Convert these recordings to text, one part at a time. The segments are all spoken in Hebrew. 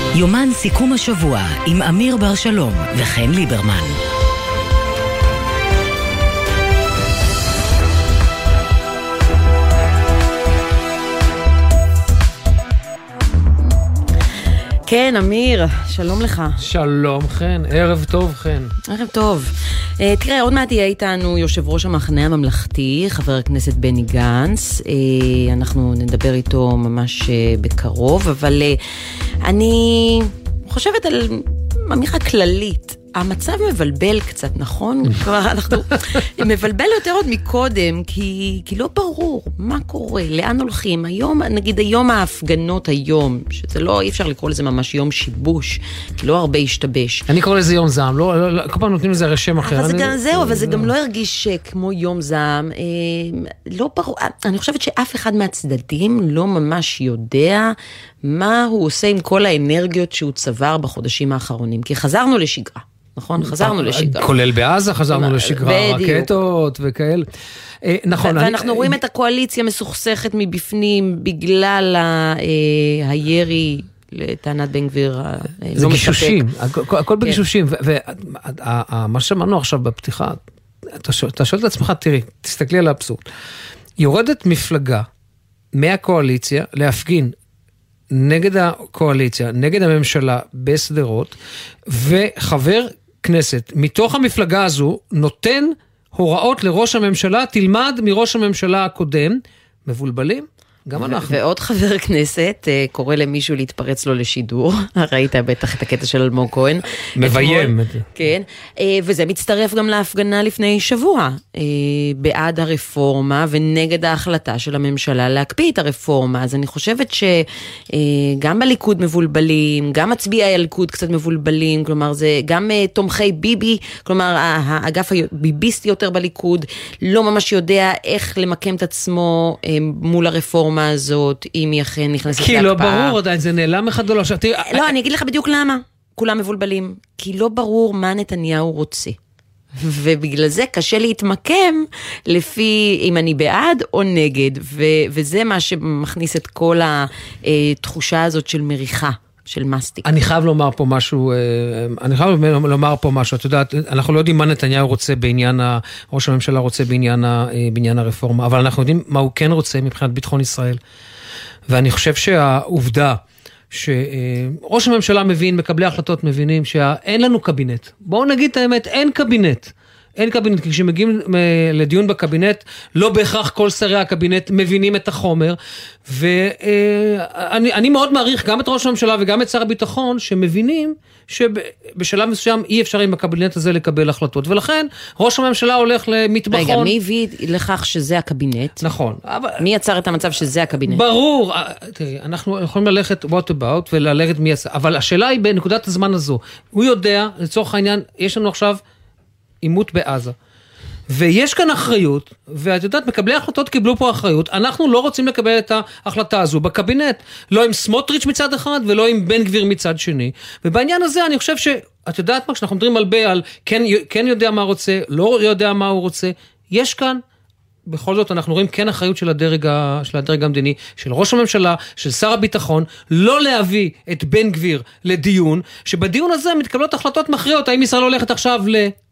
יומן סיכום השבוע עם אמיר בר שלום וחן ליברמן. כן, אמיר, שלום לך. שלום, חן. ערב טוב, חן. ערב טוב. תראה, עוד מעט יהיה איתנו יושב ראש המחנה הממלכתי, חבר הכנסת בני גנץ. אנחנו נדבר איתו ממש בקרוב, אבל אני חושבת על אמירה כללית. המצב מבלבל קצת, נכון? אנחנו מבלבל יותר עוד מקודם, כי לא ברור מה קורה, לאן הולכים. היום, נגיד היום ההפגנות היום, שזה לא, אי אפשר לקרוא לזה ממש יום שיבוש, כי לא הרבה ישתבש. אני קורא לזה יום זעם, כל פעם נותנים לזה הרי שם אחר. אבל זה גם לא הרגיש כמו יום זעם. לא ברור, אני חושבת שאף אחד מהצדדים לא ממש יודע מה הוא עושה עם כל האנרגיות שהוא צבר בחודשים האחרונים, כי חזרנו לשגרה. נכון? חזרנו לשגרה. כולל בעזה חזרנו לשגרה, רקטות וכאל. נכון. ואנחנו רואים את הקואליציה מסוכסכת מבפנים בגלל הירי לטענת בן גביר זה גישושים, הכל בגישושים. ומה שמענו עכשיו בפתיחה, אתה שואל את עצמך, תראי, תסתכלי על האבסורד. יורדת מפלגה מהקואליציה להפגין נגד הקואליציה, נגד הממשלה בסדרות, וחבר כנסת מתוך המפלגה הזו נותן הוראות לראש הממשלה, תלמד מראש הממשלה הקודם, מבולבלים, גם אנחנו. ועוד חבר כנסת קורא למישהו להתפרץ לו לשידור, ראית בטח את הקטע של אלמוג כהן. מביים. כן, וזה מצטרף גם להפגנה לפני שבוע, בעד הרפורמה ונגד ההחלטה של הממשלה להקפיא את הרפורמה. אז אני חושבת שגם בליכוד מבולבלים, גם מצביעי הליכוד קצת מבולבלים, כלומר זה גם תומכי ביבי, כלומר האגף הביביסטי יותר בליכוד, לא ממש יודע איך למקם את עצמו מול הרפורמה הזאת, אם היא אכן נכנסת להקפאה. כי לא ברור, עדיין זה נעלם אחד או לא. לא, אני אגיד לך בדיוק למה. כולם מבולבלים. כי לא ברור מה נתניהו רוצה. ובגלל זה קשה להתמקם לפי אם אני בעד או נגד. וזה מה שמכניס את כל התחושה הזאת של מריחה. של מסטיק. אני חייב לומר פה משהו, את יודעת, אנחנו לא יודעים מה נתניהו רוצה בעניין, ראש הממשלה רוצה בעניין הרפורמה, אבל אנחנו יודעים מה הוא כן רוצה מבחינת ביטחון ישראל. ואני חושב שהעובדה שראש הממשלה מבין, מקבלי החלטות מבינים שאין לנו קבינט. בואו נגיד את האמת, אין קבינט. אין קבינט, כי כשמגיעים לדיון בקבינט, לא בהכרח כל שרי הקבינט מבינים את החומר, ואני מאוד מעריך גם את ראש הממשלה וגם את שר הביטחון, שמבינים שבשלב מסוים אי אפשר עם הקבינט הזה לקבל החלטות, ולכן ראש הממשלה הולך למטבחון. רגע, מי הביא לכך שזה הקבינט? נכון. מי יצר את המצב שזה הקבינט? ברור, תראי, אנחנו יכולים ללכת what about וללכת מי יצא, אבל השאלה היא בנקודת הזמן הזו, הוא יודע, לצורך העניין, יש לנו עכשיו עימות בעזה. ויש כאן אחריות, ואת יודעת, מקבלי ההחלטות קיבלו פה אחריות, אנחנו לא רוצים לקבל את ההחלטה הזו בקבינט, לא עם סמוטריץ' מצד אחד, ולא עם בן גביר מצד שני, ובעניין הזה אני חושב שאת יודעת מה, כשאנחנו מדברים על כן יודע מה רוצה, לא יודע מה הוא רוצה, יש כאן, בכל זאת אנחנו רואים כן אחריות של הדרג המדיני, של ראש הממשלה, של שר הביטחון, לא להביא את בן גביר לדיון, שבדיון הזה מתקבלות החלטות מכריעות, האם ישראל הולכת עכשיו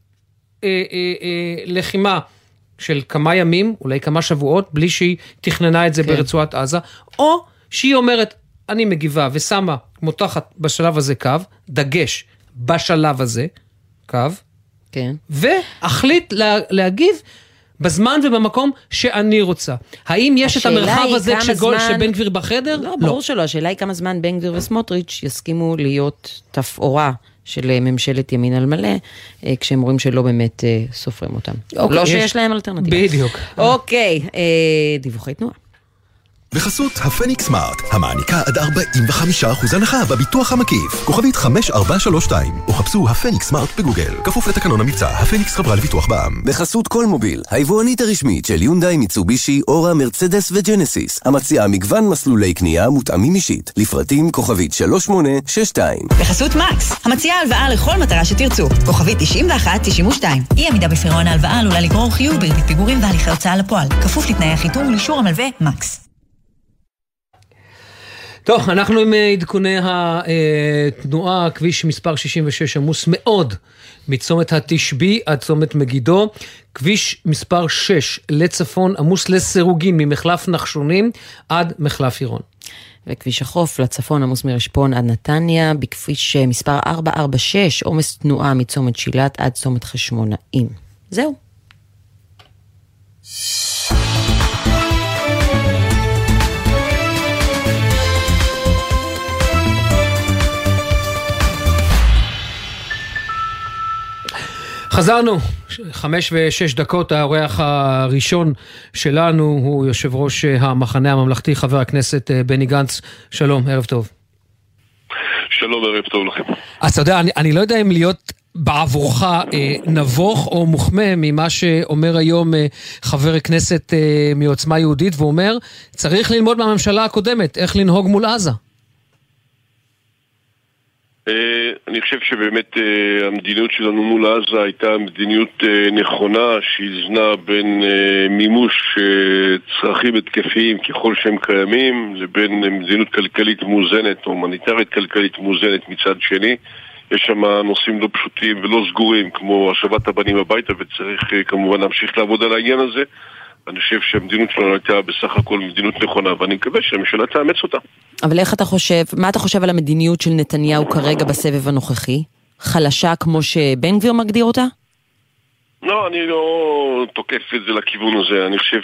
לחימה של כמה ימים, אולי כמה שבועות, בלי שהיא תכננה את זה ברצועת עזה, או שהיא אומרת, אני מגיבה ושמה מותחת בשלב הזה קו, דגש בשלב הזה, קו, כן. והחליט להגיב בזמן ובמקום שאני רוצה. האם יש את המרחב הזה כשבן גביר בחדר? לא, ברור שלא. השאלה היא כמה זמן בן גביר וסמוטריץ' יסכימו להיות תפאורה של ממשלת ימין על מלא, כשהם רואים שלא באמת סופרים אותם. לא שיש להם אלטרנטיבה. בדיוק. אוקיי, דיווחי תנועה. בחסות הפניקס סמארט, המעניקה עד 45% הנחה בביטוח המקיף. כוכבית 5432, או חפשו הפניקס סמארט בגוגל. כפוף לתקנון המבצע, הפניקס חברה לביטוח בע"מ. בחסות כל מוביל, היבואנית הרשמית של יונדאי, מיצובישי, אורה, מרצדס וג'נסיס. המציעה מגוון מסלולי קנייה מותאמים אישית. לפרטים כוכבית 3862. בחסות מקס, המציעה הלוואה לכל מטרה שתרצו. כוכבית 9192. אי עמידה בפירעון ההלוואה עלולה לגרור חיוב בריבית פיגורים והליכי הוצאה לפועל. כפוף לתנאי החיתום ולאישור המלווה מקס. טוב, אנחנו עם עדכוני התנועה, כביש מספר 66 עמוס מאוד, מצומת התשבי עד צומת מגידו, כביש מספר 6 לצפון עמוס לסירוגין ממחלף נחשונים עד מחלף עירון. וכביש החוף לצפון עמוס מרשפון עד נתניה, בכביש מספר 446 עומס תנועה מצומת שילת עד צומת חשמונאים. זהו. חזרנו, 5:06, האורח הראשון שלנו הוא יושב ראש המחנה הממלכתי, חבר הכנסת בני גנץ. שלום, ערב טוב. שלום, ערב טוב לכם. אז אתה יודע, אני לא יודע אם להיות בעבורך נבוך או מוחמא ממה שאומר היום חבר הכנסת מעוצמה יהודית, ואומר, צריך ללמוד מהממשלה הקודמת, איך לנהוג מול עזה. אני חושב שבאמת המדיניות שלנו מול עזה הייתה מדיניות נכונה, שאיזנה בין מימוש צרכים התקפיים ככל שהם קיימים, לבין מדיניות כלכלית מאוזנת או הומניטרית כלכלית מאוזנת מצד שני. יש שם נושאים לא פשוטים ולא סגורים כמו השבת הבנים הביתה, וצריך כמובן להמשיך לעבוד על העניין הזה. אני חושב שהמדיניות שלנו הייתה בסך הכל מדיניות נכונה, ואני מקווה שהממשלה תאמץ אותה. אבל איך אתה חושב, מה אתה חושב על המדיניות של נתניהו כרגע בסבב הנוכחי? חלשה כמו שבן גביר מגדיר אותה? לא, אני לא תוקף את זה לכיוון הזה. אני חושב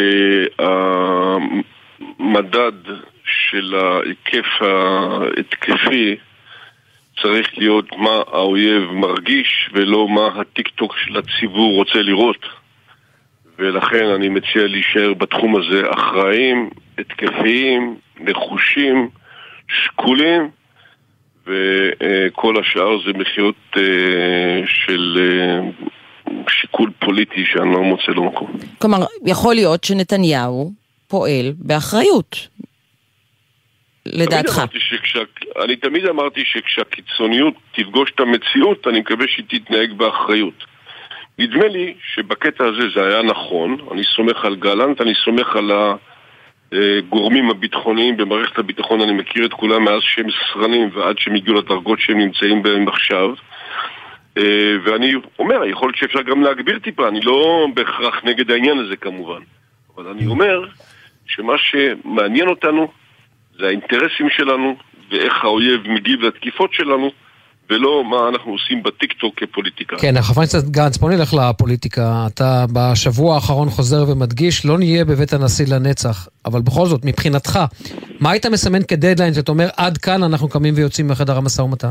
שהמדד של ההיקף ההתקפי צריך להיות מה האויב מרגיש, ולא מה הטיק-טוק של הציבור רוצה לראות. ולכן אני מציע להישאר בתחום הזה אחראים, התקפיים, נחושים, שקולים, וכל השאר זה מחיות של שיקול פוליטי שאני לא מוצא לו מקום. כלומר, יכול להיות שנתניהו פועל באחריות, לדעתך. אני תמיד אמרתי שכשהקיצוניות תפגוש את המציאות, אני מקווה שהיא תתנהג באחריות. נדמה לי שבקטע הזה זה היה נכון, אני סומך על גלנט, אני סומך על הגורמים הביטחוניים במערכת הביטחון, אני מכיר את כולם מאז שהם סרנים ועד שהם הגיעו לדרגות שהם נמצאים בהם עכשיו, ואני אומר, יכול להיות שאפשר גם להגביר טיפה, אני לא בהכרח נגד העניין הזה כמובן, אבל אני אומר שמה שמעניין אותנו זה האינטרסים שלנו ואיך האויב מגיב לתקיפות שלנו, ולא מה אנחנו עושים בטיקטוק כפוליטיקה. כן, חבר הכנסת גנץ, בוא נלך לפוליטיקה. אתה בשבוע האחרון חוזר ומדגיש, לא נהיה בבית הנשיא לנצח, אבל בכל זאת, מבחינתך, מה היית מסמן כדדליין שאתה אומר, עד כאן אנחנו קמים ויוצאים מחדר המשא ומתן?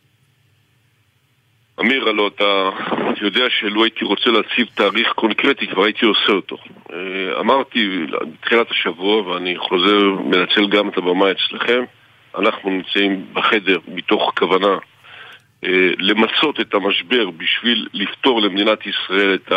אמיר, הלא, אתה יודע שלא הייתי רוצה להציב תאריך קונקרטי, כבר הייתי עושה אותו. אמרתי בתחילת השבוע, ואני חוזר, מנצל גם את הבמה אצלכם, אנחנו נמצאים בחדר מתוך כוונה למצות את המשבר בשביל לפתור למדינת ישראל את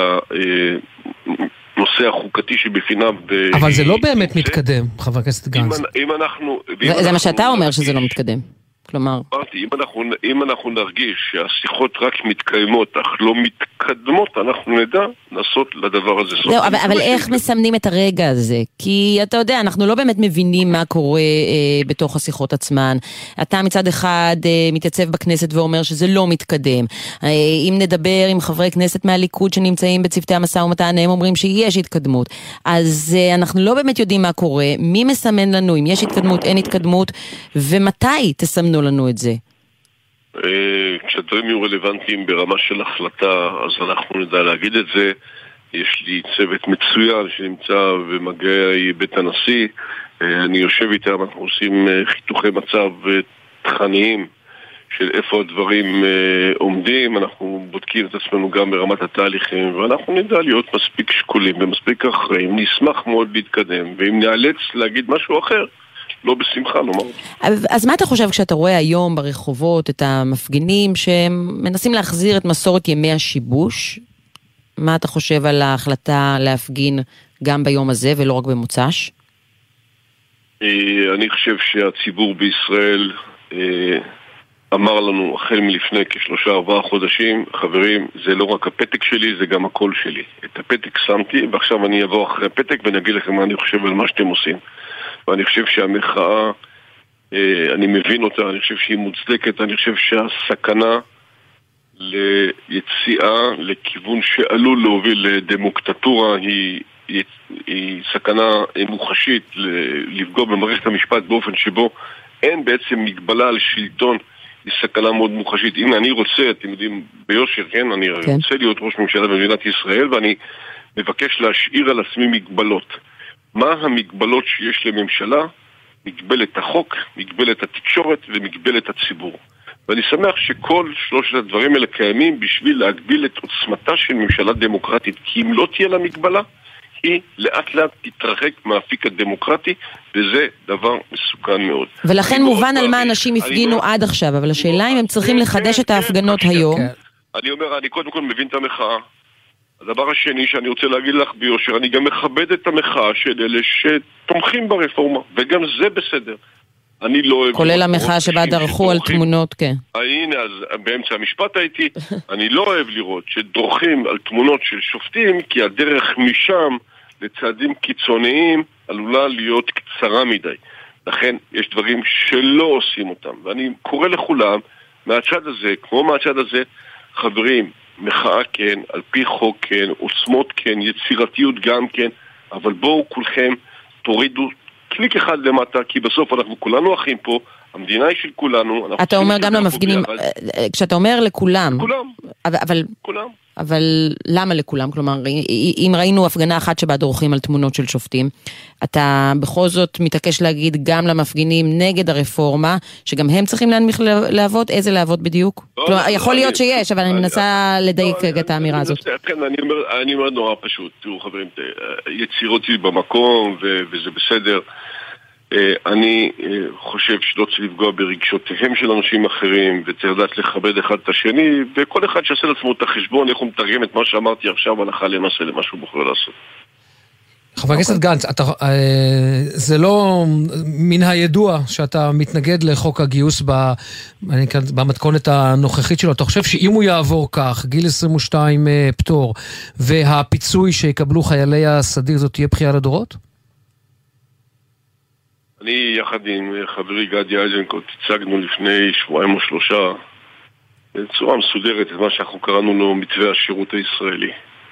הנושא החוקתי שבפיניו. אבל זה לא באמת מתקדם, חבר הכנסת גנץ. זה מה שאתה אומר שזה לא מתקדם. כלומר, אם אנחנו נרגיש שהשיחות רק מתקיימות אך לא מתקדמות, אנחנו נדע לעשות לדבר הזה סוף. אבל איך מסמנים את הרגע הזה? כי אתה יודע, אנחנו לא באמת מבינים מה קורה בתוך השיחות עצמן. אתה מצד אחד מתייצב בכנסת ואומר שזה לא מתקדם. אם נדבר עם חברי כנסת מהליכוד שנמצאים בצוותי המשא ומתן, הם אומרים שיש התקדמות. אז אנחנו לא באמת יודעים מה קורה. מי מסמן לנו אם יש התקדמות, אין התקדמות, ומתי תסמנו לנו את זה? כשהדברים יהיו רלוונטיים ברמה של החלטה, אז אנחנו נדע להגיד את זה. יש לי צוות מצוין שנמצא במגעי בית הנשיא. אני יושב איתם, אנחנו עושים חיתוכי מצב תכניים של איפה הדברים עומדים. אנחנו בודקים את עצמנו גם ברמת התהליכים, ואנחנו נדע להיות מספיק שקולים ומספיק אחראים. נשמח מאוד להתקדם, ואם נאלץ להגיד משהו אחר, לא בשמחה, לומר. אז מה אתה חושב כשאתה רואה היום ברחובות את המפגינים שמנסים להחזיר את מסורת ימי השיבוש? מה אתה חושב על ההחלטה להפגין גם ביום הזה ולא רק במוצ"ש? אני חושב שהציבור בישראל אמר לנו החל מלפני כ3-4 חודשים, חברים, זה לא רק הפתק שלי, זה גם הקול שלי. את הפתק שמתי, ועכשיו אני אבוא אחרי הפתק ואני אגיד לכם מה אני חושב על מה שאתם עושים. ואני חושב שהמחאה אני מבין אותה, אני חושב שהיא מוצדקת, אני חושב שהסכנה ליציאה לכיוון שעלול להוביל לדמוקטטורה היא סכנה מוחשית לפגוע במערכת המשפט באופן שבו אין בעצם מגבלה על שלטון, היא סכנה מאוד מוחשית. אם אני רוצה, אתם יודעים, ביושר, כן, אני רוצה להיות ראש ממשלה במדינת ישראל ואני מבקש להשאיר על עצמי מגבלות. מה המגבלות שיש לממשלה? מגבלת החוק, מגבלת התקשורת ומגבלת הציבור. ואני שמח שכל שלושת הדברים האלה קיימים בשביל להגביל את עוצמתה של ממשלה דמוקרטית, כי אם לא תהיה לה מגבלה, היא לאט לאט תתרחק מהאפיק הדמוקרטי, וזה דבר מסוכן מאוד. ולכן מובן על מה אנשים הפגינו עד עכשיו, אבל השאלה אם הם צריכים לחדש את ההפגנות היום. אני אומר, אני קודם כל מבין את המחאה. הדבר השני שאני רוצה להגיד לך ביושר, אני גם מכבד את המחאה של אלה שתומכים ברפורמה, וגם זה בסדר. אני לא אוהב... כולל המחאה שבה דרכו על תמונות, כן. הנה, אז באמצע המשפט הייתי, אני לא אוהב לראות שדורכים על תמונות של שופטים, כי הדרך משם לצעדים קיצוניים עלולה להיות קצרה מדי. לכן יש דברים שלא עושים אותם, ואני קורא לכולם, מהצד הזה, כמו מהצד הזה, חברים, מחאה כן, על פי חוק כן, עוצמות כן, יצירתיות גם כן, אבל בואו כולכם תורידו קליק אחד למטה, כי בסוף אנחנו כולנו אחים פה, המדינה היא של כולנו. אתה אומר גם למפגינים, כשאתה אומר לכולם, כולם. אבל למה לכולם? כלומר, אם ראינו הפגנה אחת שבה דורכים על תמונות של שופטים, אתה בכל זאת מתעקש להגיד גם למפגינים נגד הרפורמה, שגם הם צריכים להנמיך להבות, איזה להבות בדיוק? כלומר, יכול להיות שיש, אבל אני מנסה לדייק את האמירה הזאת. אני אומר נורא פשוט, תראו חברים, יצירות שלי במקום, וזה בסדר. אני חושב שלא צריך לפגוע ברגשותיהם של אנשים אחרים, וצריך לדעת לכבד אחד את השני, וכל אחד שעשה לעצמו את החשבון, איך הוא מתרגם את מה שאמרתי עכשיו, הלכה למעשה למה שהוא בוחר לעשות. חבר הכנסת גנץ, זה לא מן הידוע שאתה מתנגד לחוק הגיוס במתכונת הנוכחית שלו. אתה חושב שאם הוא יעבור כך, גיל 22 פטור, והפיצוי שיקבלו חיילי הסדיר, זאת תהיה בכייה לדורות? אני יחד עם חברי גדי איזנקוט הצגנו לפני שבועיים או שלושה בצורה מסודרת את מה שאנחנו קראנו לו מתווה השירות הישראלי.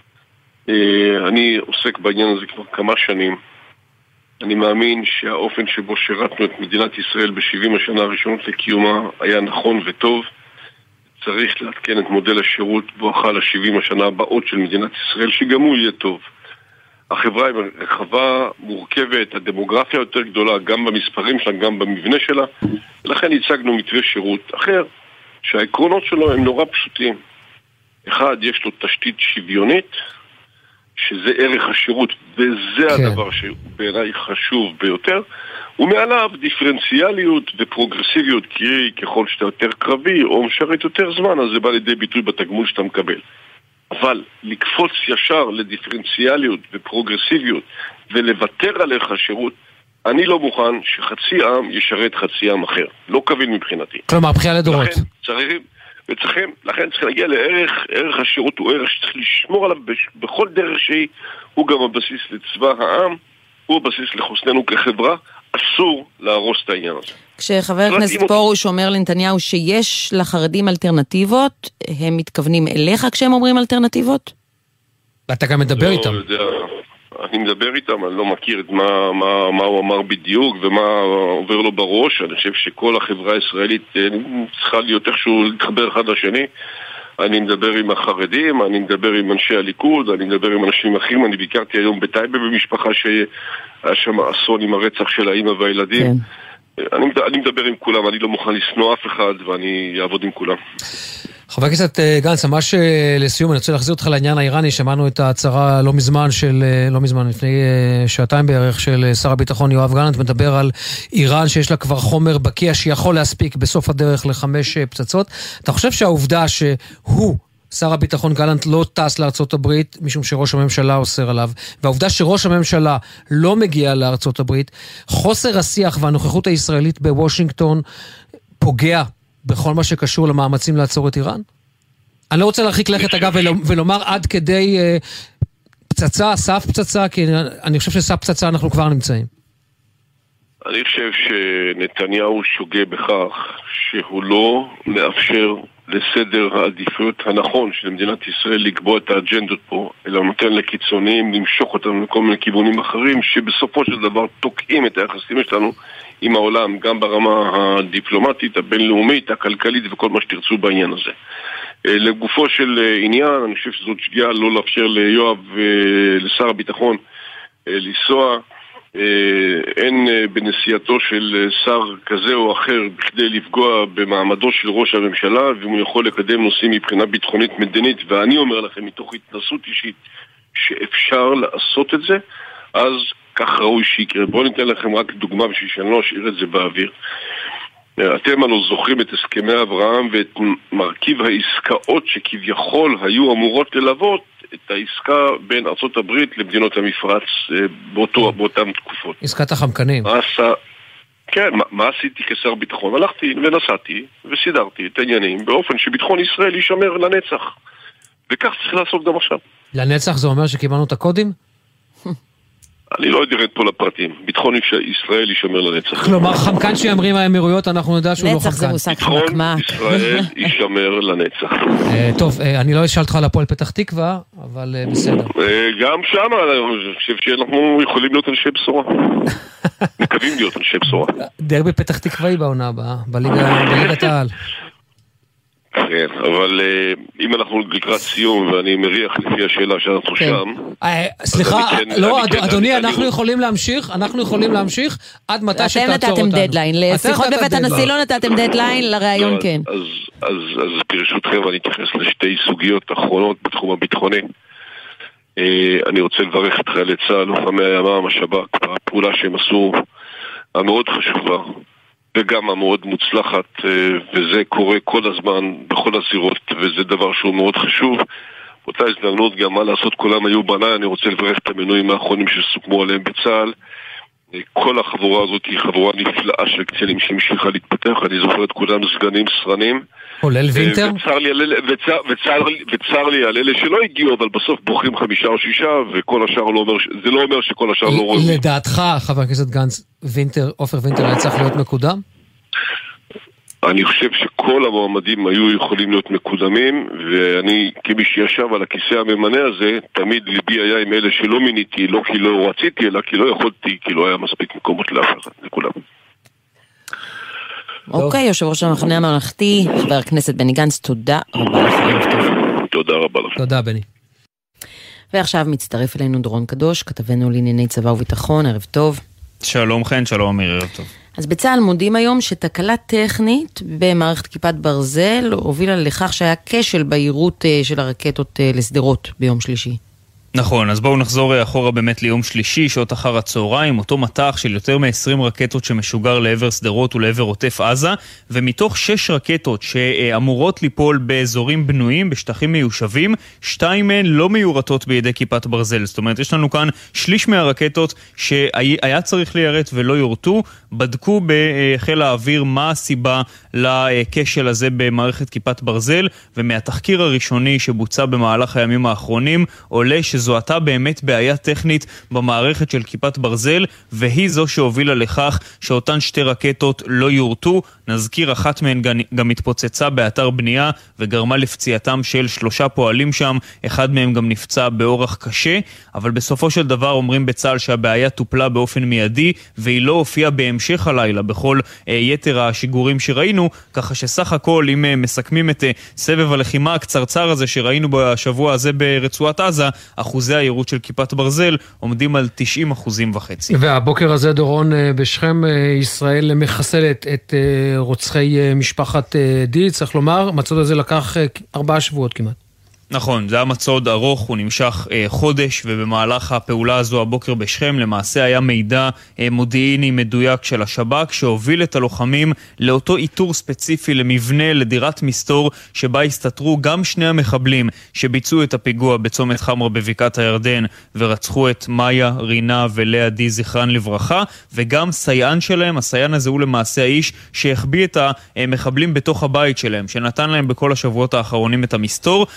אני עוסק בעניין הזה כבר כמה שנים. אני מאמין שהאופן שבו שירתנו את מדינת ישראל ב-70 השנה הראשונות לקיומה היה נכון וטוב. צריך להתקן את מודל השירות בואכה ל-70 השנה הבאות של מדינת ישראל, שגם הוא יהיה טוב. החברה היא רחבה, מורכבת, הדמוגרפיה יותר גדולה, גם במספרים שלה, גם במבנה שלה, ולכן הצגנו מתווה שירות אחר, שהעקרונות שלו הם נורא פשוטים. אחד, יש לו תשתית שוויונית, שזה ערך השירות, וזה הדבר שבעיניי חשוב ביותר, ומעליו דיפרנציאליות ופרוגרסיביות, כי ככל שאתה יותר קרבי או משרת יותר זמן, אז זה בא לידי ביטוי בתגמול שאתה מקבל. אבל לקפוץ ישר לדיפרנציאליות ופרוגרסיביות ולוותר עליך השירות, אני לא מוכן שחצי עם ישרת חצי עם אחר. לא קביל מבחינתי. כלומר, בכייה לדורות. לכן צריך להגיע לערך, ערך השירות הוא ערך שצריך לשמור עליו בכל דרך שהיא, הוא גם הבסיס לצבא העם, הוא הבסיס לחוסננו כחברה, אסור להרוס את העניין הזה. כשחבר הכנסת פרוש אומר לנתניהו שיש לחרדים אלטרנטיבות, הם מתכוונים אליך כשהם אומרים אלטרנטיבות? ואתה גם מדבר איתם. אני מדבר איתם, אני לא מכיר את מה הוא אמר בדיוק ומה עובר לו בראש. אני חושב שכל החברה הישראלית צריכה להיות איכשהו להתחבר אחד לשני. אני מדבר עם החרדים, אני מדבר עם אנשי הליכוד, אני מדבר עם אנשים אחרים. אני ביקרתי היום בטייבה במשפחה שהיה שם אסון עם הרצח של האמא והילדים. כן. אני מדבר עם כולם, אני לא מוכן לשנוא אף אחד ואני אעבוד עם כולם. חבר הכנסת גנץ, ממש לסיום, אני רוצה להחזיר אותך לעניין האיראני. שמענו את ההצהרה לא מזמן, לפני שעתיים בערך, של שר הביטחון יואב גלנט, מדבר על איראן שיש לה כבר חומר בקיע שיכול להספיק בסוף הדרך ל5 פצצות. אתה חושב שהעובדה שהוא, שר הביטחון גלנט, לא טס לארצות הברית, משום שראש הממשלה אוסר עליו, והעובדה שראש הממשלה לא מגיע לארצות הברית, חוסר השיח והנוכחות הישראלית בוושינגטון פוגע בכל מה שקשור למאמצים לעצור את איראן? אני לא רוצה להרחיק לכת אגב ולומר עד כדי פצצה, סף פצצה, כי אני חושב שסף פצצה אנחנו כבר נמצאים. אני חושב שנתניהו שוגה בכך שהוא לא מאפשר לסדר העדיפויות הנכון של מדינת ישראל לקבוע את האג'נדות פה, אלא נותן לקיצוניים למשוך אותם לכל מיני כיוונים אחרים שבסופו של דבר תוקעים את היחסים שלנו עם העולם, גם ברמה הדיפלומטית, הבינלאומית, הכלכלית וכל מה שתרצו בעניין הזה. לגופו של עניין, אני חושב שזאת שגיאה לא לאפשר ליואב ולשר הביטחון לנסוע, אין בנסיעתו של שר כזה או אחר בכדי לפגוע במעמדו של ראש הממשלה, ואם הוא יכול לקדם נושאים מבחינה ביטחונית מדינית, ואני אומר לכם מתוך התנסות אישית שאפשר לעשות את זה, אז כך ראוי שיקרה. בואו ניתן לכם רק דוגמה בשביל שאני לא אשאיר את זה באוויר. אתם הלא זוכרים את הסכמי אברהם ואת מרכיב העסקאות שכביכול היו אמורות ללוות את העסקה בין ארצות הברית למדינות המפרץ באותן תקופות. עסקת החמקנים. כן, מה עשיתי כשר ביטחון? הלכתי ונסעתי וסידרתי את העניינים באופן שביטחון ישראל יישמר לנצח. וכך צריך לעשות גם עכשיו. לנצח זה אומר שקיבלנו את הקודים? אני לא אדירד פה לפרטים. ביטחון ישראל יישמר לנצח. כלומר, חמקן שיאמרים האמירויות, אנחנו נדע שהוא לא חמקן. נצח זה מושג חמקמק. ביטחון ישראל יישמר לנצח. טוב, אני לא אשאל אותך על הפועל פתח תקווה, אבל בסדר. גם שם, אני חושב שאנחנו יכולים להיות אנשי בשורה. מקווים להיות אנשי בשורה. דרבי פתח תקוואי בעונה הבאה, בליגת העל. כן, אבל אם אנחנו לקראת סיום, ואני מריח לפי השאלה שאנחנו שם... סליחה, לא, אדוני, אנחנו יכולים להמשיך עד מתי שתעצור אותנו. אתם נתתם דדליין, לשיחות בבית הנשיא לא נתתם דדליין, לראיון כן. אז ברשותכם אני אתייחס לשתי סוגיות אחרונות בתחום הביטחוני. אני רוצה לברך את חיילי צה"ל, לוחמי הימ"מ, השב"כ, הפעולה שהם עשו המאוד חשובה. וגם המאוד מוצלחת, וזה קורה כל הזמן בכל הזירות, וזה דבר שהוא מאוד חשוב. באותה הזדמנות גם מה לעשות, כולם היו בנה, אני רוצה לברך את המינויים האחרונים שסוכמו עליהם בצה"ל. כל החבורה הזאת היא חבורה נפלאה של קצינים שהמשיכה להתפתח, אני זוכר את כולם סגנים סרנים. כולל וינטר? וצר לי על אלה שלא הגיעו, אבל בסוף בוחרים 5 או 6, וכל השאר לא אומר, זה לא אומר שכל השאר לא רואים. לדעתך, חבר הכנסת גנץ, עופר וינטר היה צריך להיות מקודם? אני חושב שכל המועמדים היו יכולים להיות מקודמים, ואני כמי שישב על הכיסא הממנה הזה, תמיד ליבי היה עם אלה שלא מיניתי, לא כי לא רציתי, אלא כי לא יכולתי, כי לא היה מספיק מקומות לאף אחד, לכולם. אוקיי, יושב ראש המחנה הממלכתי, חבר הכנסת בני גנץ, תודה רבה לך. תודה רבה לך. תודה בני. ועכשיו מצטרף אלינו דורון קדוש, כתבנו לענייני צבא וביטחון, ערב טוב. שלום חן, שלום אמיר, ערב טוב. אז בצה"ל מודים היום שתקלה טכנית במערכת כיפת ברזל הובילה לכך שהיה כשל בהירות של הרקטות לסדרות ביום שלישי. נכון, אז בואו נחזור אחורה באמת ליום שלישי, שעות אחר הצהריים, אותו מטח של יותר מ-20 רקטות שמשוגר לעבר סדרות ולעבר עוטף עזה, ומתוך 6 רקטות שאמורות ליפול באזורים בנויים, בשטחים מיושבים, 2 מהן לא מיורטות בידי כיפת ברזל. זאת אומרת, יש לנו כאן שליש מהרקטות שהיה צריך ליירט ולא יורטו, בדקו בחיל האוויר מה הסיבה לכשל הזה במערכת כיפת ברזל, ומהתחקיר הראשוני שבוצע במהלך הימים האחרונים, עולה שזו הייתה באמת בעיה טכנית במערכת של כיפת ברזל, והיא זו שהובילה לכך שאותן 2 רקטות לא יורטו. נזכיר, אחת מהן גם התפוצצה באתר בנייה וגרמה לפציעתם של 3 פועלים שם, אחד מהם גם נפצע באורח קשה, אבל בסופו של דבר אומרים בצה"ל שהבעיה טופלה באופן מיידי, והיא לא הופיעה בהמשך הלילה בכל יתר השיגורים שראינו, ככה שסך הכל אם מסכמים את סבב הלחימה הקצרצר הזה שראינו בשבוע הזה ברצועת עזה, אחוזי העירות של כיפת ברזל עומדים על 90.5%. והבוקר הזה דורון בשכם ישראל מחסלת את רוצחי משפחת די, צריך לומר, מצוד הזה לקח 4 שבועות כמעט. נכון, זה היה מצוד ארוך, הוא נמשך חודש, ובמהלך הפעולה הזו הבוקר בשכם למעשה היה מידע מודיעיני מדויק של השב"כ שהוביל את הלוחמים לאותו איתור ספציפי למבנה, לדירת מסתור שבה הסתתרו גם 2 המחבלים שביצעו את הפיגוע בצומת חמרה בבקעת הירדן ורצחו את מאיה, רינה ולאה די זכרן לברכה, וגם סייען שלהם. הסייען הזה הוא למעשה האיש שהחביא את המחבלים בתוך הבית שלהם, שנתן להם בכל השבועות האחרונים את המסתור. הכוחות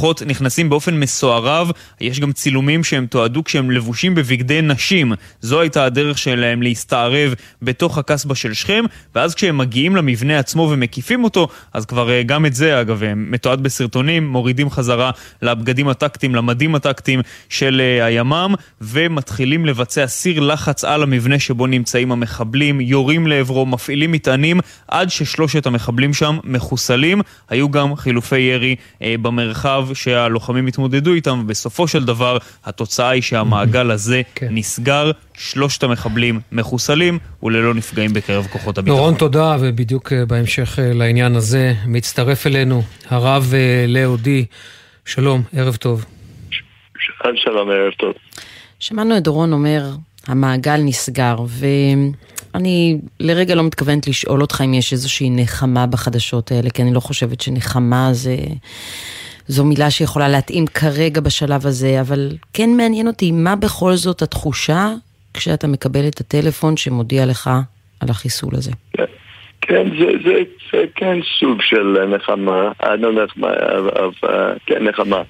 הכוחות נכנסים באופן מסוערב, יש גם צילומים שהם תועדו כשהם לבושים בבגדי נשים, זו הייתה הדרך שלהם להסתערב בתוך הקסבה של שכם, ואז כשהם מגיעים למבנה עצמו ומקיפים אותו, אז כבר גם את זה אגב מתועד בסרטונים, מורידים חזרה לבגדים הטקטיים, למדים הטקטיים של הימ"מ, ומתחילים לבצע סיר לחץ על המבנה שבו נמצאים המחבלים, יורים לעברו, מפעילים מטענים, עד ששלושת המחבלים שם מחוסלים. היו גם חילופי ירי במרחב שהלוחמים התמודדו איתם, ובסופו של דבר התוצאה היא שהמעגל הזה נסגר, שלושת המחבלים מחוסלים וללא נפגעים בקרב כוחות הביטחון. דורון, תודה, ובדיוק בהמשך לעניין הזה מצטרף אלינו הרב לאודי. שלום, ערב טוב. שלום, ערב טוב. שמענו את דורון אומר, המעגל נסגר, ואני לרגע לא מתכוונת לשאול אותך אם יש איזושהי נחמה בחדשות האלה, כי אני לא חושבת שנחמה זו מילה שיכולה להתאים כרגע בשלב הזה, אבל כן מעניין אותי, מה בכל זאת התחושה כשאתה מקבל את הטלפון שמודיע לך על החיסול הזה? כן, זה כן סוג של נחמה, לא נחמה, כן נחמה.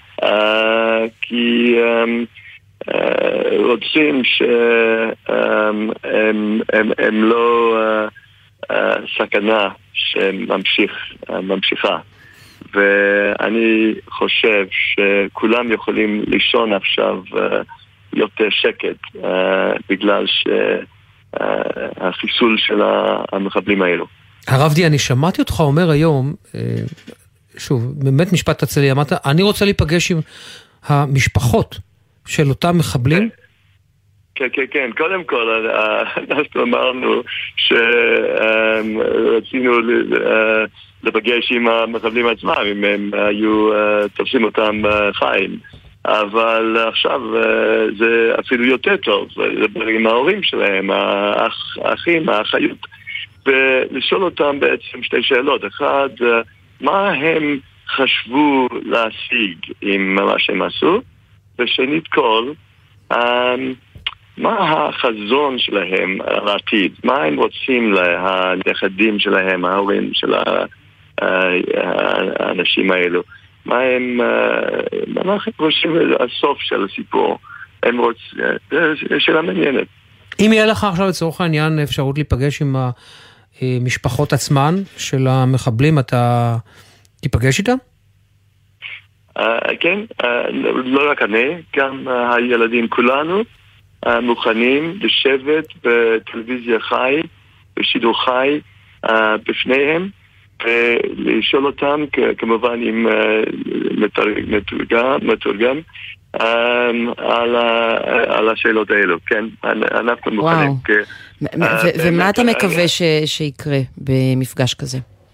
כי רוצים שהם לא סכנה שממשיכה. ואני חושב שכולם יכולים לישון עכשיו יותר שקט בגלל שהחיסול של המחבלים האלו. הרב די, אני שמעתי אותך אומר היום, שוב, באמת משפט תצלי, אמרת, אני רוצה להיפגש עם המשפחות של אותם מחבלים? כן, קודם כל, אנחנו אמרנו שרצינו לפגש עם המחבלים עצמם, אם הם היו תופסים אותם חיים. אבל עכשיו זה אפילו יותר טוב, לדבר עם ההורים שלהם, האחים, האחיות, ולשאול אותם בעצם שתי שאלות. אחד, מה הם חשבו להשיג עם מה שהם עשו? ושנית כל, מה החזון שלהם על העתיד? מה הם רוצים לנכדים שלהם, ההורים של האנשים האלו? מה הם חושבים הסוף של הסיפור? הם רוצים, זה שאלה מעניינת. אם יהיה לך עכשיו לצורך העניין אפשרות להיפגש עם המשפחות עצמן של המחבלים, אתה תיפגש איתם? כן, לא רק אני, גם הילדים כולנו מוכנים לשבת בטלוויזיה חי, בשידור חי בפניהם, ולשאול אותם כמובן עם מתורגם על השאלות האלו, כן? אנחנו מוכנים. ומה אתה מקווה שיקרה במפגש כזה?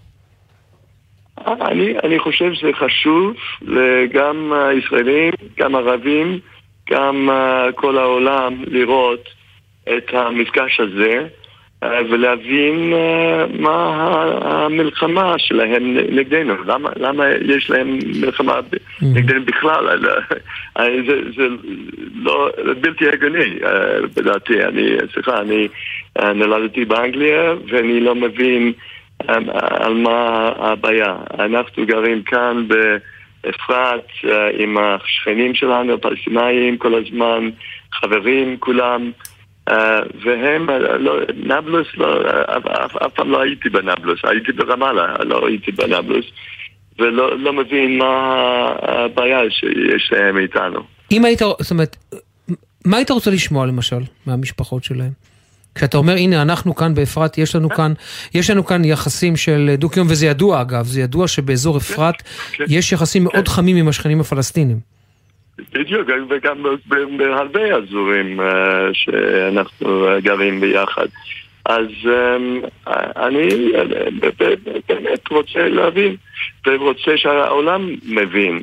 אני חושב שזה חשוב גם הישראלים, גם ערבים, גם כל העולם לראות את המפגש הזה ולהבין מה המלחמה שלהם נגדנו. למה יש להם מלחמה נגדנו בכלל? זה לא בלתי הגיוני בדעתי. אני נולדתי באנגליה ואני לא מבין על מה הבעיה. אנחנו גרים כאן באפרת עם השכנים שלנו, הפלסטינאים, כל הזמן חברים, כולם, והם, נבלוס, אף פעם לא הייתי בנבלוס, הייתי ברמאללה, לא הייתי בנבלוס, ולא מבין מה הבעיה שיש להם איתנו. אם היית, זאת אומרת, מה היית רוצה לשמוע למשל מהמשפחות שלהם? כשאתה אומר, הנה, אנחנו כאן באפרת, יש לנו כאן יחסים של דו-קיום, וזה ידוע אגב, זה ידוע שבאזור אפרת יש יחסים מאוד חמים עם השכנים הפלסטינים. בדיוק, וגם בהרבה אזורים שאנחנו גרים ביחד. אז אני באמת רוצה להבין, ורוצה שהעולם מבין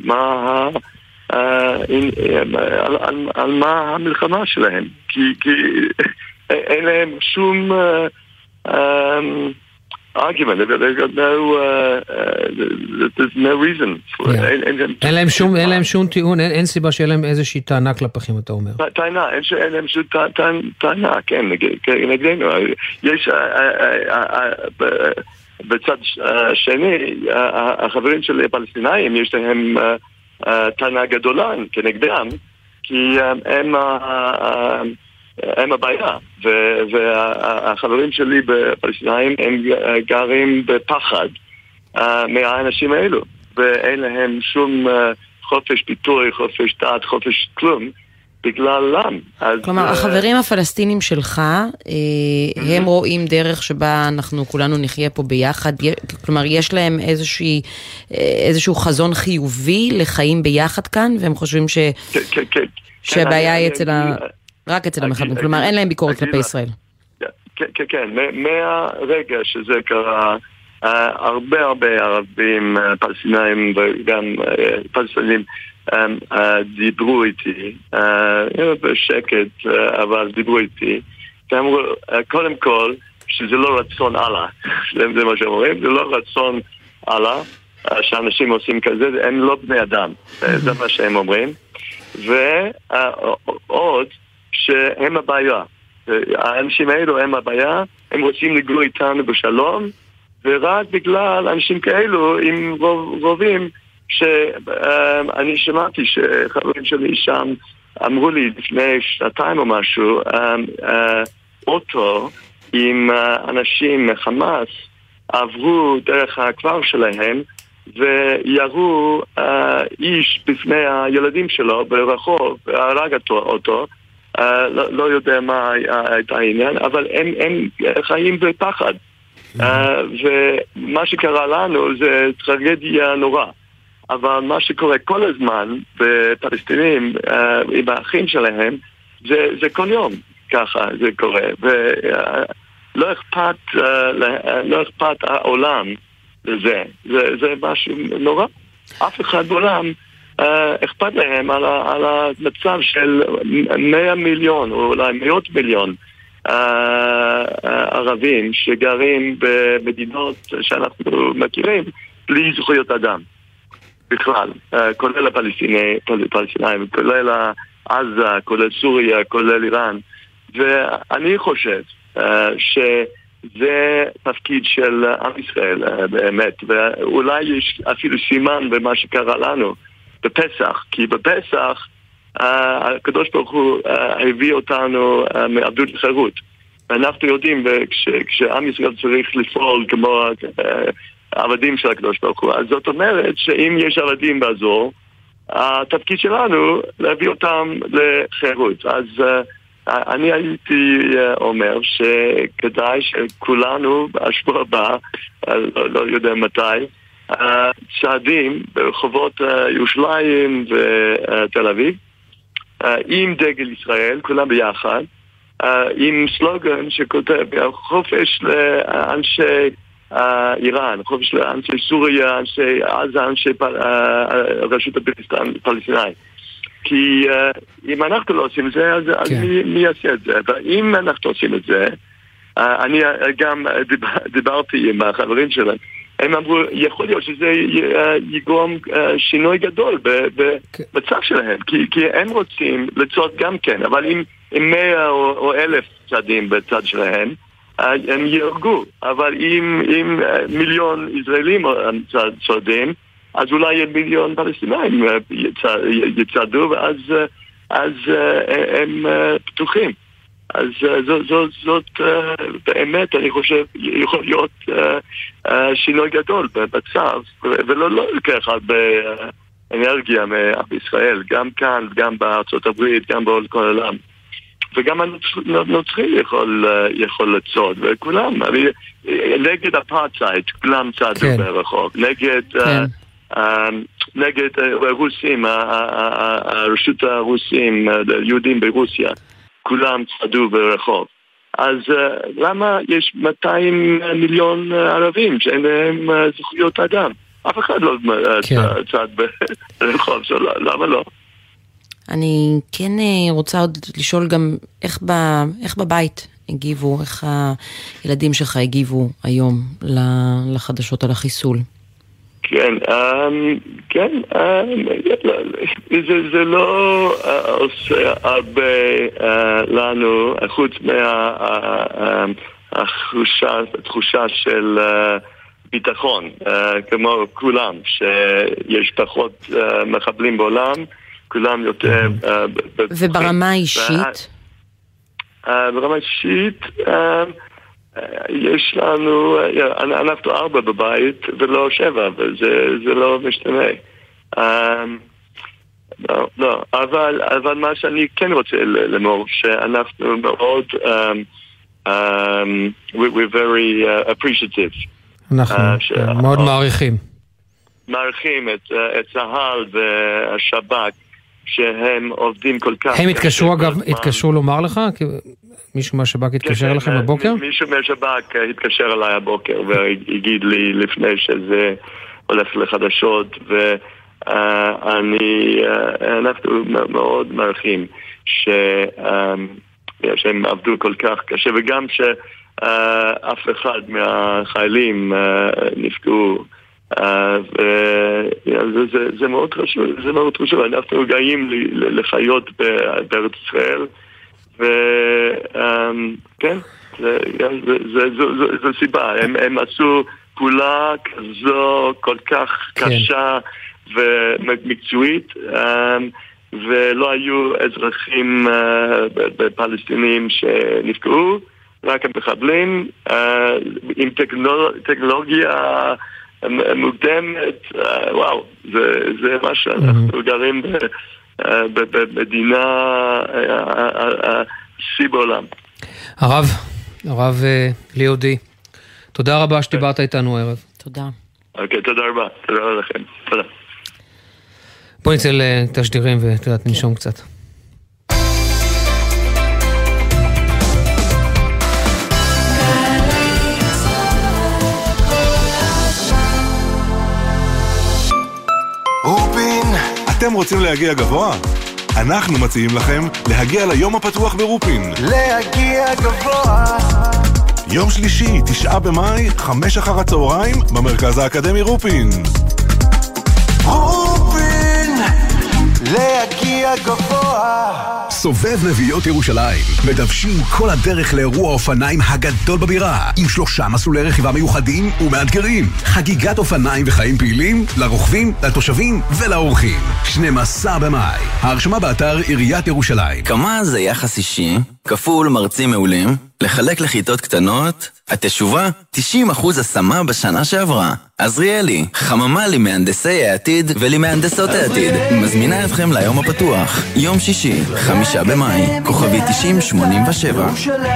על מה המלחמה שלהם. כי אין להם שום argument. There's no reason. אין להם שום טיעון, אין סיבה שאין להם איזושהי טענה כלפיכם, אתה אומר. טענה, אין להם שום טענה, כן, נגדנו. יש, בצד שני, החברים של הפלסטינאים, יש להם טענה גדולה כנגדם, כי הם הבעיה, והחברים שלי בפלסטינאים הם גרים בפחד מהאנשים האלו, ואין להם שום חופש ביטוי, חופש דת, חופש כלום, בגללם. כלומר, החברים הפלסטינים שלך, הם רואים דרך שבה אנחנו כולנו נחיה פה ביחד, כלומר, יש להם איזשהו חזון חיובי לחיים ביחד כאן, והם חושבים שהבעיה היא רק אצל המחבלים, כלומר, אין להם ביקורת כלפי ישראל. כן, מהרגע שזה קרה, הרבה ערבים פלסטינאים וגם פלסטינים דיברו איתי בשקט, אבל דיברו איתי ואמרו קודם כל שזה לא רצון אללה, זה מה שאומרים, זה לא רצון אללה שאנשים עושים כזה, הם לא בני אדם, זה מה שהם אומרים. ועוד שהם הבעיה, האנשים האלו הם הבעיה, הם רוצים לגור איתנו בשלום, ורק בגלל אנשים כאלו עם רובים, שאני שמעתי שחברים שלי שם אמרו לי לפני שנתיים או משהו, אוטו עם אנשים מחמאס עברו דרך הכפר שלהם ויראו איש בפני הילדים שלו ברחוב והרג אותו, לא יודע מה הייתה העניין, אבל הם חיים בפחד. ומה שקרה לנו זה טרגדיה נורא, אבל מה שקורה כל הזמן בפלסטינים עם האחים שלהם זה כל יום ככה זה קורה, ולא אכפת העולם לזה, זה משהו נורא. אף אחד בעולם אכפת להם על המצב של 100 מיליון או אולי 100 מיליון ערבים שגרים במדינות שאנחנו מכירים בלי זכויות אדם בכלל, כולל הפלסטינאים, כולל עזה, כולל סוריה, כולל איראן. ואני חושב שזה תפקיד של עם ישראל באמת, ואולי יש אפילו סימן במה שקרה לנו בפסח, כי בפסח הקדוש ברוך הוא הביא אותנו מעבדות לחירות. ואנחנו יודעים כשעם ישראל צריך לפעול כמו עבדים של הקדוש ברוך הוא, אז זאת אומרת שאם יש עבדים באזור, התפקיד שלנו להביא אותם לחירות. אז אני הייתי אומר שכדאי שכולנו בשבוע הבא, לא יודע מתי, צעדים ברחובות ירושלים ותל אביב, עם דגל ישראל, כולם ביחד, עם סלוגן שכותב חופש לאנשי איראן, חופש לאנשי סוריה, אנשי עזה, אנשי הרשות הפלסטינאית. כי אם אנחנו לא עושים את זה, אז מי יעשה את זה? ואם אנחנו עושים את זה, אני גם דיברתי עם החברים שלהם, הם אמרו, יכול להיות שזה יגרום שינוי גדול במצב שלהם, כי הם רוצים לצעוד גם כן, אבל אם 100 או 1,000 צעדים בצד שלהם, הם ירגו, אבל אם מיליון ישראלים צועדים, אז אולי 1,000,000 פלסטינאים יצעדו, ואז הם פתוחים. אז זאת באמת, אני חושב, יכול להיות שינוי גדול במצב, ולא ככה באנרגיה מישראל, גם כאן, גם בארצות הברית, גם בכל העולם. וגם הנוצרי יכול לצעוד, וכולם, נגד אפרטהייד, כולם צעדו ברחוב, נגד רוסים, הרשות הרוסים, יהודים ברוסיה, כולם צעדו ברחוב. אז למה יש 200 מיליון ערבים שאין להם זכויות אדם? אף אחד לא צעד ברחוב, למה לא? אני כן רוצה עוד לשאול גם איך בבית הגיבו, איך הילדים שלך הגיבו היום לחדשות על החיסול? כן, זה לא עושה הרבה לנו, חוץ מהתחושה של ביטחון, כמו כולם, שיש פחות מחבלים בעולם, כולם יותר... וברמה האישית? ברמה האישית, יש לנו, אנחנו 4 בבית ולא 7, וזה לא משתנה. לא, אבל מה שאני כן רוצה לומר, שאנחנו מאוד, we're very appreciative. אנחנו מאוד מעריכים את צה"ל והשב"כ, שהם עובדים כל כך... הם התקשרו אגב, התקשרו לומר לך? מישהו מהשב"כ התקשר אליכם בבוקר? מישהו מהשב"כ התקשר אליי הבוקר והגיד לי לפני שזה הולך לחדשות, אנחנו מאוד מעריכים שהם עבדו כל כך קשה, וגם שאף אחד מהחיילים נפגעו, זה מאוד חשוב, אנחנו גאים לחיות בארץ ישראל, וכן, זו סיבה, הם עשו פעולה כזו כל כך קשה ומקצועית, ולא היו אזרחים פלסטינים שנפגעו, רק המחבלים עם טכנולוגיה מוקדמת. וואו, זה מה שאנחנו גרים במדינה שיא בעולם. הרב ליאודי, תודה רבה שדיברת איתנו הערב. תודה. אוקיי, תודה רבה. תודה לכם. תודה. בואי נצא לתשדירים ותדעת נשום קצת. רופין, אתם רוצים להגיע גבוה? אנחנו מציעים לכם להגיע ליום הפתוח ברופין. להגיע גבוה. יום שלישי, 9 במאי, 5 אחר הצהריים, במרכז האקדמי רופין. רופין, להגיע גבוה. סובב נביעות ירושלים, מדוושים כל הדרך לאירוע האופניים הגדול בבירה, עם 3 מסלולי רכיבה מיוחדים ומאתגרים. חגיגת אופניים וחיים פעילים לרוכבים, לתושבים ולאורחים. 12 במאי. ההרשמה באתר עיריית ירושלים. כמה זה יחס אישי, כפול מרצים מעולים, לחלק לכיתות קטנות, התשובה 90% השמה בשנה שעברה. עזריאלי, חממה למהנדסי העתיד ולמהנדסות העתיד, מזמינה אתכם ליום הפתוח, יום שישי, 5 במאי, כוכבי 9087.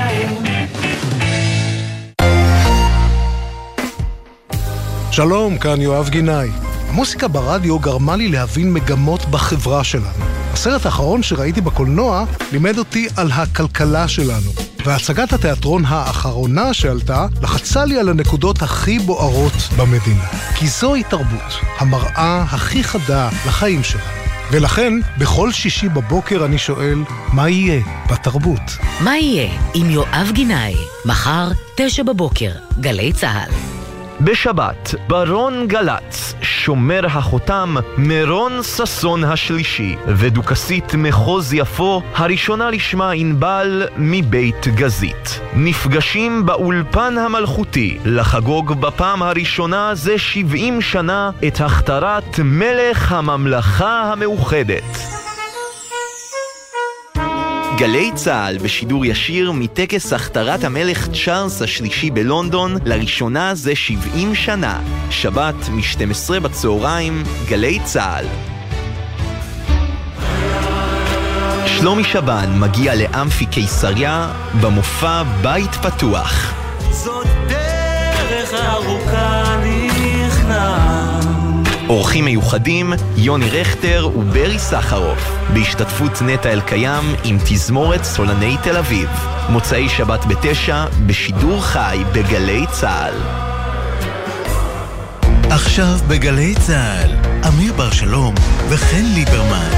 שלום, כאן יואב גינאי. המוסיקה ברדיו גרמה לי להבין מגמות בחברה שלנו. הסרט האחרון שראיתי בקולנוע לימד אותי על הכלכלה שלנו. והצגת התיאטרון האחרונה שעלתה לחצה לי על הנקודות הכי בוערות במדינה. כי זוהי תרבות, המראה הכי חדה לחיים שלנו. ולכן, בכל שישי בבוקר אני שואל, מה יהיה בתרבות? מה יהיה עם יואב גינאי? מחר, 9 בבוקר, גלי צהל. בשבת, ברון גלץ, שומר החותם, מרון ססון השלישי, ודוקסית מחוז יפו, הראשונה לשמה ענבל מבית גזית. נפגשים באולפן המלכותי, לחגוג בפעם הראשונה זה 70 שנה את הכתרת מלך הממלכה המאוחדת. גלי צהל בשידור ישיר מטקס הכתרת המלך צ'ארלס השלישי בלונדון, לראשונה זה 70 שנה. שבת מ-12 בצהריים, גלי צהל. שלומי שבן מגיע לאמפי קיסריה במופע בית פתוח. זאת דרך ארוכה נכנע. אורחים מיוחדים, יוני רכטר וברי סחרוף, בהשתתפות נטע אלקיים עם תזמורת סולני תל אביב. מוצאי שבת ב9 בשידור חי בגלי צהל. עכשיו בגלי צהל, אמיר בר שלום וחן ליברמן.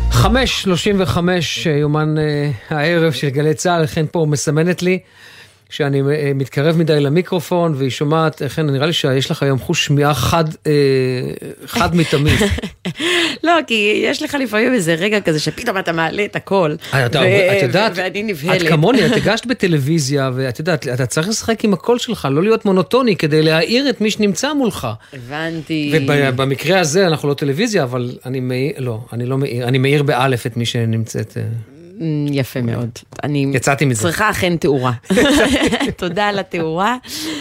5:35 יומן הערב של גלי צהל, לכן פה מסמנת לי שאני מתקרב מדי למיקרופון, והיא שומעת, לכן נראה לי שיש לך היום חוש שמיעה חד מתמיד. לא, כי יש לך לפעמים איזה רגע כזה, שפתאום אתה מעלה את הכל, ואני נבהלת. את כמוני, את הגשת בטלוויזיה, ואת יודעת, אתה צריך לשחק עם הקול שלך, לא להיות מונוטוני, כדי להעיר את מי שנמצא מולך. הבנתי. ובמקרה הזה, אנחנו לא טלוויזיה, אבל אני מעיר באלף את מי שנמצאת. יפה מאוד. יצאתי מזה. צריכה אכן תאורה. תודה על התאורה.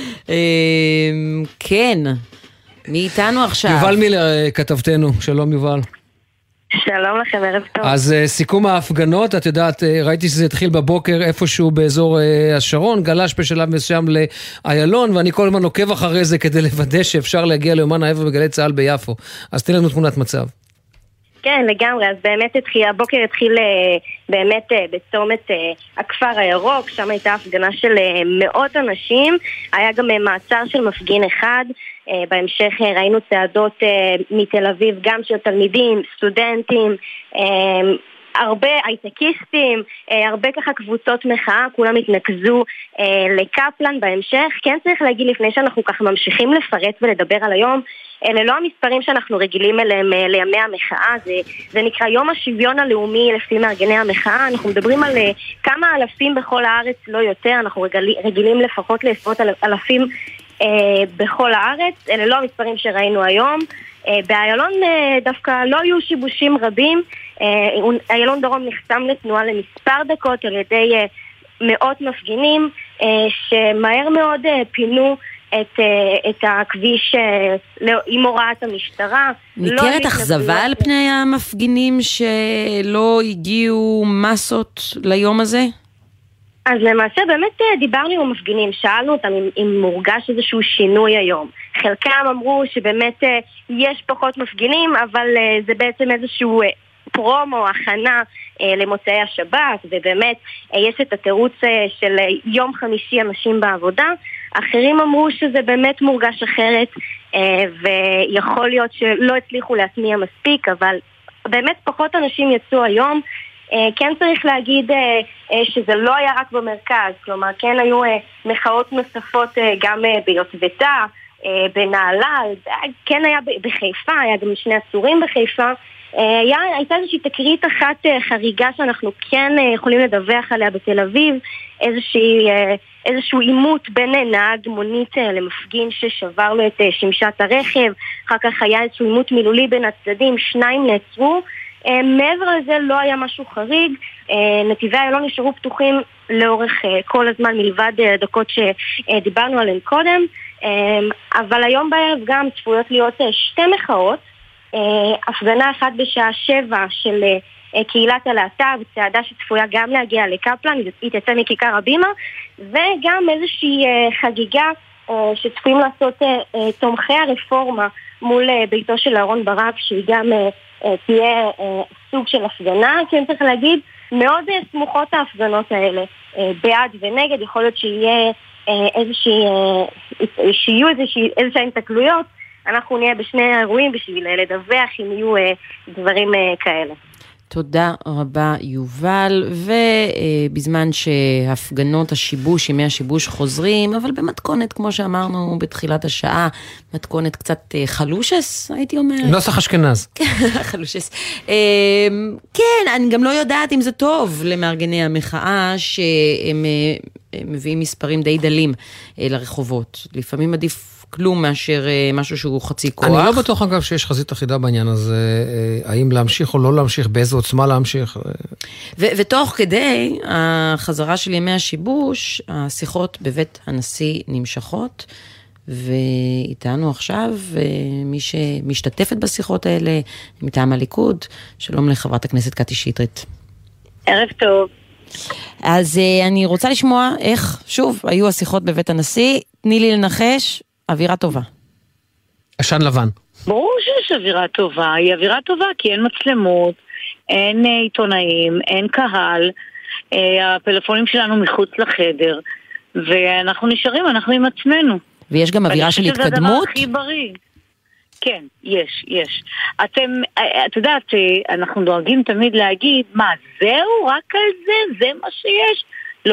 כן, מי איתנו עכשיו? יובל מילר, כתבתנו. שלום יובל. שלום לכם, ערב טוב. אז סיכום ההפגנות, את יודעת, ראיתי שזה התחיל בבוקר איפשהו באזור השרון, גלש בשלב מסוים לאיילון, ואני כל הזמן עוקב אחרי זה כדי לוודא שאפשר להגיע ליומן האבל בגלי צהל ביפו. אז תן לנו תמונת מצב. כן, לגמרי, אז באמת הבוקר התחיל באמת בצומת הכפר הירוק, שם הייתה הפגנה של מאות אנשים, היה גם מעצר של מפגין אחד, בהמשך ראינו צעדות מתל אביב, גם של תלמידים, סטודנטים, הרבה הייטקיסטים, הרבה ככה קבוצות מחאה, כולם התנקזו לקפלן בהמשך. כן צריך להגיד לפני שאנחנו ככה ממשיכים לפרט ולדבר על היום, אלה לא המספרים שאנחנו רגילים אליהם לימי המחאה, זה נקרא יום השוויון הלאומי לפי מארגני המחאה, אנחנו מדברים על כמה אלפים בכל הארץ, לא יותר, אנחנו רגילים לפחות לעשרות אלפים בכל הארץ, אלה לא המספרים שראינו היום. באיילון דווקא לא היו שיבושים רבים, איילון דרום נחסם לתנועה למספר דקות על ידי מאות מפגינים שמהר מאוד פינו את הכביש עם הוראת המשטרה. ניכרת אכזבה על פני המפגינים שלא הגיעו מסות ליום הזה? אז למעשה באמת דיברנו עם המפגינים, שאלנו אותם אם מורגש איזשהו שינוי היום. חלקם אמרו שבאמת יש פחות מפגינים, אבל זה בעצם איזשהו פרומו, הכנה למוצאי השבת, ובאמת יש את התירוץ של יום חמישי אנשים בעבודה. אחרים אמרו שזה באמת מורגש אחרת, ויכול להיות שלא הצליחו להטמיע מספיק, אבל באמת פחות אנשים יצאו היום. כן צריך להגיד שזה לא היה רק במרכז, כלומר כן היו מחאות נוספות גם ביוטבתה, בנהלל, כן היה בחיפה, היה גם שני עצורים בחיפה, הייתה איזושהי תקרית אחת חריגה שאנחנו כן יכולים לדווח עליה בתל אביב, איזשהו עימות בין נהג מונית למפגין ששבר לו את שמשת הרכב, אחר כך היה איזשהו עימות מילולי בין הצדדים, שניים נעצרו, מעבר לזה לא היה משהו חריג, נתיבי איילון נשארו פתוחים לאורך כל הזמן מלבד דקות שדיברנו עליהן קודם, אבל היום בערב גם צפויות להיות שתי מחאות, הפגנה אחת בשעה 7 של קהילת הלהט"ב, צעדה שצפויה גם להגיע לקפלן, היא תצא מכיכר הבימה, וגם איזושהי חגיגה שצפויים לעשות תומכי הרפורמה מול ביתו של אהרון ברק, שהיא גם תהיה סוג של הפגנה. כן צריך להגיד, מאוד סמוכות ההפגנות האלה, בעד ונגד, יכול להיות שיהיו איזושהי התקלויות, אנחנו נהיה בשני האירועים בשביל לדווח אם יהיו דברים כאלה. תודה רבה יובל, ובזמן שהפגנות השיבוש, ימי השיבוש חוזרים, אבל במתכונת, כמו שאמרנו בתחילת השעה, מתכונת קצת חלושס, הייתי אומרת. נוסח אשכנז. חלושס. כן, אני גם לא יודעת אם זה טוב למארגני המחאה, שהם מביאים מספרים די דלים לרחובות. לפעמים עדיף כלום מאשר משהו שהוא חצי כוח. אני לא בטוח אגב שיש חזית אחידה בעניין הזה, האם להמשיך או לא להמשיך, באיזו עוצמה להמשיך. ותוך כדי החזרה של ימי השיבוש, השיחות בבית הנשיא נמשכות, ואיתנו עכשיו מי שמשתתפת בשיחות האלה, מטעם הליכוד, שלום לחברת הכנסת קטי שטרית. ערב טוב. אז אני רוצה לשמוע איך, שוב, היו השיחות בבית הנשיא, תני לי לנחש, אווירה טובה. עשן לבן. ברור שיש אווירה טובה, היא אווירה טובה כי אין מצלמות, אין עיתונאים, אין קהל, הפלאפונים שלנו מחוץ לחדר, ואנחנו נשארים, אנחנו עם עצמנו. ויש גם אווירה של התקדמות? זה הדבר הכי בריא. כן, יש. את יודעת, אנחנו דואגים תמיד להגיד, מה, זהו? רק על זה? זה מה שיש? לא.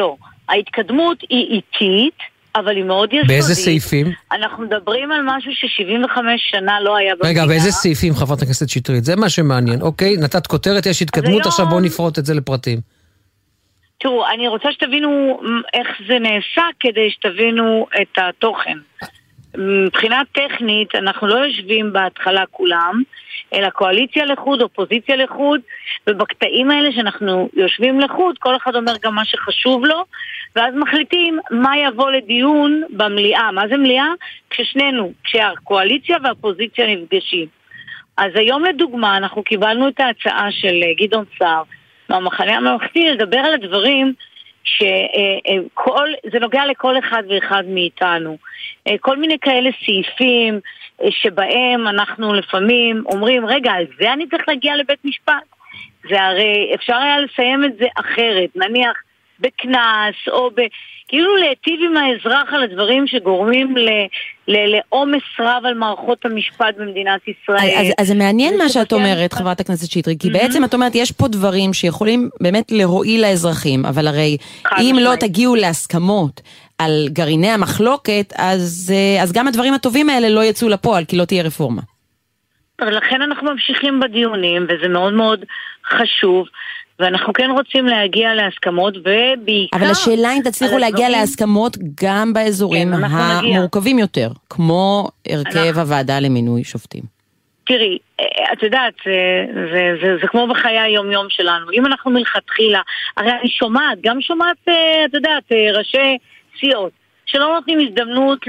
ההתקדמות היא איטית, אבל היא מאוד יסודית. באיזה סעיפים? אנחנו מדברים על משהו ש75 שנה לא היה במדינה. רגע, באיזה סעיפים, חברת הכנסת שטרית? זה מה שמעניין, אוקיי? נתת כותרת, יש התקדמות, עכשיו בואו נפרוט את זה לפרטים. תראו, אני רוצה שתבינו איך זה נעשה כדי שתבינו את התוכן. מבחינה טכנית, אנחנו לא יושבים בהתחלה כולם, אלא קואליציה לחוד, אופוזיציה לחוד, ובקטעים האלה שאנחנו יושבים לחוד, כל אחד אומר גם מה שחשוב לו, ואז מחליטים מה יבוא לדיון במליאה. מה זה מליאה? כשהקואליציה והאופוזיציה נפגשים. אז היום לדוגמה, אנחנו קיבלנו את ההצעה של גדעון סער, מהמחנה הממלכתי, לדבר על הדברים זה נוגע לכל אחד ואחד מאיתנו. כל מיני כאלה סעיפים שבהם אנחנו לפעמים אומרים, רגע, על זה אני צריך להגיע לבית משפט? זה הרי אפשר היה לסיים את זה אחרת, נניח בכנס או כאילו להיטיב עם האזרח על הדברים שגורמים לעומס רב על מערכות המשפט במדינת ישראל. אז זה מעניין מה שאת אומרת, חברת הכנסת שטרית, כי בעצם את אומרת, יש פה דברים שיכולים באמת להועיל לאזרחים, אבל הרי אם לא תגיעו להסכמות על גרעיני המחלוקת, אז גם הדברים הטובים האלה לא יצאו לפועל, כי לא תהיה רפורמה. לכן אנחנו ממשיכים בדיונים, וזה מאוד מאוד חשוב, ואנחנו כן רוצים להגיע להסכמות, ובעיקר... אבל השאלה אם תצליחו להגיע להסכמות גם באזורים המורכבים יותר, כמו הרכב הוועדה למינוי שופטים. תראי, את יודעת, זה כמו בחיי היום-יום שלנו. אם אנחנו מלכתחילה, הרי אני שומעת, את יודעת, ראשי סיעות, שלא נותנים הזדמנות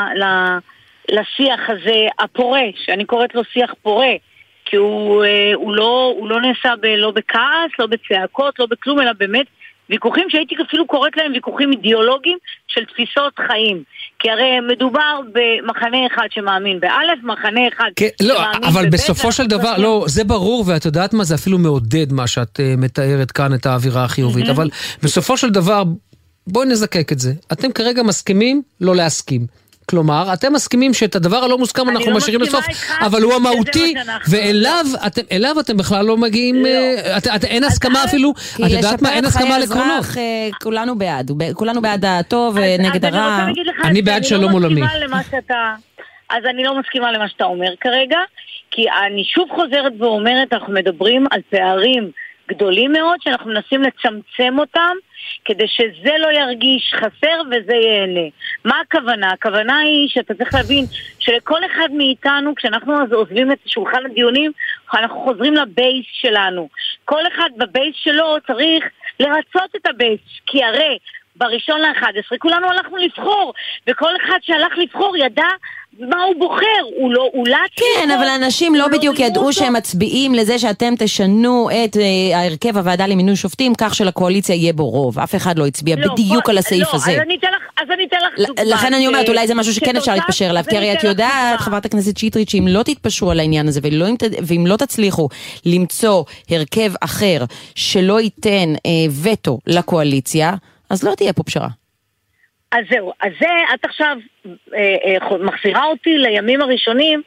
לשיח הזה הפורה, שאני קוראת לו שיח פורה, כי הוא לא נעשה לא בכעס, לא בצעקות, לא בכלום, אלא באמת ויכוחים שהייתי אפילו קוראת להם ויכוחים אידיאולוגיים של תפיסות חיים. כי הרי מדובר במחנה אחד שמאמין באלף, מחנה אחד לא, שמאמין אבל בסופו של דבר, לא, זה ברור, ואת יודעת מה, זה אפילו מעודד מה שאת מתארת כאן, את האווירה החיובית, אבל בסופו של דבר, בואי נזקק את זה. אתם כרגע מסכימים לא להסכים. כלומר, אתם מסכימים שאת הדבר הלא מוסכם אנחנו משאירים לסוף, אבל הוא המהותי, ואליו אתם בכלל לא מגיעים, אין הסכמה אפילו, את יודעת מה, אין הסכמה לעקרונות. כולנו בעד הטוב נגד הרע. אני בעד שלום עולמי. אז אני לא מסכימה למה שאתה אומר כרגע, כי אני שוב חוזרת ואומרת, אנחנו מדברים על פערים גדולים מאוד, שאנחנו מנסים לצמצם אותם, כדי שזה לא ירגיש חסר וזה ייהנה. מה הכוונה? הכוונה היא שאתה צריך להבין שלכל אחד מאיתנו, כשאנחנו עוזבים את שולחן הדיונים, אנחנו חוזרים לבייס שלנו. כל אחד בבייס שלו צריך לרצות את הבייס, כי הרי ב1/11 כולנו הלכנו לבחור, וכל אחד שהלך לבחור ידע מה הוא בוחר, הוא לא אולץ. כן, אבל אנשים לא בדיוק ידעו שהם מצביעים לזה שאתם תשנו את ההרכב הוועדה למינוי שופטים, כך שלקואליציה יהיה בו רוב. אף אחד לא הצביע בדיוק על הסעיף הזה. אז אני אתן לך דוגמה. לכן אני אומרת, אולי זה משהו שכן אפשר להתפשר עליו, כי הרי את יודעת, חברת הכנסת שטרית, שאם לא תתפשרו על העניין הזה, ואם לא תצליחו למצוא הרכב אחר שלא ייתן וטו לקואליציה, אז לא תהיה פה פשרה. אז זהו, אז זה את עכשיו מחזירה אותי לימים הראשונים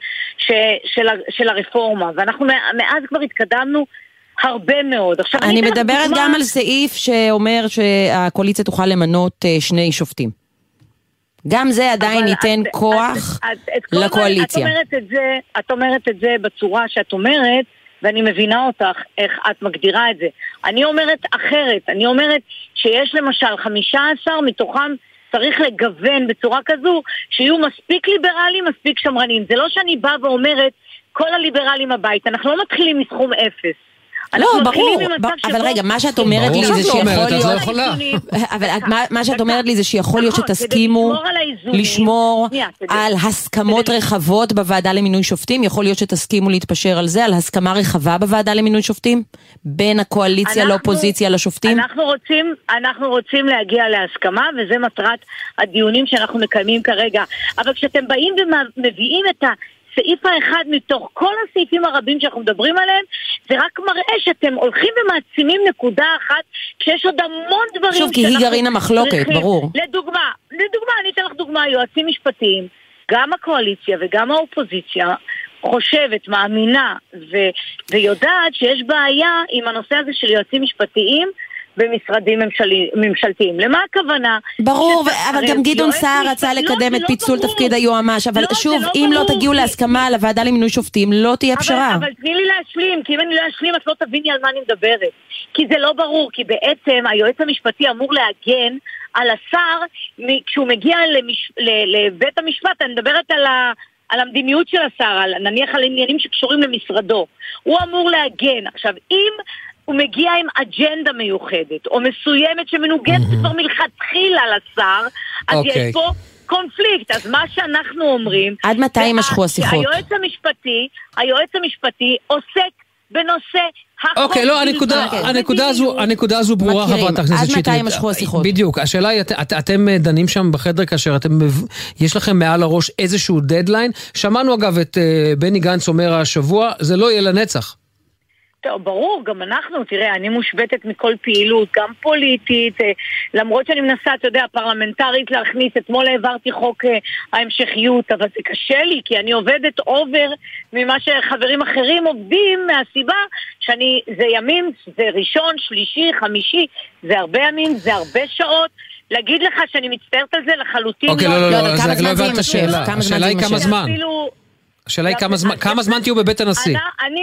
של הרפורמה, ואנחנו מאז כבר התקדמנו הרבה מאוד. אני מדברת גם על סעיף שאומר שהקואליציה תוכל למנות 2 שופטים. גם זה עדיין ייתן כוח לקואליציה. את אומרת את זה בצורה שאת אומרת, ואני מבינה אותך איך את מגדירה את זה. אני אומרת אחרת, אני אומרת שיש למשל 15 מתוכם צריך לגוון בצורה כזו שיהיו מספיק ליברליים, מספיק שמרנים. זה לא שאני באה ואומרת כל הליברלים הבית, אנחנו לא מתחילים מסכום 0. לא, ברור, אבל רגע, מה שאת אומרת לי זה שיכול להיות, אבל מה שאת אומרת לי זה שיכול להיות שתסכימו לשמור על הסכמות רחבות בוועדה למינוי שופטים, יכול להיות שתסכימו להתפשר על זה, על הסכמה רחבה בוועדה למינוי שופטים, בין הקואליציה לאופוזיציה לשופטים? אנחנו רוצים להגיע להסכמה, וזה מטרת הדיונים שאנחנו מקיימים כרגע, אבל כשאתם באים ומביאים את סעיף האחד מתוך כל הסעיפים הרבים שאנחנו מדברים עליהם, זה רק מראה שאתם הולכים ומעצימים נקודה אחת, כשיש עוד המון דברים שוב, כי היא גרעין המחלוקת, ברור. לדוגמה, אני אתן לך דוגמה, יועצים משפטיים, גם הקואליציה וגם האופוזיציה חושבת, מאמינה ויודעת שיש בעיה עם הנושא הזה של יועצים משפטיים, במשרדים ממשלתיים. למה הכוונה? ברור, אבל גם גדעון סער רצה לקדם את פיצול תפקיד היועמ"ש, אבל שוב, אם לא תגיעו להסכמה על הוועדה למינוי שופטים, לא תהיה פשרה. אבל תני לי להשלים, כי אם אני לא אשלים, את לא תביני על מה אני מדברת. כי זה לא ברור, כי בעצם היועץ המשפטי אמור להגן על השר, כשהוא מגיע לבית המשפט, אני מדברת על המדיניות של השר, נניח על עניינים שקשורים למשרדו. הוא אמור להגן. עכשיו, אם הוא מגיע עם אג'נדה מיוחדת, או מסוימת שמנוגדת כבר מלכתחילה לשר, אז יש פה קונפליקט. אז מה שאנחנו אומרים... עד מתי יימשכו השיחות? היועץ המשפטי עוסק בנושא החוק. אוקיי, לא, הנקודה הזו ברורה, חברת הכנסת שטרית. עד מתי יימשכו השיחות? בדיוק, השאלה היא, אתם דנים שם בחדר כאשר יש לכם מעל הראש איזשהו דדליין? שמענו אגב את בני גנץ אומר השבוע, זה לא יהיה לנצח. טוב, ברור, גם אנחנו, תראה, אני מושבטת מכל פעילות, גם פוליטית, למרות שאני מנסה, אתה יודע, פרלמנטרית להכניס, אתמול העברתי חוק ההמשכיות, אבל זה קשה לי, כי אני עובדת אובר ממה שחברים אחרים עובדים, מהסיבה זה ימים, זה ראשון, שלישי, חמישי, זה הרבה ימים, זה הרבה שעות, להגיד לך שאני מצטערת על זה לחלוטין. אוקיי, לא, זה לא הבנת השאלה. השאלה היא כמה זמן. השאלה היא כמה זמן תהיו בבית הנשיא?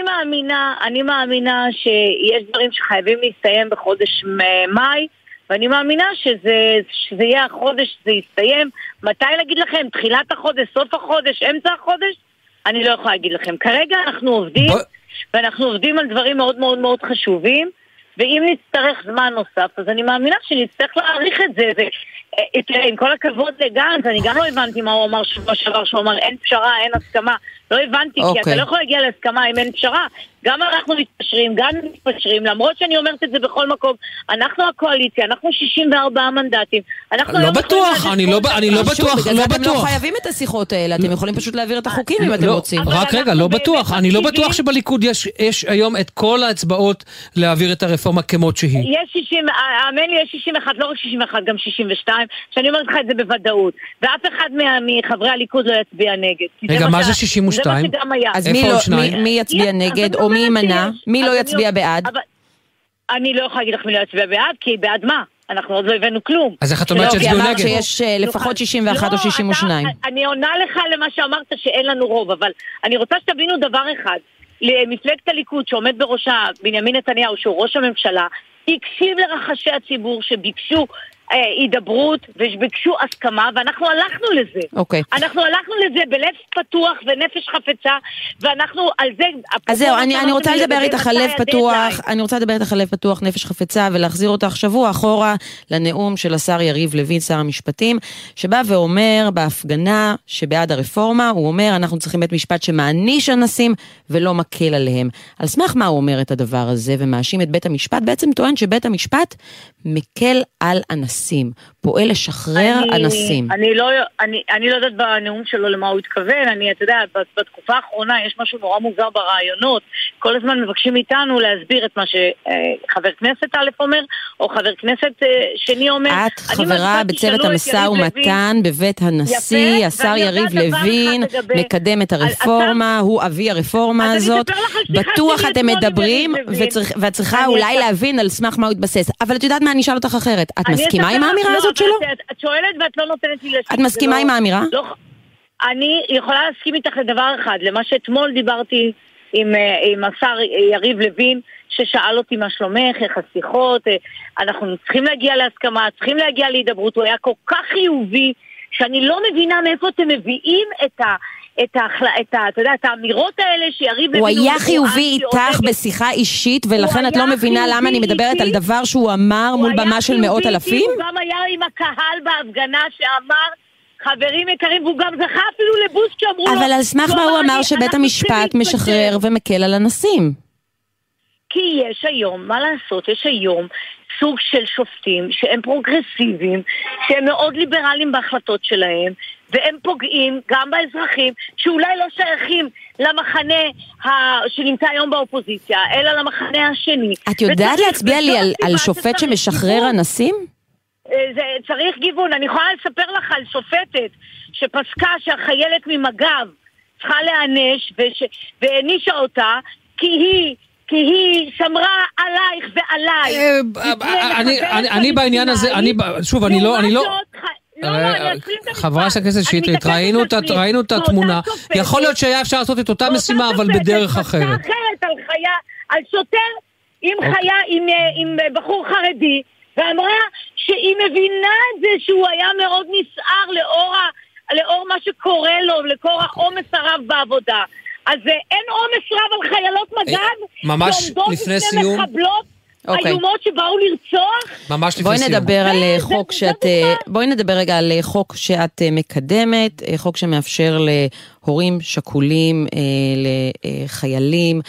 אני מאמינה שיש דברים שחייבים להסתיים בחודש מאי, ואני מאמינה שזה יהיה החודש, זה יסתיים. מתי להגיד לכם? תחילת החודש, סוף החודש, אמצע החודש? אני לא יכולה להגיד לכם. כרגע אנחנו עובדים, ואנחנו עובדים על דברים מאוד מאוד מאוד חשובים, ואם נצטרך זמן נוסף, אז אני מאמינה שנצטרך להעריך את זה. תראה, עם כל הכבוד לגנץ, אני גם לא הבנתי מה הוא אמר שבוע שעבר, שהוא אמר אין פשרה, אין הסכמה. לא הבנתי, כי אתה לא יכול להגיע להסכמה אם אין פשרה. גם אנחנו מתפשרים, למרות שאני אומרת את זה בכל מקום. אנחנו הקואליציה, אנחנו 64 מנדטים. לא בטוח, אני לא בטוח. אתם לא חייבים את השיחות האלה, אתם יכולים פשוט להעביר את החוקים אם אתם רוצים. רק רגע, לא בטוח. אני לא בטוח שבליכוד יש היום את כל האצבעות להעביר את הרפורמה כמות שהיא. יש 60, האמן לי, יש 61, לא רק 61, גם 62, שאני אומרת לך את זה בוודאות. ואף אחד מחברי הליכוד לא יצביע נגד. רגע, מה זה 62? אז מי יצביע נגד או מי יימנע? מי לא יצביע בעד? אני לא יכולה להגיד לך מי לא יצביע בעד, כי בעד מה? אנחנו עוד לא הבאנו כלום. אז איך את אומרת שיצביעו נגד? אמרת שיש לפחות 61 או 62. אני עונה לך למה שאמרת שאין לנו רוב, אבל אני רוצה שתבינו דבר אחד. למפלגת הליכוד שעומד בראשה בנימין נתניהו, שהוא ראש הממשלה, הקשיב לרחשי הציבור שביקשו הידברות וביקשו הסכמה, ואנחנו הלכנו לזה. אנחנו הלכנו לזה בלב פתוח ונפש חפצה, ואנחנו על זה... אז זהו, אני רוצה לדבר איתך על לב פתוח, אני רוצה לדבר איתך על לב פתוח, נפש חפצה, ולהחזיר אותך שבוע אחורה לנאום של השר יריב לוין, שר המשפטים, שבא ואומר בהפגנה שבעד הרפורמה, הוא אומר, אנחנו צריכים בית משפט שמעניש אנסים ולא מקל עליהם. על סמך מה הוא אומר את הדבר הזה, ומאשים את בית המשפט, בעצם טוען שבית המשפט מקל על אנסים, פועל לשחרר אנסים. אני לא יודעת בנאום שלו למה הוא התכוון, אתה יודע, בתקופה האחרונה יש משהו נורא מוזר ברעיונות, כל הזמן מבקשים איתנו להסביר את מה שחבר כנסת א' אומר, או חבר כנסת שני אומר. את חברה בצוות המשא ומתן בבית הנשיא, השר יריב לוין, מקדם את הרפורמה, הוא אבי הרפורמה הזאת, בטוח אתם מדברים, ואת צריכה אולי להבין על סמך מה הוא התבסס, אבל את יודעת מה, אני אשאל אותך אחרת, את מסכימה עם האמירה הזאת שלו? את שואלת ואת לא נותנת לי... את מסכימה עם האמירה? אני יכולה להסכים איתך לדבר אחד, למה שאתמול דיברתי עם השר יריב לוין, ששאל אותי מה שלומך, איך השיחות, אנחנו צריכים להגיע להסכמה, צריכים להגיע להידברות, הוא היה כל כך חיובי, שאני לא מבינה מאיפה אתם מביאים את האמירות האלה שיריב לוין... הוא היה חיובי איתך בשיחה אישית, ולכן את לא מבינה למה אני מדברת על דבר שהוא אמר מול במה של מאות אלפים? הוא גם היה עם הקהל בהפגנה שאמר, חברים יקרים, והוא גם זכה אפילו לבוס שאמרו לו... אבל על סמך מה הוא אמר שבית המשפט משחרר ומקל על אנסים? כי יש היום, מה לעשות, יש היום סוג של שופטים שהם פרוגרסיביים, שהם מאוד ליברליים בהחלטות שלהם, והם פוגעים גם באזרחים שאולי לא שייכים למחנה שנמצא היום באופוזיציה, אלא למחנה השני. את יודעת להצביע לי על שופט שמשחרר אנסים? צריך גיוון. אני יכולה לספר לך על שופטת שפסקה שהחיילת ממג"ב צריכה להענש והענישה אותה כי היא כי היא שמרה עלייך ועליי. אני בעניין הזה, שוב, אני לא... חברת הכנסת שטרית, ראינו את התמונה. יכול להיות שהיה אפשר לעשות את אותה משימה, אבל בדרך אחרת. על שוטר עם חיה, עם בחור חרדי, ואמרה שהיא מבינה את זה שהוא היה מאוד נסער לאור מה שקורה לו, לאור העומס הרב בעבודה. אז אין עומס רב על חיילות מג"ב, ממש לפני סיום. איומות שבאו לרצוח. ממש לפני סיום. בואי נדבר רגע על חוק שאת מקדמת, חוק שמאפשר להורים שכולים, לחיילים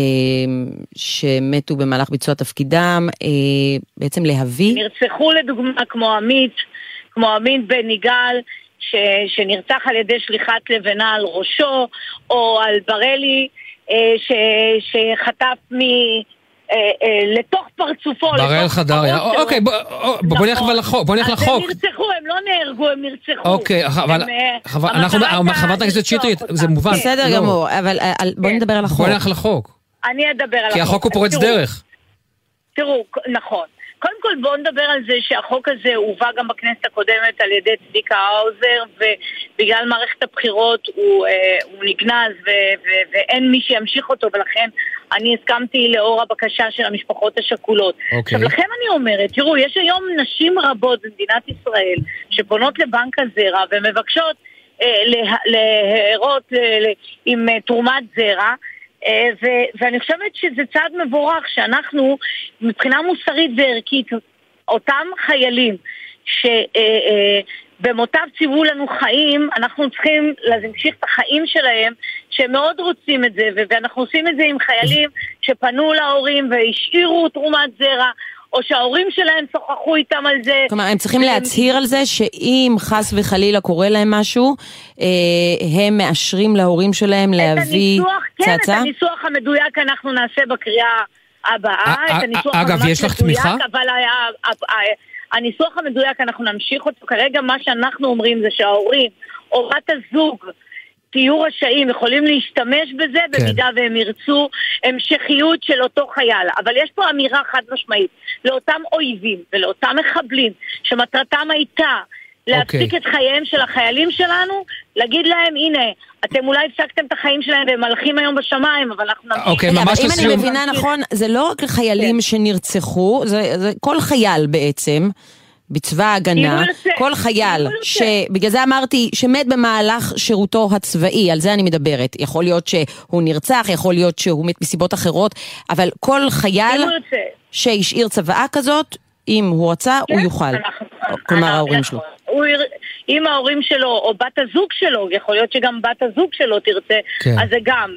שמתו במהלך ביצוע תפקידם, בעצם להביא. נרצחו לדוגמה כמו עמית בן יגאל, שנרצח על ידי שליחת לבנה על ראשו, או על ברלי שחטף לתוך פרצופו. בראל חדריה. אוקיי, בוא נלך לחוק. הם נרצחו, הם לא נהרגו, הם נרצחו. אוקיי, אבל חברת הכנסת שטרית, זה מובן. בסדר גמור, אבל בוא נדבר על החוק. בוא נלך לחוק. אני אדבר על החוק. כי החוק הוא פורץ דרך. תראו, נכון. קודם כל בואו נדבר על זה שהחוק הזה הובא גם בכנסת הקודמת על ידי צביקה האוזר, ובגלל מערכת הבחירות הוא נגנז ואין מי שימשיך אותו, ולכן אני הסכמתי לאור הבקשה של המשפחות השכולות. עכשיו לכן אני אומרת, תראו, יש היום נשים רבות במדינת ישראל שפונות לבנק הזרע ומבקשות להירות עם תרומת זרע, ואני חושבת שזה צעד מבורך שאנחנו מבחינה מוסרית וערכית, אותם חיילים שבמותם ציוו לנו חיים, אנחנו צריכים להמשיך את החיים שלהם, שהם מאוד רוצים את זה, ואנחנו עושים את זה עם חיילים שפנו להורים והשאירו תרומת זרע, או שההורים שלהם שוחחו איתם על זה. כלומר, הם צריכים להצהיר על זה שאם חס וחלילה קורה להם משהו, הם מאשרים להורים שלהם להביא צעצע? כן, את הניסוח המדויק אנחנו נעשה בקריאה הבאה. אגב, יש לך תמיכה? אבל הניסוח המדויק אנחנו נמשיך אותו. כרגע מה שאנחנו אומרים זה שההורים או בת הזוג תהיו רשאים, יכולים להשתמש בזה במידה והם ירצו המשכיות של אותו חייל. אבל יש פה אמירה חד משמעית לאותם אויבים ולאותם מחבלים שמטרתם הייתה להפסיק את חייהם של החיילים שלנו, להגיד להם, הנה, אתם אולי הפסקתם את החיים שלהם והם מלכים היום בשמיים, אבל אנחנו נמשיך. אם אני מבינה נכון, זה לא רק חיילים שנרצחו, זה כל חייל בעצם בצבא ההגנה, כל חייל, שבגלל זה אמרתי שמת במהלך שירותו הצבאי, על זה אני מדברת. יכול להיות שהוא נרצח, יכול להיות שהוא מת מסיבות אחרות, אבל כל חייל שהשאיר צבאה כזאת, אם הוא רצה, הוא יוכל. כלומר ההורים שלו. אם ההורים שלו או בת הזוג שלו, יכול להיות שגם בת הזוג שלו תרצה, אז זה גם,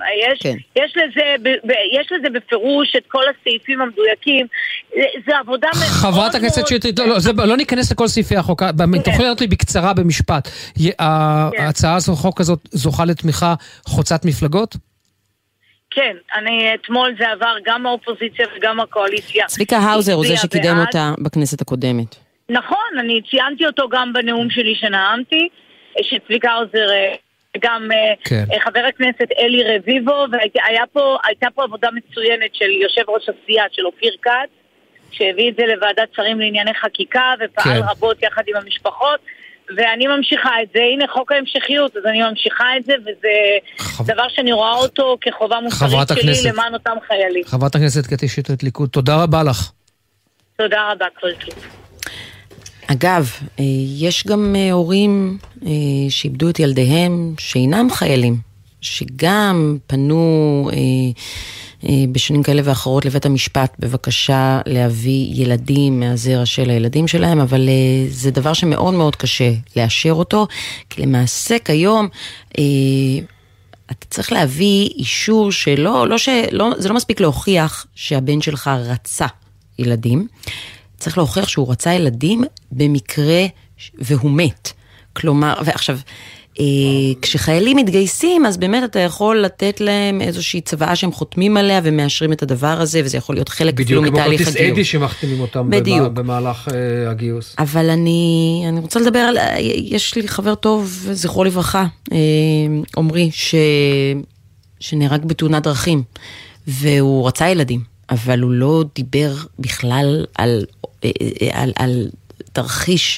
יש לזה בפירוש את כל הסעיפים המדויקים, זה עבודה מאוד... חברת הכנסת שטרית, לא ניכנס לכל סעיפי החוק, תוכלי לענות לי בקצרה במשפט, ההצעה הזו, החוק הזאת, זוכה לתמיכה חוצת מפלגות? כן, אתמול זה עבר גם האופוזיציה וגם הקואליציה. צביקה האוזר הוא זה שקידם אותה בכנסת הקודמת. נכון, אני ציינתי אותו גם בנאום שלי שנאמתי, שצביקה האוזר, גם חבר הכנסת אלי רביבו, והייתה פה עבודה מצוינת של יושב ראש הסיעה של אופיר כץ, שהביא את זה לוועדת שרים לענייני חקיקה, ופעל רבות יחד עם המשפחות, ואני ממשיכה את זה. הנה חוק ההמשכיות, אז אני ממשיכה את זה, וזה דבר שאני רואה אותו כחובה מוסרית שלי למען אותם חיילים. חברת הכנסת קטי שטרית ליכוד, תודה רבה לך. תודה רבה, כל טוב. אגב, יש גם הורים שאיבדו את ילדיהם שאינם חיילים, שגם פנו בשנים כאלה ואחרות לבית המשפט בבקשה להביא ילדים מהזרע של הילדים שלהם, אבל זה דבר שמאוד מאוד קשה לאשר אותו, כי למעשה כיום אתה צריך להביא אישור זה לא מספיק להוכיח שהבן שלך רצה ילדים, צריך להוכיח שהוא רצה ילדים במקרה והוא מת. כלומר, ועכשיו, כשחיילים מתגייסים, אז באמת אתה יכול לתת להם איזושהי צוואה שהם חותמים עליה ומאשרים את הדבר הזה, וזה יכול להיות חלק אפילו מתהליך הגיוס. בדיוק, כמו כרטיס אדי שמחתימים אותם במהלך הגיוס. אבל אני רוצה לדבר על, יש לי חבר טוב, זכרו לברכה, עומרי, שנהרג בתאונת דרכים. והוא רצה ילדים, אבל הוא לא דיבר בכלל על תרחיש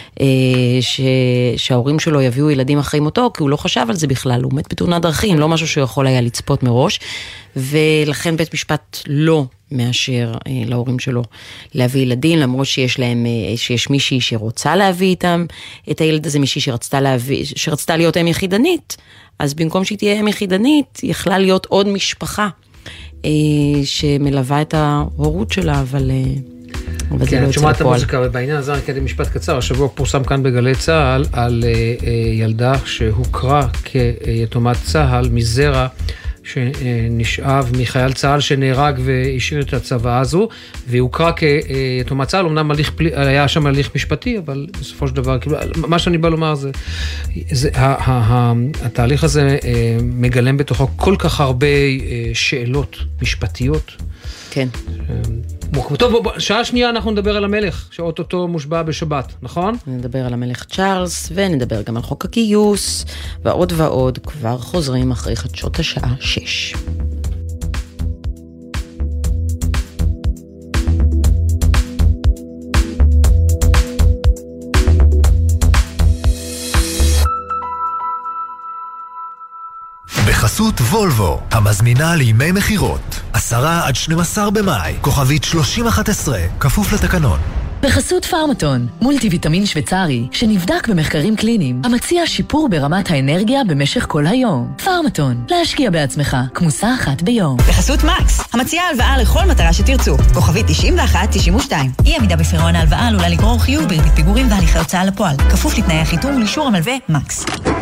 שההורים שלו יביאו ילדים אחרי מותו, כי הוא לא חשב על זה בכלל, הוא מת בתאונת דרכים, לא משהו שיכול היה לצפות מראש, ולכן בית משפט לא מאשר להורים שלו להביא ילדים, למרות שיש מישהי שרוצה להביא איתם את הילד הזה, מישהי שרצתה להיות אם יחידנית, אז במקום שהיא תהיה אם יחידנית, היא יכלה להיות עוד משפחה שמלווה את ההורות שלה, אבל כן, את שומעת את המוזיקה, בעניין הזה כדי משפט קצר, השבוע פורסם כאן בגלי צהל על ילדה שהוכרה כיתומת צהל מזרע שנשאב מחייל צהל שנהרג והשאיר את הצוואה הזו, והיא הוכרה כיתומת צהל, אמנם היה שם הליך משפטי, אבל בסופו של דבר, מה שאני בא לומר זה התהליך הזה מגלם בתוכו כל כך הרבה שאלות משפטיות. כן. טוב, שעה שנייה אנחנו נדבר על המלך, שאוטוטו מושבע בשבת, נכון? נדבר על המלך צ'ארלס, ונדבר גם על חוק הגיוס, ועוד ועוד, כבר חוזרים אחרי חדשות השעה 6. בחסות וולבו, המזמינה לימי מחירות. 10 עד 12 במאי, כוכבית 3011, כפוף לתקנון. בחסות פארמטון, מולטי ויטמין שוויצרי, שנבדק במחקרים קליניים, המציע שיפור ברמת האנרגיה במשך כל היום. פארמטון, להשקיע בעצמך, כמוסה אחת ביום. בחסות מקס, המציעה הלוואה לכל מטרה שתרצו, כוכבית 9192. אי עמידה בפירעון ההלוואה עלולה לגרור חיוב בריבית פיגורים והליכי הוצאה לפועל, כפוף לתנאי החיתום ולאישור המלווה מקס.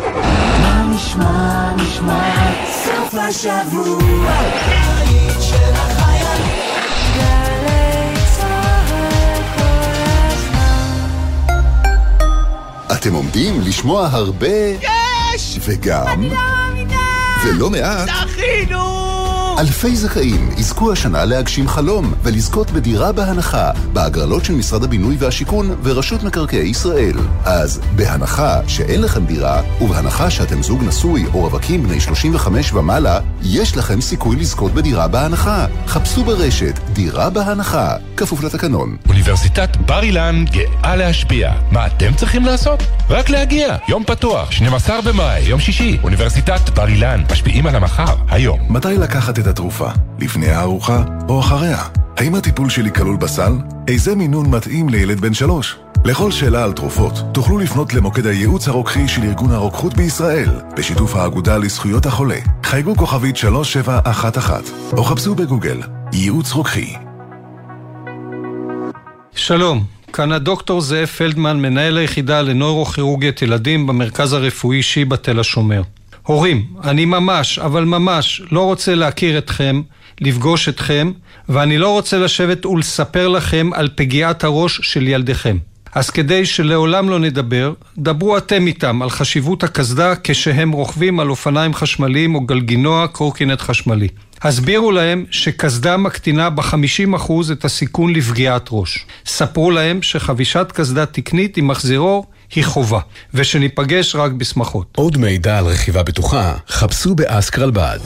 נשמע סוף השבוע היית של החייל גלי צהל כל הזמן. אתם עומדים לשמוע הרבה יש! וגם ולא מעט זכינו! אלפי זכאים יזכו השנה להגשים חלום ולזכות בדירה בהנחה בהגרלות של משרד הבינוי והשיכון ורשות מקרקעי ישראל. אז בהנחה שאין לכם דירה ובהנחה שאתם זוג נשוי או רווקים בני 35 ומעלה, יש לכם סיכוי לזכות בדירה בהנחה. חפשו ברשת דירה בהנחה, כפוף לתקנון. אוניברסיטת בר אילן גאה להשפיע. מה אתם צריכים לעשות? רק להגיע. יום פתוח, 12 במאי, יום שישי. אוניברסיטת בר אילן, משפיעים על המחר, היום. מתי לקחת את התרופה? לפני הארוחה או אחריה? האם הטיפול שלי כלול בסל? איזה מינון מתאים לילד בן 3? לכל שאלה על תרופות, תוכלו לפנות למוקד הייעוץ הרוקחי של ארגון הרוקחות בישראל, בשיתוף האגודה לזכויות החולה. חייגו כוכבית 3711, או חפשו בגוגל, ייעוץ רוקחי. שלום, כאן הדוקטור זאב פלדמן, מנהל היחידה לנוירוכירורגית ילדים במרכז הרפואי שיבא תל השומר. הורים, אני ממש, אבל ממש לא רוצה להכיר אתכם, לפגוש אתכם, ואני לא רוצה לשבת ולספר לכם על פגיעת הראש של ילדיכם. אז כדי שלעולם לא נדבר, דברו אתם איתם על חשיבות הקסדה כשהם רוכבים על אופניים חשמליים או גלגינוע קורקינט חשמלי. הסבירו להם שקסדה מקטינה ב-50% את הסיכון לפגיעת ראש. ספרו להם שחבישת קסדה תקנית עם מחזירור היא חובה, ושניפגש רק בשמחות. עוד מידע על רכיבה בטוחה, חפשו באסק רלב"ד.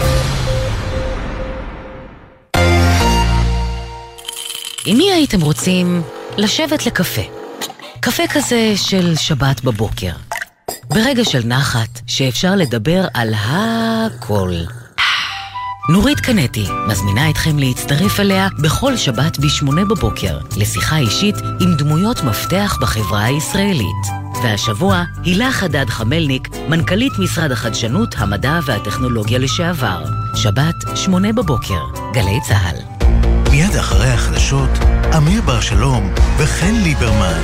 עם מי הייתם רוצים לשבת לקפה? קפה כזה של שבת בבוקר. ברגע של נחת שאפשר לדבר על הכל. נורית קנטי מזמינה אתכם להצטרף אליה בכל שבת ב8 בבוקר לשיחה אישית עם דמויות מפתח בחברה הישראלית. והשבוע הילה חדד חמלניק, מנכ"לית משרד החדשנות, המדע והטכנולוגיה לשעבר. שבת 8 בבוקר, גלי צהל. מיד אחרי החדשות, אמיר בר שלום וחן ליברמן.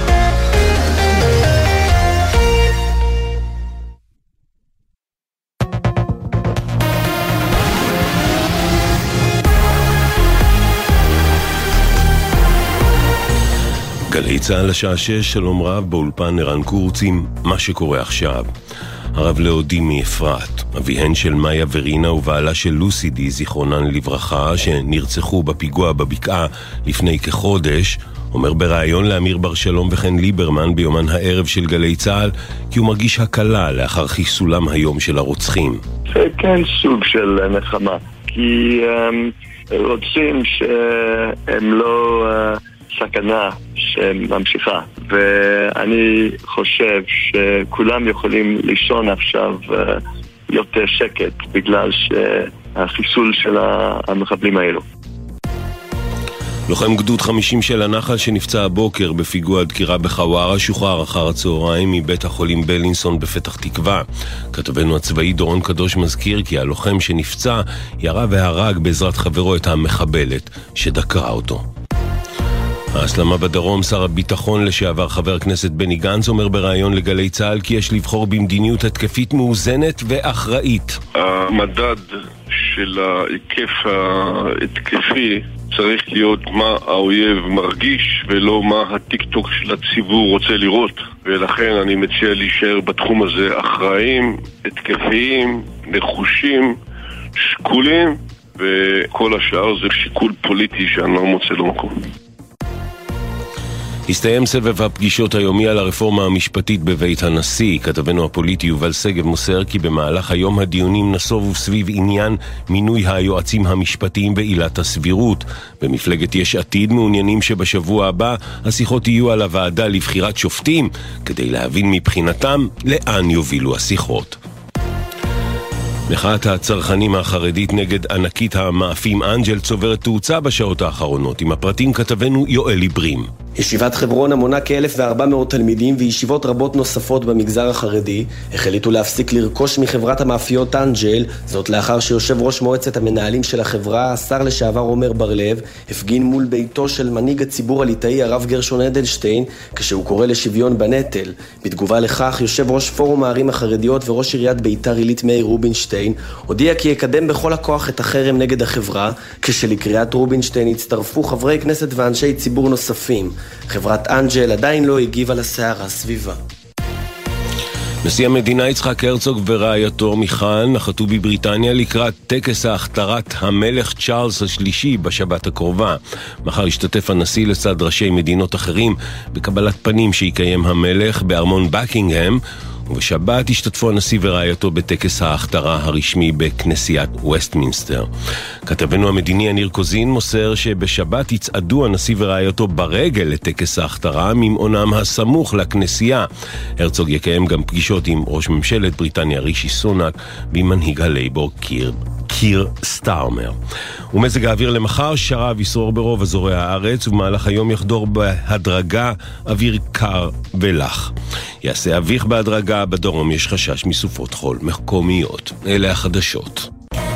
גלי צהל השעה 6, שלום רב, באולפן ערן קורצים, מה שקורה עכשיו. הרב לאודי מאפרת, אביהן של מאיה ורינה ובעלה של לוסידי, זיכרונן לברכה, שנרצחו בפיגוע בבקעה לפני כחודש, אומר בראיון לאמיר בר שלום וכן ליברמן ביומן הערב של גלי צהל, כי הוא מרגיש הקלה לאחר חיסולם היום של הרוצחים. זה כן סוג של נחמה, כי כי רוצים שהם לא סכנה שממשיכה. ואני חושב שכולם יכולים לישון עכשיו יותר שקט בגלל החיסול של המחבלים האלו. לוחם גדוד 50 של הנחל שנפצע הבוקר בפיגוע דקירה בחווארה שוחרר אחר הצהריים מבית החולים בלינסון בפתח תקווה. כתבנו הצבאי דורון קדוש מזכיר כי הלוחם שנפצע ירה והרג בעזרת חברו את המחבלת שדקרה אותו. ההסלמה בדרום, שר הביטחון לשעבר חבר הכנסת בני גנץ אומר בראיון לגלי צה"ל כי יש לבחור במדיניות התקפית מאוזנת ואחראית. המדד של ההיקף ההתקפי צריך להיות מה האויב מרגיש ולא מה הטיקטוק של הציבור רוצה לראות, ולכן אני מציע להישאר בתחום הזה אחראיים, התקפיים, נחושים, שקולים, וכל השאר זה שיקול פוליטי שאני לא מוצא לו מקום. הסתיים סבב הפגישות היומי על הרפורמה המשפטית בבית הנשיא. כתבנו הפוליטי יובל שגב מוסר כי במהלך היום הדיונים נסובו סביב עניין מינוי היועצים המשפטיים בעילת הסבירות. במפלגת יש עתיד מעוניינים שבשבוע הבא השיחות יהיו על הוועדה לבחירת שופטים כדי להבין מבחינתם לאן יובילו השיחות. מחאת הצרכנים החרדית נגד ענקית המאפים אנג'ל צוברת תאוצה בשעות האחרונות. עם הפרטים כתבנו יואל איברים. ישיבת חברון המונה כ-1,400 תלמידים וישיבות רבות נוספות במגזר החרדי החליטו להפסיק לרכוש מחברת המאפיות אנג'ל, זאת לאחר שיושב ראש מועצת המנהלים של החברה, השר לשעבר עומר בר-לב, הפגין מול ביתו של מנהיג הציבור הליטאי הרב גרשון אדלשטיין כשהוא קורא לשוויון בנטל. בתגובה לכך, יושב ראש פורום הערים החרדיות וראש עיריית ביתר עילית מאיר רובינשטיין הודיע כי יקדם בכל הכוח את החרם נגד החברה, כשלקריאת רובינשטיין הצטרפו חברי כנסת ואנשי ציבור נוספים. חברת אנג'ל עדיין לא הגיבה לסערה סביבה. נשיא המדינה יצחק הרצוג ורעייתו מיכל נחתו בבריטניה לקראת טקס ההכתרת המלך צ'ארלס השלישי בשבת הקרובה. מחר ישתתף הנשיא לצד ראשי מדינות אחרים בקבלת פנים שיקיים המלך בארמון בקינגהם, ובשבת השתתפו הנשיא ורעייתו בטקס ההכתרה הרשמי בכנסיית וסטמינסטר. כתבנו המדיני יניר קוזין מוסר שבשבת יצעדו הנשיא ורעייתו ברגל לטקס ההכתרה ממעונם הסמוך לכנסייה. הרצוג יקיים גם פגישות עם ראש ממשלת בריטניה רישי סונאק ועם מנהיג הלייבור קיר סטארמר. ומזג האוויר למחר שרב ישרור ברוב אזורי הארץ, ובמהלך היום יחדור בהדרגה אוויר קר ולח. יעשה אביך בהדרגה, בדרום יש חשש מסופות חול מקומיות. אלה החדשות.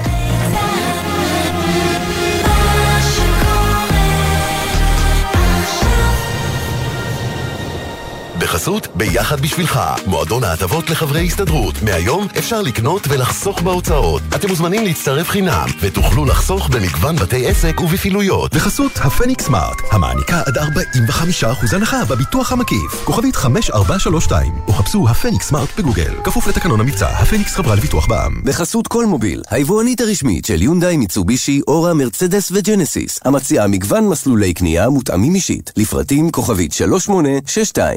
בחסות ביחד בשבילך, מועדון ההטבות לחברי הסתדרות. מהיום אפשר לקנות ולחסוך בהוצאות. אתם מוזמנים להצטרף חינם ותוכלו לחסוך במגוון בתי עסק ובפעילויות. בחסות הפניקס סמארט, המעניקה עד 45% הנחה בביטוח המקיף. כוכבית 5432, או חפשו הפניקס סמארט בגוגל. כפוף לתקנון המבצע, הפניקס חברה לביטוח בע"מ. בחסות כל מוביל, היבואנית הרשמית של יונדאי, מיצובישי, אורה, מרצדס וג'נסיס, המציעה מגוון מסלולי קנייה מותאמים אישית. לפרטים כוכבית 3862.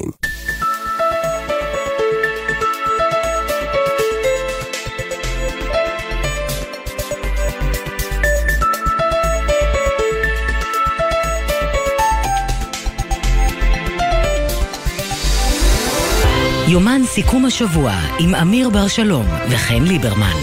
יומן סיכום השבוע עם אמיר בר שלום וחן ליברמן.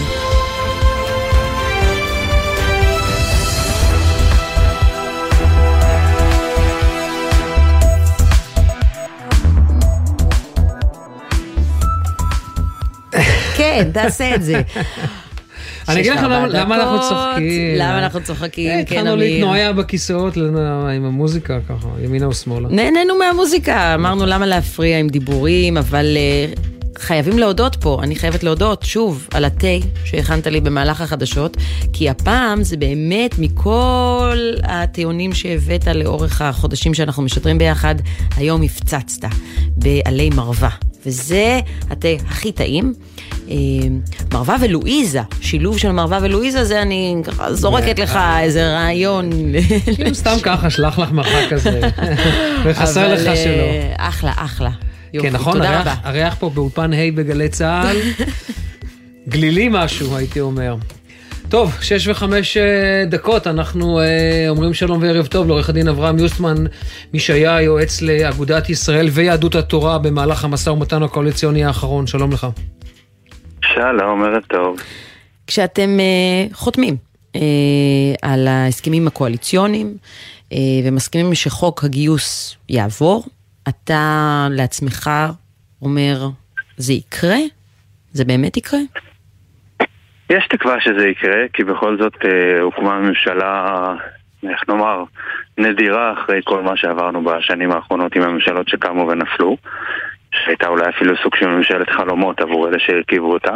כן, תעשה את זה. אני אגיד לך למה אנחנו צוחקים. למה אנחנו צוחקים, כן התחלנו אמיר. להתנועע בכיסאות עם המוזיקה ככה, ימינה ושמאלה. נהנינו מהמוזיקה, אמרנו למה להפריע עם דיבורים, אבל חייבים להודות פה, אני חייבת להודות שוב על התה שהכנת לי במהלך החדשות, כי הפעם זה באמת מכל הטיעונים שהבאת לאורך החודשים שאנחנו משתרים ביחד, היום הפצצת בעלי מרווה. וזה התה הכי טעים. מרווה ולואיזה, שילוב של מרווה ולואיזה, זה אני ככה זורקת לך איזה רעיון. סתם ככה, שלח לך מרווה כזה, וחסר לך שלא. אחלה, אחלה. כן, נכון, הריח פה באולפן היי בגלי צהל, גלילי משהו, הייתי אומר. טוב, 6:05, אנחנו אומרים שלום וערב טוב לעורך הדין אברהם יוסטמן, מי שהיה יועץ לאגודת ישראל ויהדות התורה במהלך המשא ומתן הקואליציוני האחרון. שלום לך. שלום, ערב טוב. כשאתם חותמים על ההסכמים הקואליציוניים ומסכימים שחוק הגיוס יעבור, אתה לעצמך אומר, זה יקרה? זה באמת יקרה? יש תקווה שזה יקרה, כי בכל זאת הוקמה ממשלה, איך נאמר, נדירה אחרי כל מה שעברנו בשנים האחרונות עם הממשלות שקמו ונפלו, שהייתה אולי אפילו סוג של ממשלת חלומות עבור אלה שהרכיבו אותה,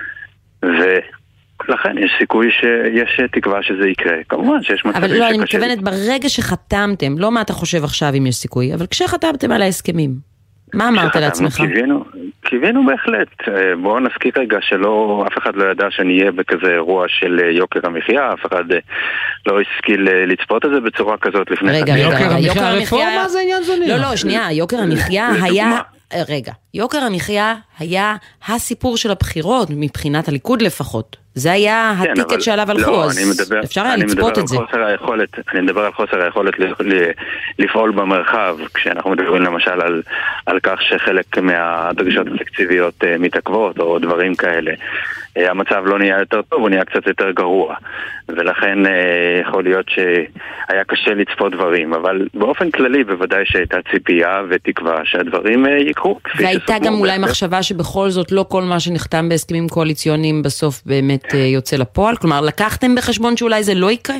ולכן יש סיכוי שיש תקווה שזה יקרה. כמובן שיש מצבים שקשה. אבל לא, אני שקשה... מתכוונת ברגע שחתמתם, לא מה אתה חושב עכשיו אם יש סיכוי, אבל כשחתמתם על ההסכמים, מה אמרת לעצמך? קיווינו בהחלט. בואו נזכיר רגע שלא, אף אחד לא ידע שנהיה בכזה אירוע של יוקר המחיה, אף אחד לא השכיל לצפות את זה בצורה כזאת לפני רגע, יוקר המחיה, מה זה עניין זוני? לא, שנייה, יוקר המחיה היה... רגע, יוקר המחיה היה הסיפור של הבחירות, מבחינת הליכוד לפחות. זה היה הטיקט שעליו הלכו, אז אפשר היה לצפות את זה. אני מדבר על חוסר היכולת לפעול במרחב, כשאנחנו מדברים למשל על כך שחלק מהדרישות התקציביות מתעכבות או דברים כאלה. המצב לא נהיה יותר טוב, הוא נהיה קצת יותר גרוע. ולכן יכול להיות שהיה קשה לצפות דברים, אבל באופן כללי בוודאי שהייתה ציפייה ותקווה שהדברים יקרו. והייתה גם אולי מחשבה שבכל זאת לא כל מה שנחתם בהסכמים קואליציוניים בסוף באמת יוצא לפועל? כלומר, לקחתם בחשבון שאולי זה לא יקרה?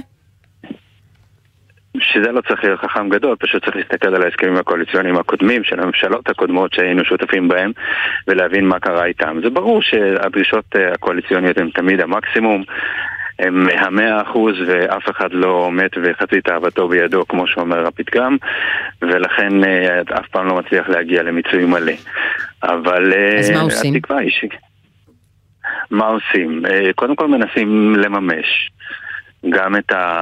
שזה לא צריך להיות חכם גדול, פשוט צריך להסתכל על ההסכמים הקואליציוניים הקודמים של הממשלות הקודמות שהיינו שותפים בהם ולהבין מה קרה איתם. זה ברור שהדרישות הקואליציוניות הן תמיד המקסימום, הם 100% ואף אחד לא מת וחצי תאוותו בידו, כמו שאומר הפתגם, ולכן אף פעם לא מצליח להגיע למיצוי מלא. אבל אז מה עושים? התקווה היא מה עושים? קודם כל מנסים לממש גם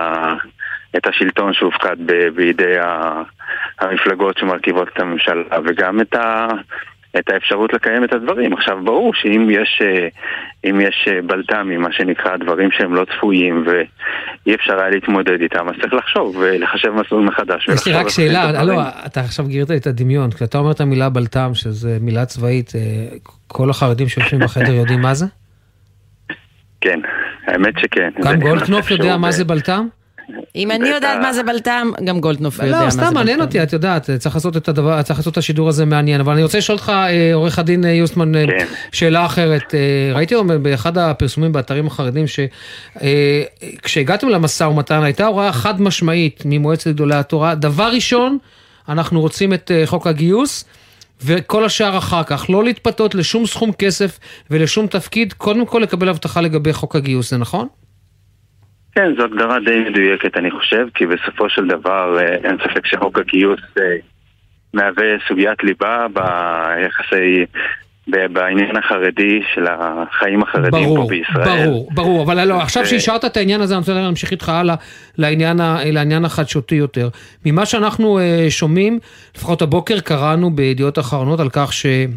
את השלטון שהופקד בידי המפלגות שמרכיבות את הממשלה, וגם את האפשרות לקיים את הדברים. עכשיו ברור שאם יש בלת"מים, מה שנקרא, דברים שהם לא צפויים ואי אפשר היה להתמודד איתם, אז צריך לחשוב ולחשב מסלול מחדש. יש לי רק שאלה, לא, אתה עכשיו גירת את הדמיון, כשאתה אומר את המילה בלת"ם, שזה מילה צבאית, כל החרדים שיושבים בחדר יודעים מה זה? כן, האמת שכן. גם גולדקנופ יודע מה זה בלת"ם? אם אני יודעת מה זה בלת"ם, גם גולדקנופ יודע מה זה בלת"ם. לא, סתם מעניין אותי, את יודעת, צריך לעשות את הדבר, צריך לעשות את השידור הזה מעניין, אבל אני רוצה לשאול אותך, עורך הדין יוסטמן, שאלה אחרת. ראיתי באחד הפרסומים באתרים החרדים, שכשהגעתם למשא ומתן, הייתה הוראה חד משמעית ממועצת גדולי התורה, דבר ראשון, אנחנו רוצים את חוק הגיוס, וכל השאר אחר כך, לא להתפתות לשום סכום כסף ולשום תפקיד, קודם כל לקבל הבטחה לגבי חוק הגיוס, זה נכון? כן, זו הגדרה די מדויקת אני חושב, כי בסופו של דבר אין ספק שחוק הגיוס מהווה סוגיית ליבה בעניין החרדי של החיים החרדיים פה בישראל. ברור, אבל לא, עכשיו שהשארת את העניין הזה, אני רוצה להמשיך איתך הלאה לעניין החדשותי יותר. ממה שאנחנו שומעים, לפחות הבוקר קראנו בידיעות אחרונות על כך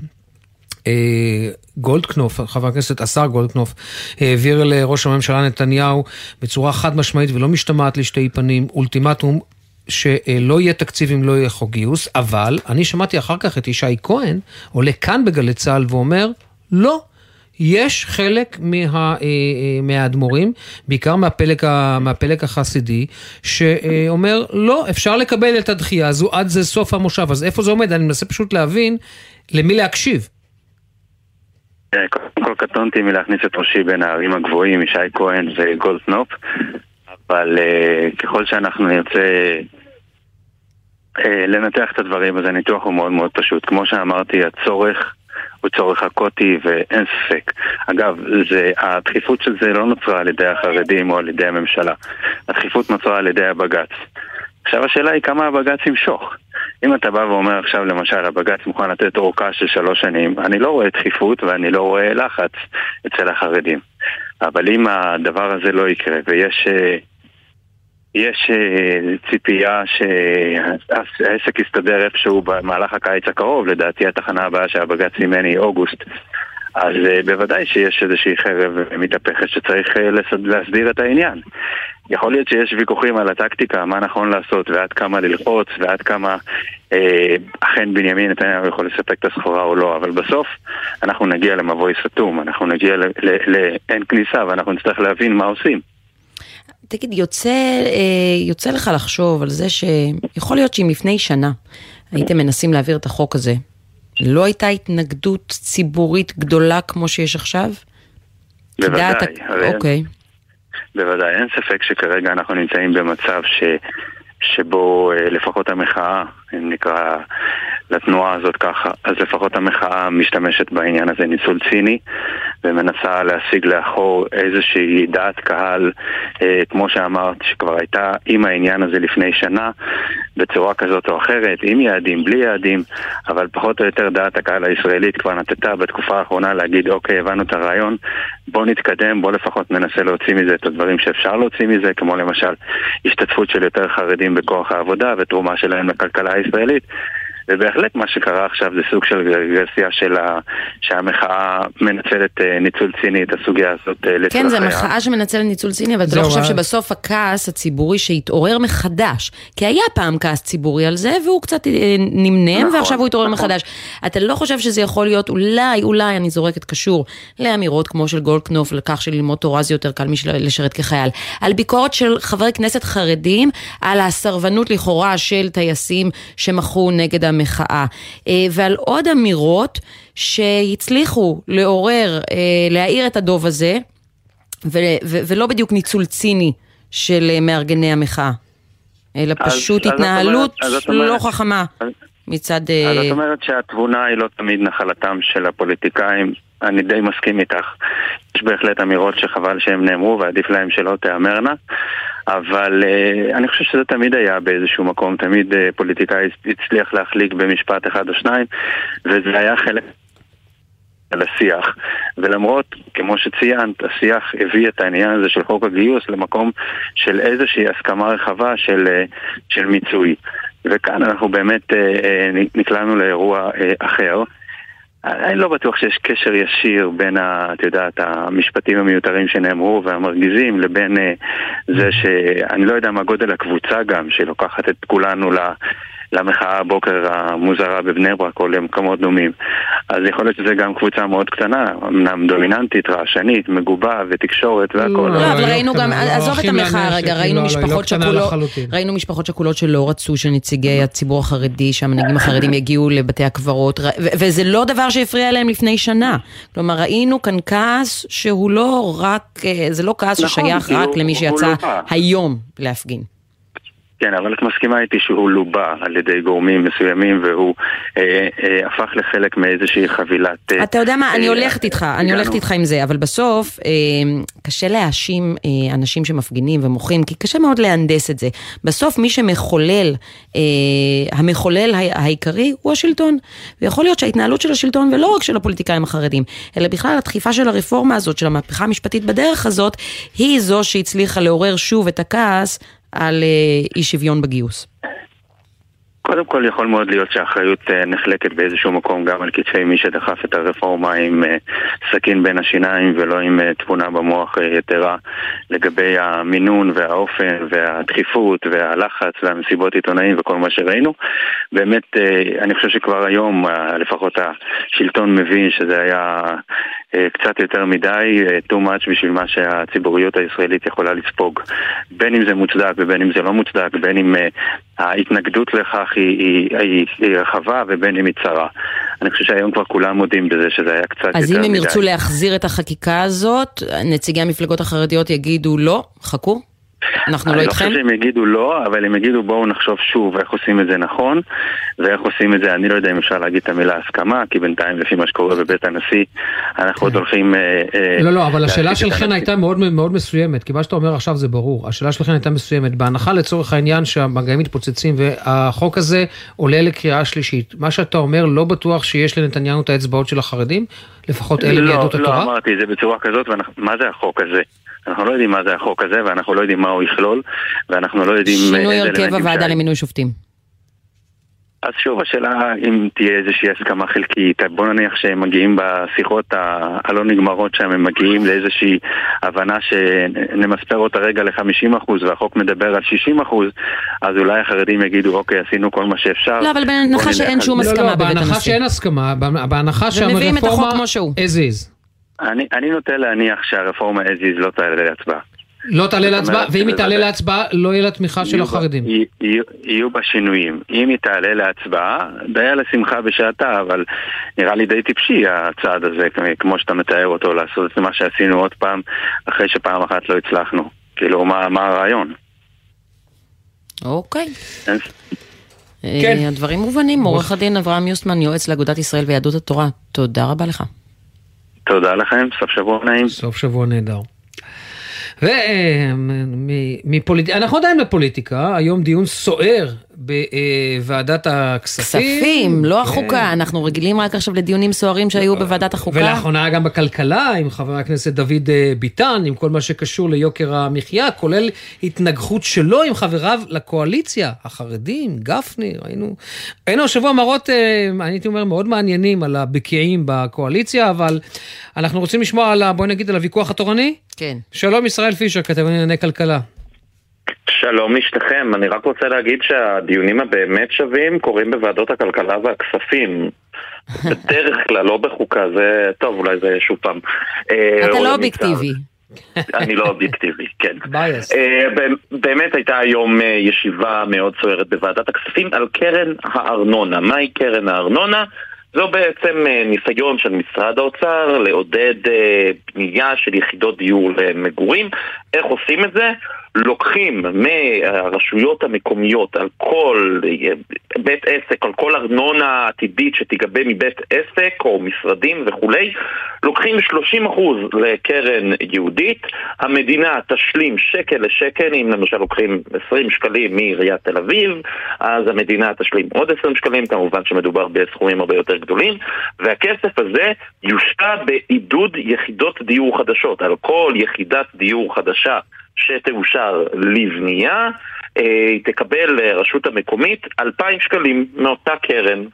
גולדקנופ, חבר הכנסת השר גולדקנופ, העביר לראש הממשלה נתניהו בצורה חד משמעית ולא משתמעת לשתי פנים, אולטימטום שלא יהיה תקציב אם לא יהיה חוק גיוס, אבל אני שמעתי אחר כך את ישי כהן, עולה כאן בגלי צהל ואומר, לא, יש חלק מהאדמו"רים, בעיקר מהפלג החסידי, שאומר, לא, אפשר לקבל את הדחייה הזו עד זה סוף המושב, אז איפה זה עומד? אני מנסה פשוט להבין למי להקשיב. קודם כל קטונתי מלהכניס את ראשי בין הערים הגבוהים, ישי כהן וגולדקנופ, אבל ככל שאנחנו נרצה לנתח את הדברים, אז הניתוח הוא מאוד מאוד פשוט. כמו שאמרתי, הצורך הוא צורך אקוטי ואין ספק. אגב, הדחיפות של זה לא נוצרה על ידי החרדים או על ידי הממשלה. הדחיפות נוצרה על ידי הבג"ץ. עכשיו השאלה היא כמה הבג"ץ ימשוך. אם אתה בא ואומר עכשיו למשל הבג"ץ מוכן לתת אורכה של 3 שנים, אני לא רואה דחיפות ואני לא רואה לחץ אצל החרדים. אבל אם הדבר הזה לא יקרה ויש ציפייה שהעסק יסתדר איפשהו במהלך הקיץ הקרוב, לדעתי התחנה הבאה שהבג"ץ סימן היא אוגוסט, אז בוודאי שיש איזושהי חרב מתהפכת שצריך להסדיר את העניין. יכול להיות שיש ויכוחים על הטקטיקה, מה נכון לעשות ועד כמה ללחוץ ועד כמה אכן בנימין נתניהו יכול לספק את הסחורה או לא, אבל בסוף אנחנו נגיע למבוי סתום, אנחנו נגיע לאין כניסה ואנחנו נצטרך להבין מה עושים. תגיד, יוצא לך לחשוב על זה שיכול להיות שאם לפני שנה הייתם מנסים להעביר את החוק הזה, לא הייתה התנגדות ציבורית גדולה כמו שיש עכשיו? בוודאי. אוקיי. בוודאי, אין ספק שכרגע אנחנו נמצאים במצב שבו לפחות המחאה, אם נקרא לתנועה הזאת ככה, אז לפחות המחאה משתמשת בעניין הזה ניצול ציני, ומנסה להשיג לאחור איזושהי דעת קהל, כמו שאמרת, שכבר הייתה עם העניין הזה לפני שנה, בצורה כזאת או אחרת, עם יעדים, בלי יעדים, אבל פחות או יותר דעת הקהל הישראלית כבר נתתה בתקופה האחרונה להגיד, אוקיי, הבנו את הרעיון, בוא נתקדם, בוא לפחות ננסה להוציא מזה את הדברים שאפשר להוציא מזה, כמו למשל השתתפות של יותר חרדים בכוח העבודה ותרומה שלהם לכלכלה הישראלית. ובהחלט מה שקרה עכשיו זה סוג של רגרסיה שהמחאה מנצלת ניצול ציני את הסוגיה הזאת לצרכיה. כן, זה מחאה שמנצלת ניצול ציני, אבל אתה לא חושב שבסוף הכעס הציבורי שהתעורר מחדש, כי היה פעם כעס ציבורי על זה, והוא קצת נמנם, ועכשיו הוא התעורר מחדש. אתה לא חושב שזה יכול להיות אולי, אני זורקת קשור, לאמירות כמו של גולדקנופ, לכך שללמוד תורה זה יותר קל לשרת כחייל, על ביקורת של חברי כנסת חרדים, על הסרבנות לכאורה של טייסים שמחו נגד המחאה, ועל עוד אמירות שהצליחו לעורר, להעיר את הדוב הזה, ולא בדיוק ניצול ציני של מארגני המחאה, אלא פשוט התנהלות לא חכמה מצד... אז זאת אומרת שהתבונה היא לא תמיד נחלתם של הפוליטיקאים, אני די מסכים איתך. יש בהחלט אמירות שחבל שהם נאמרו ועדיף להם שלא תאמרנה, אבל אני חושב שזה תמיד היה באיזשהו מקום, תמיד פוליטיקאי הצליח להחליק במשפט אחד או שניים, וזה היה חלק על השיח. ולמרות, כמו שציינת, השיח הביא את העניין הזה של חוק הגיוס למקום של איזושהי הסכמה רחבה של מיצוי. וכאן אנחנו באמת נקלענו לאירוע אחר. אני לא בטוח שיש קשר ישיר בין, את יודעת, המשפטים המיותרים שנאמרו והמרגיזים לבין זה שאני לא יודע מה גודל הקבוצה גם שלוקחת את כולנו למחאה הבוקר המוזרה בבני ברק או למקומות דומים. אז יכול להיות שזה גם קבוצה מאוד קטנה, אמנם דומיננטית, רעשנית, מגובה ותקשורת והכל. לא, אבל ראינו גם, עזוב את המחאה רגע, ראינו משפחות שכולות שלא רצו שנציגי הציבור החרדי, שהמנהיגים החרדים יגיעו לבתי הקברות, וזה לא דבר שהפריע להם לפני שנה. כלומר, ראינו כאן כעס שהוא לא רק, זה לא כעס ששייך רק למי שיצא היום להפגין. כן, אבל את מסכימה איתי שהוא לובה על ידי גורמים מסוימים, והוא הפך לחלק מאיזושהי חבילת... אתה יודע מה, אני הולכת איתך עם זה, אבל בסוף קשה להאשים אנשים שמפגינים ומוחים, כי קשה מאוד להנדס את זה. בסוף מי שמחולל, המחולל העיקרי הוא השלטון, ויכול להיות שההתנהלות של השלטון, ולא רק של הפוליטיקאים החרדים, אלא בכלל הדחיפה של הרפורמה הזאת, של המהפכה המשפטית בדרך הזאת, היא זו שהצליחה לעורר שוב את הכעס, על אי שוויון בגיוס. קודם כל יכול מאוד להיות שהאחריות נחלקת באיזשהו מקום גם על כתפי מי שדחף את הרפורמה עם סכין בין השיניים ולא עם תבונה במוח יתרה לגבי המינון והאופן והדחיפות והלחץ והמסיבות עיתונאים וכל מה שראינו. באמת אני חושב שכבר היום לפחות השלטון מבין שזה היה קצת יותר מדי, too much בשביל מה שהציבוריות הישראלית יכולה לספוג. בין אם זה מוצדק ובין אם זה לא מוצדק, בין אם ההתנגדות לכך היא רחבה ובין אם היא צרה. אני חושב שהיום כבר כולם מודים בזה שזה היה קצת יותר מדי. אז אם הם ירצו להחזיר את החקיקה הזאת, נציגי המפלגות החרדיות יגידו לא, חכו? אנחנו לא איתכם? אני לא חושב שהם יגידו לא, אבל הם יגידו בואו נחשוב שוב איך עושים את זה נכון, ואיך עושים את זה, אני לא יודע אם אפשר להגיד את המילה הסכמה, כי בינתיים לפי מה שקורה בבית הנשיא, אנחנו עוד הולכים... לא, אבל השאלה שלכם הייתה מאוד מאוד מסוימת, כי מה שאתה אומר עכשיו זה ברור, השאלה שלכם הייתה מסוימת, בהנחה לצורך העניין שהמגעים מתפוצצים, והחוק הזה עולה לקריאה שלישית, מה שאתה אומר לא בטוח שיש לנתניהו את האצבעות של החרדים, לפחות אלה מיהדות התורה? לא, אמרתי, זה בצורה כזאת, מה זה החוק הזה? אנחנו לא יודעים מה זה החוק הזה, ואנחנו לא יודעים מה הוא יכלול, ואנחנו לא יודעים... שינוי הרכב הוועדה למינוי שופטים. אז שוב, השאלה אם תהיה איזושהי הסכמה חלקית. בוא נניח שהם מגיעים בשיחות הלא נגמרות שם, הם מגיעים לאיזושהי הבנה שנמספר אותה רגע ל-50% והחוק מדבר על 60%, אז אולי החרדים יגידו, אוקיי, עשינו כל מה שאפשר. לא, אבל בהנחה שאין שום הסכמה בבית הנשיא. בהנחה שאין הסכמה, בהנחה ומביאים את החוק כמו שהוא. as is. אני נוטה להניח שהרפורמה as is לא תעלה להצבעה. לא תעלה להצבעה, ואם היא תעלה להצבעה, לא יהיה לה תמיכה של החרדים. יהיו בה שינויים. אם היא תעלה להצבעה, די על השמחה בשעתה, אבל נראה לי די טיפשי הצעד הזה, כמו שאתה מתאר אותו, לעשות את מה שעשינו עוד פעם, אחרי שפעם אחת לא הצלחנו. כאילו, מה הרעיון? אוקיי. הדברים מובנים. עורך הדין אברהם יוסטמן, יועץ לאגודת ישראל ויהדות התורה. תודה רבה לך. תודה לכם, סוף שבוע נעים. סוף שבוע נהדר. אנחנו עדיין בפוליטיקה, היום דיון סוער בוועדת הכספים. כספים, לא החוקה, אנחנו רגילים רק עכשיו לדיונים סוערים שהיו בוועדת החוקה. ולאחרונה גם בכלכלה, עם חבר הכנסת דוד ביטן, עם כל מה שקשור ליוקר המחיה, כולל התנגחות שלו עם חבריו לקואליציה, החרדים, גפני, ראינו השבוע מראות, אני הייתי אומר, מאוד מעניינים על הבקיעים בקואליציה, אבל אנחנו רוצים לשמוע על, בואי נגיד, על הוויכוח התורני? כן. שלום ישראל פישר, כתב לענייני כלכלה. שלום לשתכם, אני רק רוצה להגיד שהדיונים הבאמת שווים קורים בוועדות הכלכלה והכספים. בדרך כלל, לא בחוקה, זה טוב, אולי זה שוב פעם. אתה לא אובייקטיבי. אני לא אובייקטיבי, כן. באמת הייתה היום ישיבה מאוד סוערת בוועדת הכספים על קרן הארנונה. מהי קרן הארנונה? זו בעצם ניסיון של משרד האוצר לעודד בנייה של יחידות דיור למגורים. איך עושים את זה? לוקחים מהרשויות המקומיות על כל בית עסק, על כל ארנונה עתידית שתיגבה מבית עסק או משרדים וכולי, לוקחים 30% לקרן יהודית, המדינה תשלים שקל לשקל, אם למשל לוקחים 20 שקלים מעיריית תל אביב, אז המדינה תשלים עוד 20 שקלים, כמובן שמדובר בסכומים הרבה יותר גדולים, והכסף הזה יושקע בעידוד יחידות דיור חדשות. על כל יחידת דיור חדשה שתאושר לבנייה, היא תקבל רשות המקומית 2,000 שקלים מאותה קרן,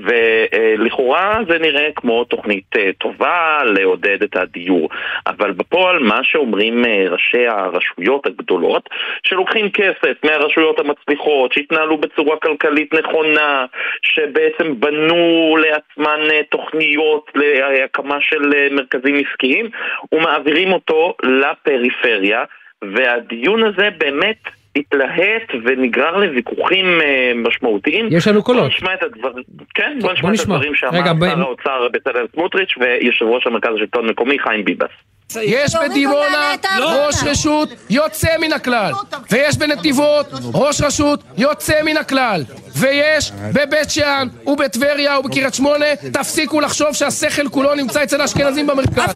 ולכאורה זה נראה כמו תוכנית טובה לעודד את הדיור, אבל בפועל מה שאומרים ראשי הרשויות הגדולות, שלוקחים כסף מהרשויות המצליחות, שהתנהלו בצורה כלכלית נכונה, שבעצם בנו לעצמן תוכניות להקמה של מרכזים עסקיים, ומעבירים אותו לפריפריה, והדיון הזה באמת התלהט ונגרר לוויכוחים משמעותיים. יש לנו קולות. בוא נשמע את הדברים, כן, בוא נשמע את הדברים שאמר שר האוצר בצלאל סמוטריץ' ויושב ראש המרכז השלטון המקומי חיים ביבס. יש בדימונה ראש רשות יוצא מן הכלל, ויש בנתיבות ראש רשות יוצא מן הכלל, ויש בבית שאן ובטבריה ובקריית שמונה. תפסיקו לחשוב שהשכל כולו נמצא אצל האשכנזים במרכז.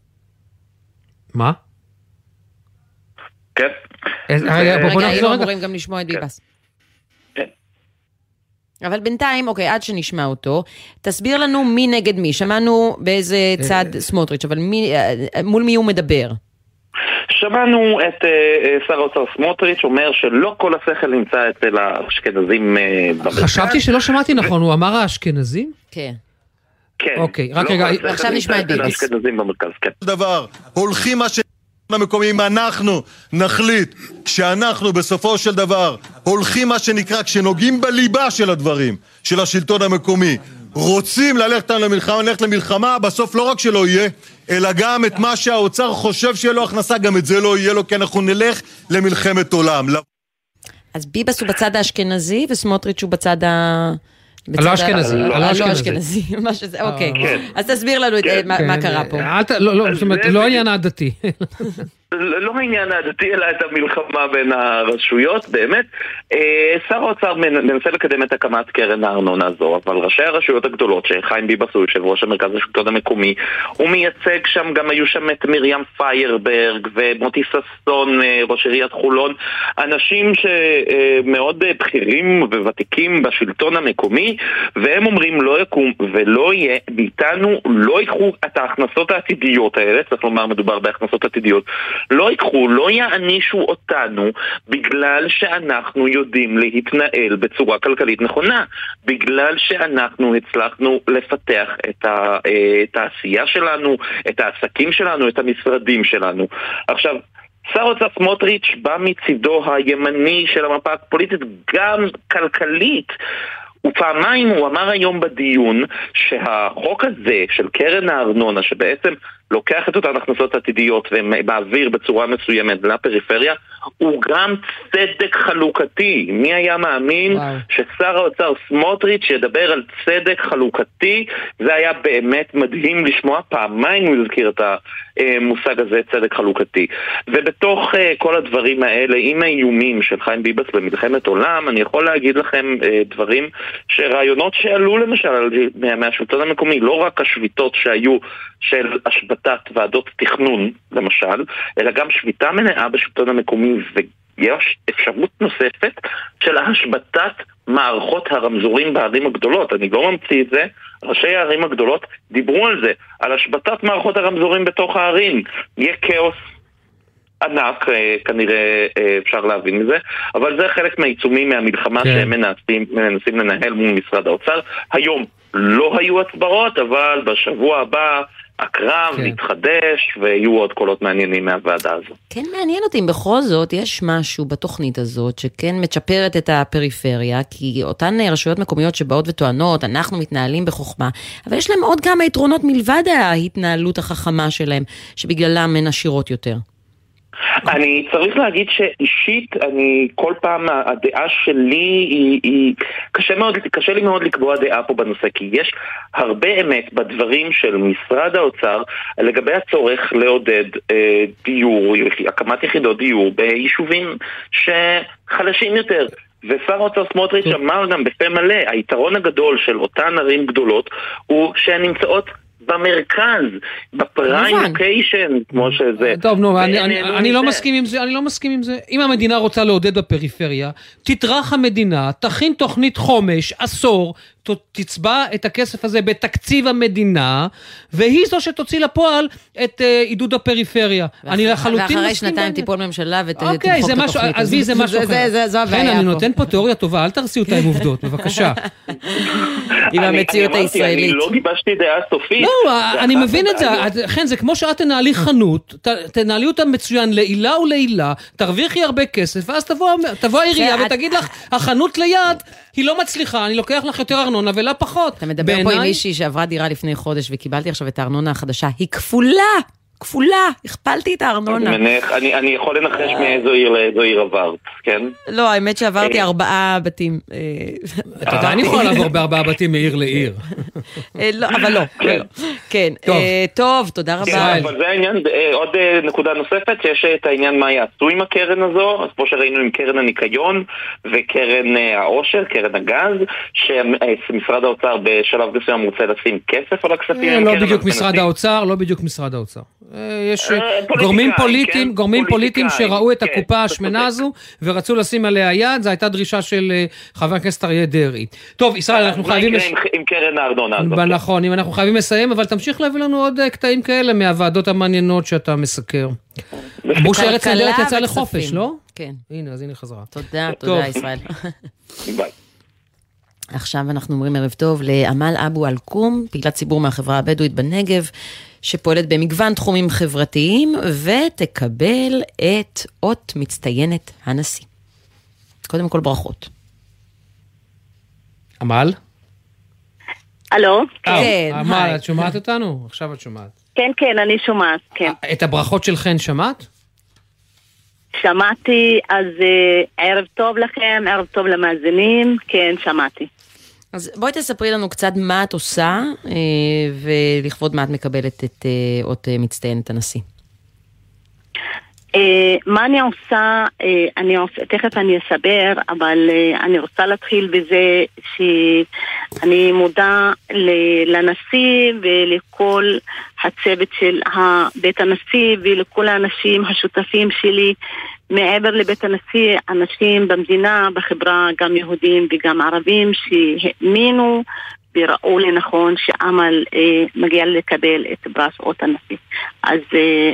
מה? כן. רגע, היינו אמורים גם לשמוע את ביבס. אבל בינתיים, אוקיי, עד שנשמע אותו, תסביר לנו מי נגד מי. שמענו באיזה צד סמוטריץ', אבל מול מי הוא מדבר? שמענו את שר האוצר סמוטריץ' אומר שלא כל השכל נמצא אצל האשכנזים במרכז. חשבתי שלא שמעתי נכון, הוא אמר האשכנזים? כן. כן. אוקיי, רק רגע. עכשיו נשמע את ביבס. האשכנזים במרכז, כן. דבר, הולכים מה המקומיים, אנחנו נחליט שאנחנו בסופו של דבר הולכים מה שנקרא, כשנוגעים בליבה של הדברים של השלטון המקומי, רוצים ללכת למלחמה, בסוף לא רק שלא יהיה, אלא גם את מה שהאוצר חושב שיהיה לו הכנסה, גם את זה לא יהיה לו, כי אנחנו נלך למלחמת עולם. אז ביבס הוא בצד האשכנזי וסמוטריץ' הוא בצד לא אשכנזי. לא אשכנזי, מה שזה, אוקיי. אז תסביר לנו מה קרה פה. זאת אומרת, לא העניין העדתי. לא העניין העדתי, אלא את המלחמה בין הרשויות, באמת. שר האוצר מנסה לקדם את הקמת קרן הארנונה הזו, אבל ראשי הרשויות הגדולות, שחיים ביבס הוא יושב ראש המרכז השלטון המקומי, הוא מייצג שם, גם היו שם את מרים פיירברג ומוטי ססון, ראש עיריית חולון, אנשים שמאוד בכירים וותיקים בשלטון המקומי, והם אומרים לא יקום ולא יהיה, מאיתנו לא ייקחו את ההכנסות העתידיות האלה, צריך לומר מדובר בהכנסות עתידיות, לא ייקחו, לא יענישו אותנו בגלל שאנחנו יודעים להתנהל בצורה כלכלית נכונה, בגלל שאנחנו הצלחנו לפתח את העשייה שלנו, את העסקים שלנו, את המשרדים שלנו. עכשיו, שר האוצר סמוטריץ' בא מצידו הימני של המפה הפוליטית, גם כלכלית. ופעמיים הוא אמר היום בדיון שהחוק הזה של קרן הארנונה, שבעצם לוקח את אותן הכנסות עתידיות ומעביר בצורה מסוימת לפריפריה, הוא גם צדק חלוקתי. מי היה מאמין ששר האוצר סמוטריץ' ידבר על צדק חלוקתי? זה היה באמת מדהים לשמוע. פעמיים הוא הזכיר את המושג הזה, צדק חלוקתי. ובתוך כל הדברים האלה, עם האיומים של חיים ביבס במלחמת עולם, אני יכול להגיד לכם דברים שרעיונות שעלו למשל מהשלטון המקומי, לא רק השביתות שהיו של השבתת ועדות תכנון למשל, אלא גם שביתה מלאה בשלטון המקומי, ויש אפשרות נוספת של השבתת מערכות הרמזורים בערים הגדולות. אני לא ממציא את זה, ראשי הערים הגדולות דיברו על זה, על השבתת מערכות הרמזורים בתוך הערים. יהיה כאוס ענק, כנראה אפשר להבין מזה, אבל זה חלק מהעיצומים מהמלחמה שהם מנסים לנהל מול משרד האוצר. היום לא היו הצבעות, אבל בשבוע הבא הקרב מתחדש ויהיו עוד קולות מעניינים מהוועדה הזו. כן, מעניין אותי, בכל זאת יש משהו בתוכנית הזאת שכן מצ'פרת את הפריפריה, כי אותן רשויות מקומיות שבאות וטוענות, אנחנו מתנהלים בחוכמה, אבל יש להם עוד כמה יתרונות מלבד ההתנהלות החכמה שלהם, שבגללם הן עשירות יותר. אני צריך להגיד שאישית, אני כל פעם, הדעה שלי היא קשה לי מאוד לקבוע דעה פה בנושא, כי יש הרבה אמת בדברים של משרד האוצר לגבי הצורך לעודד דיור, הקמת יחידות דיור ביישובים שחלשים יותר. ושר האוצר סמוטריץ' אמר גם בפה מלא, היתרון הגדול של אותן ערים גדולות הוא שהן נמצאות במרכז, בפריים לוקיישן, כמו שזה. טוב, נו, אני לא מסכים עם זה. אם המדינה רוצה לעודד בפריפריה, תטרח המדינה, תכין תוכנית חומש, עשור, תצבע את הכסף הזה בתקציב המדינה, והיא זו שתוציא לפועל את עידוד הפריפריה. אני לחלוטין ואחרי שנתיים טיפול ממשלה ותמחוק את התוכנית. אוקיי, זה משהו אחר. זו הבעיה פה. אני נותן פה תיאוריה טובה, אל תרסי אותה עם עובדות, בבקשה. עם המציאות הישראלית. אני לא גיבשתי דעה סופית. לא, אני מבין את זה. כן, זה כמו שאת תנהלי חנות, תנהלי אותה מצוין לעילה ולעילה, תרוויחי הרבה כסף, ואז תבוא העירייה ותגיד לך, החנות ליד היא לא מצליחה, אני לוקח לך יותר ארנונה ולא פחות. אתה מדבר פה עם מישהי שעברה דירה לפני חודש וקיבלתי עכשיו את הארנונה החדשה, היא כפולה, הכפלתי את הארנונה. אני יכול לנחש מאיזו עיר עברת, כן? לא, האמת שעברתי 4 בתים. אתה יודע, אני יכולה לעבור ב4 בתים מעיר לעיר. לא, אבל לא. כן, טוב, תודה רבה. אבל זה העניין, עוד נקודה נוספת, שיש את העניין מה יעשו עם הקרן הזו, אז כמו שראינו עם קרן הניקיון וקרן העושר, קרן הגז, שמשרד האוצר בשלב מסוים רוצה לשים כסף על הכספים. לא בדיוק משרד האוצר. יש גורמים פוליטיים שראו את הקופה השמנה הזו ורצו לשים עליה יד. זו הייתה דרישה של חבר הכנסת אריה דרעי. טוב, ישראל, אנחנו חייבים עם קרן הארנונה הזאת. נכון, אם אנחנו חייבים לסיים, אבל תמשיך להביא לנו עוד קטעים כאלה מהוועדות המעניינות שאתה מסקר. אמרו שארץ נהדרת יצא לחופש, לא? כן. הנה, אז הנה חזרה. תודה ישראל. ביי. עכשיו אנחנו אומרים ערב טוב לאמל אבו אלקום, פעילת ציבור מהחברה הבדואית בנגב, שפועלת במגוון תחומים חברתיים, ותקבל את אות מצטיינת הנשיא. קודם כל ברכות. אמל? אלו? כן. אמל, את שומעת אותנו? עכשיו את שומעת. כן, אני שומעת, כן. את הברכות שלכן שמעת? שמעתי, אז ערב טוב לכם, ערב טוב למאזינים, כן, שמעתי. אז בואי תספרי לנו קצת מה את עושה, ולכבוד מה את מקבלת את אות מצטיינת הנשיא. מה אני עושה, תכף אני אסבר, אבל אני רוצה להתחיל בזה שאני מודה לנשיא ולכל הצוות של בית הנשיא ולכל האנשים השותפים שלי מעבר לבית הנשיא, אנשים במדינה, בחברה, גם יהודים וגם ערבים שהאמינו וראו לנכון שאמל מגיע לקבל את פרס אות הנשיא. אז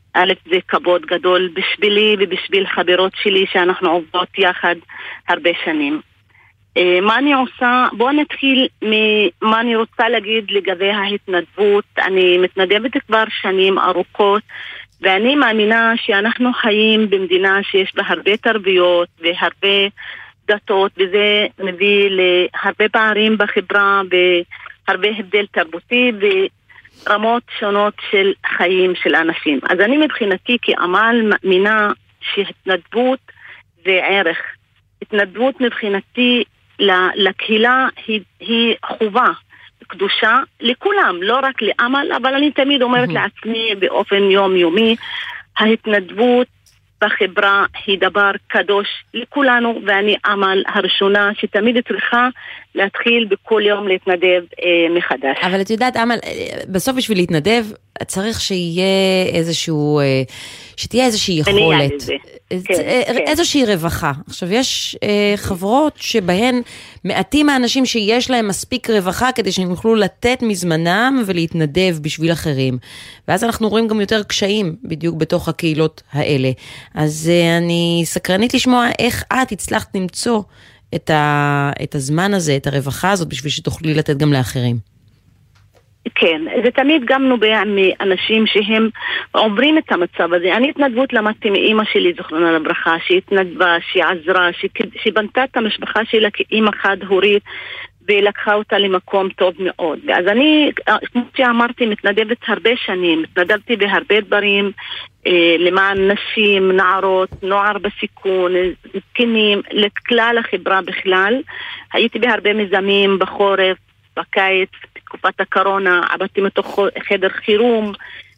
א', זה כבוד גדול בשבילי ובשביל חברות שלי שאנחנו עובדות יחד הרבה שנים. מה אני עושה? בואו נתחיל ממה אני רוצה להגיד לגבי ההתנדבות. אני מתנדבת כבר שנים ארוכות, ואני מאמינה שאנחנו חיים במדינה שיש בה הרבה תרבויות והרבה דתות, וזה מביא להרבה פערים בחברה והרבה הבדל תרבותי ורמות שונות של חיים של אנשים. אז אני מבחינתי כאמל מאמינה שהתנדבות זה ערך. התנדבות מבחינתי לקהילה היא חובה קדושה לכולם, לא רק לעמל, אבל אני תמיד אומרת לעצמי באופן יומיומי, ההתנדבות בחברה היא דבר קדוש לכולנו, ואני עמל הראשונה שתמיד צריכה להתחיל בכל יום להתנדב מחדש. אבל את יודעת, עמל, בסוף בשביל להתנדב צריך שיהיה איזשהו, שתהיה איזושהי יכולת, איזושהי רווחה. עכשיו יש חברות שבהן מעטים האנשים שיש להם מספיק רווחה כדי שהם יוכלו לתת מזמנם ולהתנדב בשביל אחרים. ואז אנחנו רואים גם יותר קשיים בדיוק בתוך הקהילות האלה. אז אני סקרנית לשמוע איך את הצלחת למצוא את הזמן הזה, את הרווחה הזאת, בשביל שתוכלי לתת גם לאחרים. כן, זה תמיד גם נובע מאנשים שהם עוברים את המצב הזה. אני התנדבות למדתי מאמא שלי, זכרונה לברכה, שהתנדבה, שעזרה, שבנתה את המשפחה שלה כאמא חד-הורית, ולקחה אותה למקום טוב מאוד. אז אני, כמו שאמרתי, מתנדבת הרבה שנים, התנדבתי בהרבה דברים, למען נשים, נערות, נוער בסיכון, זקנים, לכלל החברה בכלל. הייתי בהרבה מיזמים בחורף, בקיץ, בתקופת הקורונה, עבדתי מתוך חדר חירום,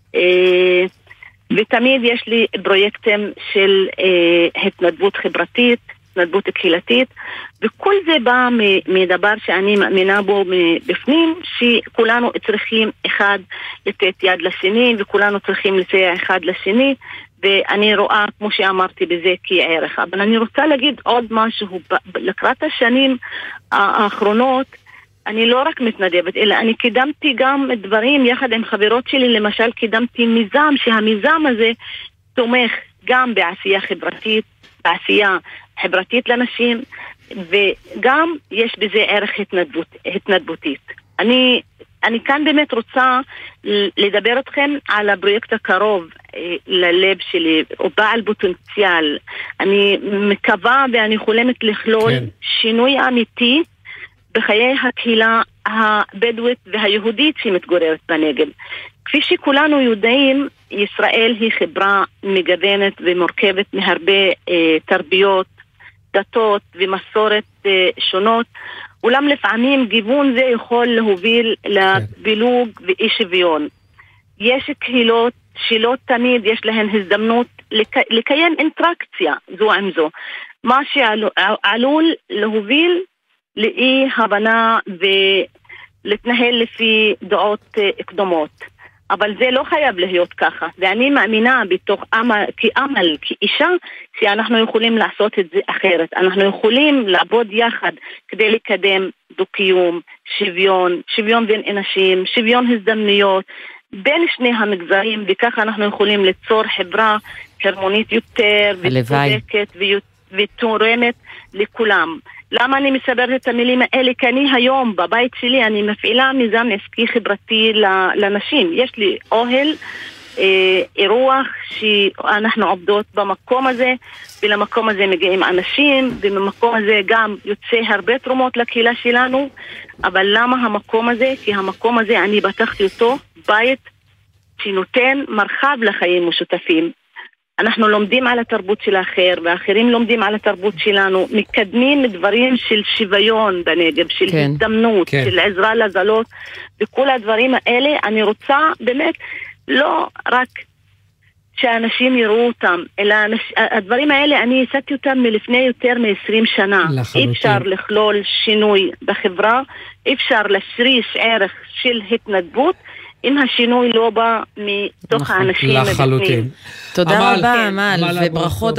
ותמיד יש לי פרויקטים של התנדבות חברתית, התנדבות קהילתית, וכל זה בא מדבר שאני מאמינה בו בפנים, שכולנו צריכים אחד לתת יד לשני, וכולנו צריכים לסייע אחד לשני, ואני רואה, כמו שאמרתי, בזה כערך. אבל אני רוצה להגיד עוד משהו, לקראת השנים האחרונות, אני לא רק מתנדבת, אלא אני קידמתי גם דברים יחד עם חברות שלי, למשל קידמתי מיזם, שהמיזם הזה תומך גם בעשייה חברתית, בעשייה חברתית לנשים, וגם יש בזה ערך התנדבותית. אני כאן באמת רוצה לדבר אתכם על הפרויקט הקרוב ללב שלי, או בעל פוטנציאל. אני מקווה ואני חולמת לכלול שינוי אמיתי בחיי הקהילה הבדואית והיהודית שמתגוררת בנגב. כפי שכולנו יודעים, ישראל היא חברה מגוונת ומורכבת מהרבה תרביות, דתות ומסורת שונות, אולם לפעמים גיוון זה יכול להוביל לבילוג ואי שוויון. יש קהילות שלא תמיד יש להן הזדמנות לקיים אינטראקציה זו עם זו, מה שעלול להוביל לאי הבנה ולהתנהל לפי דעות קדומות. אבל זה לא חייב להיות ככה, ואני מאמינה בתוך כאמל, כאישה, שאנחנו יכולים לעשות את זה אחרת. אנחנו יכולים לעבוד יחד כדי לקדם דו-קיום, שוויון בין אנשים, שוויון הזדמנויות בין שני המגזרים, וככה אנחנו יכולים ליצור חברה הרמונית יותר וצודקת ותורמת לכולם. למה אני מסברת את המילים האלה? כי אני היום בבית שלי אני מפעילה מיזם עסקי חברתי לנשים. יש לי אוהל, אירוח שאנחנו עובדות במקום הזה, ולמקום הזה מגיעים אנשים, ובמקום הזה גם יוצא הרבה תרומות לקהילה שלנו. אבל למה המקום הזה? כי המקום הזה אני פתחתי אותו בית שנותן מרחב לחיים משותפים. אנחנו לומדים על התרבות של האחר, ואחרים לומדים על התרבות שלנו, מקדמים דברים של שוויון בנגב, של הזדמנות, של עזרה לזלות, וכל הדברים האלה אני רוצה באמת לא רק שאנשים יראו אותם, אלא הדברים האלה אני עשיתי אותם מלפני יותר מ-20 שנה. אי אפשר לכלול שינוי בחברה, אי אפשר לשריש ערך של התנדבות, אם השינוי לא בא מתוך האנשים לחלוטין. תודה רבה, אמל, וברכות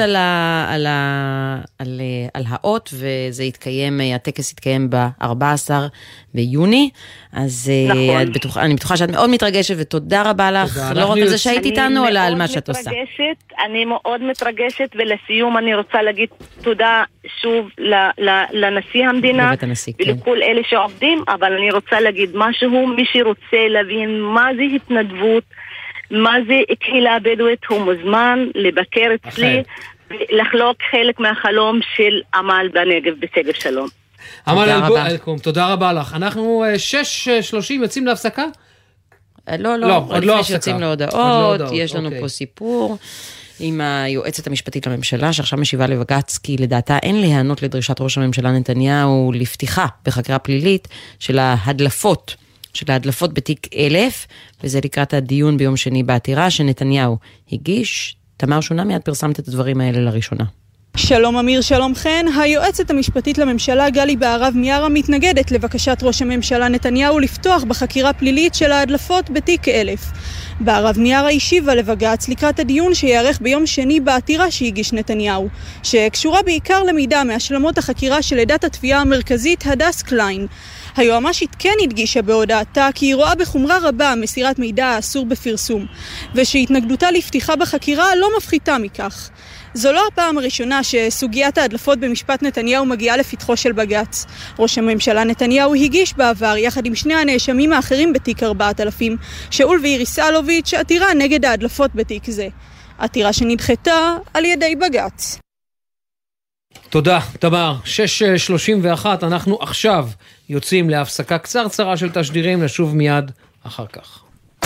על האות, וזה יתקיים, הטקס יתקיים ב-14 ביוני, אז אני בטוחה שאת מאוד מתרגשת, ותודה רבה לך, לא רק על זה שהיית איתנו, אלא על מה שאת עושה. אני מאוד מתרגשת, ולסיום אני רוצה להגיד תודה שוב לנשיא המדינה, ולכל אלה שעובדים, אבל אני רוצה להגיד משהו, מי שרוצה להבין מה זה התנדבות, מה זה קהילה בדואית, הוא מוזמן לבקר אצלי ולחלוק חלק מהחלום של עמל בנגב בשגב שלום. עמל אלקום, תודה רבה לך. אנחנו 6:30 יוצאים להפסקה? לא, עוד לא יוצאים להודעות, יש לנו פה סיפור עם היועצת המשפטית לממשלה, שעכשיו משיבה לבג"ץ, כי לדעתה אין להיענות לדרישת ראש הממשלה נתניהו לפתיחה בחקירה פלילית של ההדלפות בתיק 1000, וזה לקראת הדיון ביום שני בעתירה שנתניהו הגיש. תמר שונה מיד פרסמת את הדברים האלה לראשונה. שלום אמיר, שלום חן. היועצת המשפטית לממשלה גלי בהרב מיארה מתנגדת לבקשת ראש הממשלה נתניהו לפתוח בחקירה פלילית של ההדלפות בתיק 1000. בהרב מיארה השיבה לבג"ץ לקראת הדיון שיערך ביום שני בעתירה שהגיש נתניהו, שקשורה בעיקר למידע מהשלמות החקירה של עדת התביעה המרכזית הדס קליין. היועמ"שית כן הדגישה בהודעתה כי היא רואה בחומרה רבה מסירת מידע אסור בפרסום, ושהתנגדותה לפתיחה בחקירה לא מפחיתה מכך. זו לא הפעם הראשונה שסוגיית ההדלפות במשפט נתניהו מגיעה לפתחו של בג"ץ. ראש הממשלה נתניהו הגיש בעבר יחד עם שני הנאשמים האחרים בתיק 4000, שאול ואיריס אלוביץ', עתירה נגד ההדלפות בתיק זה. עתירה שנדחתה על ידי בג"ץ. תודה, תמר. 6:31, אנחנו עכשיו יוצאים להפסקה קצרצרה של תשדירים, נשוב מיד אחר כך.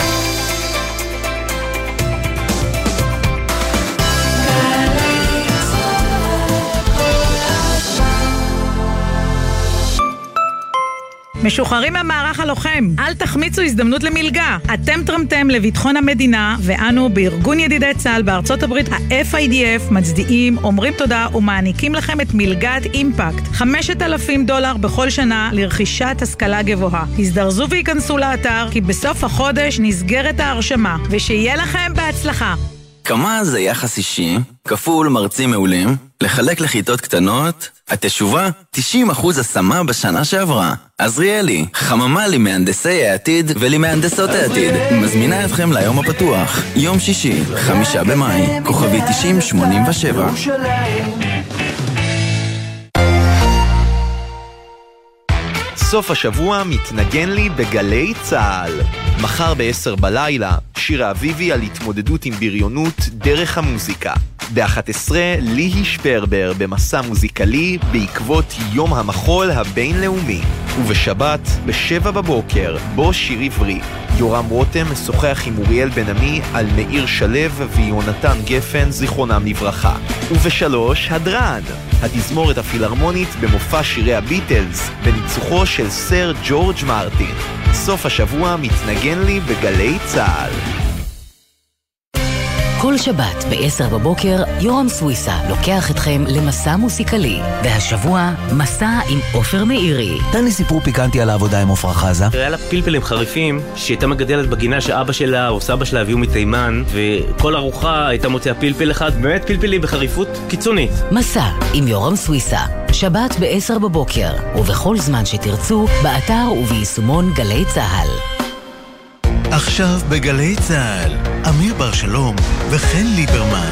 משוחררים מהמערך הלוחם, אל תחמיצו הזדמנות למלגה. אתם תרמתם לביטחון המדינה, ואנו בארגון ידידי צה"ל בארצות הברית, ה-FIDF, מצדיעים, אומרים תודה ומעניקים לכם את מלגת אימפקט. $5,000 בכל שנה לרכישת השכלה גבוהה. הזדרזו וייכנסו לאתר, כי בסוף החודש נסגרת ההרשמה, ושיהיה לכם בהצלחה. כמה זה יחס אישי, כפול מרצים מעולים, לחלק לכיתות קטנות, התשובה 90% השמה בשנה שעברה. עזריאלי, חממה למהנדסי העתיד ולמהנדסות העתיד, מזמינה אתכם ליום הפתוח, יום שישי, 5 במאי, כוכבי 9087. סוף השבוע מתנגן לי בגלי צהל. מחר ב-10 בלילה, שירה אביבי על התמודדות עם בריונות דרך המוזיקה. ב-11 ליהי שפרבר במסע מוזיקלי בעקבות יום המחול הבינלאומי. ובשבת ב-7 בבוקר בו שיר עברי. יורם רותם משוחח עם אוריאל בן עמי על מאיר שלב ויונתן גפן זיכרונם לברכה. וב-3 הדרן, התזמורת הפילהרמונית במופע שירי הביטלס בניצוחו של סר ג'ורג' מרטין. סוף השבוע מתנגן לי בגלי צהל. כל שבת ב-10 בבוקר יורם סוויסה לוקח אתכם למסע מוסיקלי, והשבוע מסע עם עופר מאירי. תן לי סיפור פיקנטי על העבודה עם עופרה חזה. היה לה פלפלים חריפים שהייתה מגדלת בגינה שאבא שלה או סבא שלה הביאו מתימן, וכל ארוחה הייתה מוציאה פלפל אחד, באמת פלפלים בחריפות קיצונית. מסע עם יורם סוויסה, שבת ב-10 בבוקר, ובכל זמן שתרצו, באתר וביישומון גלי צהל. עכשיו בגלי צהל, אמיר בר שלום וחן ליברמן.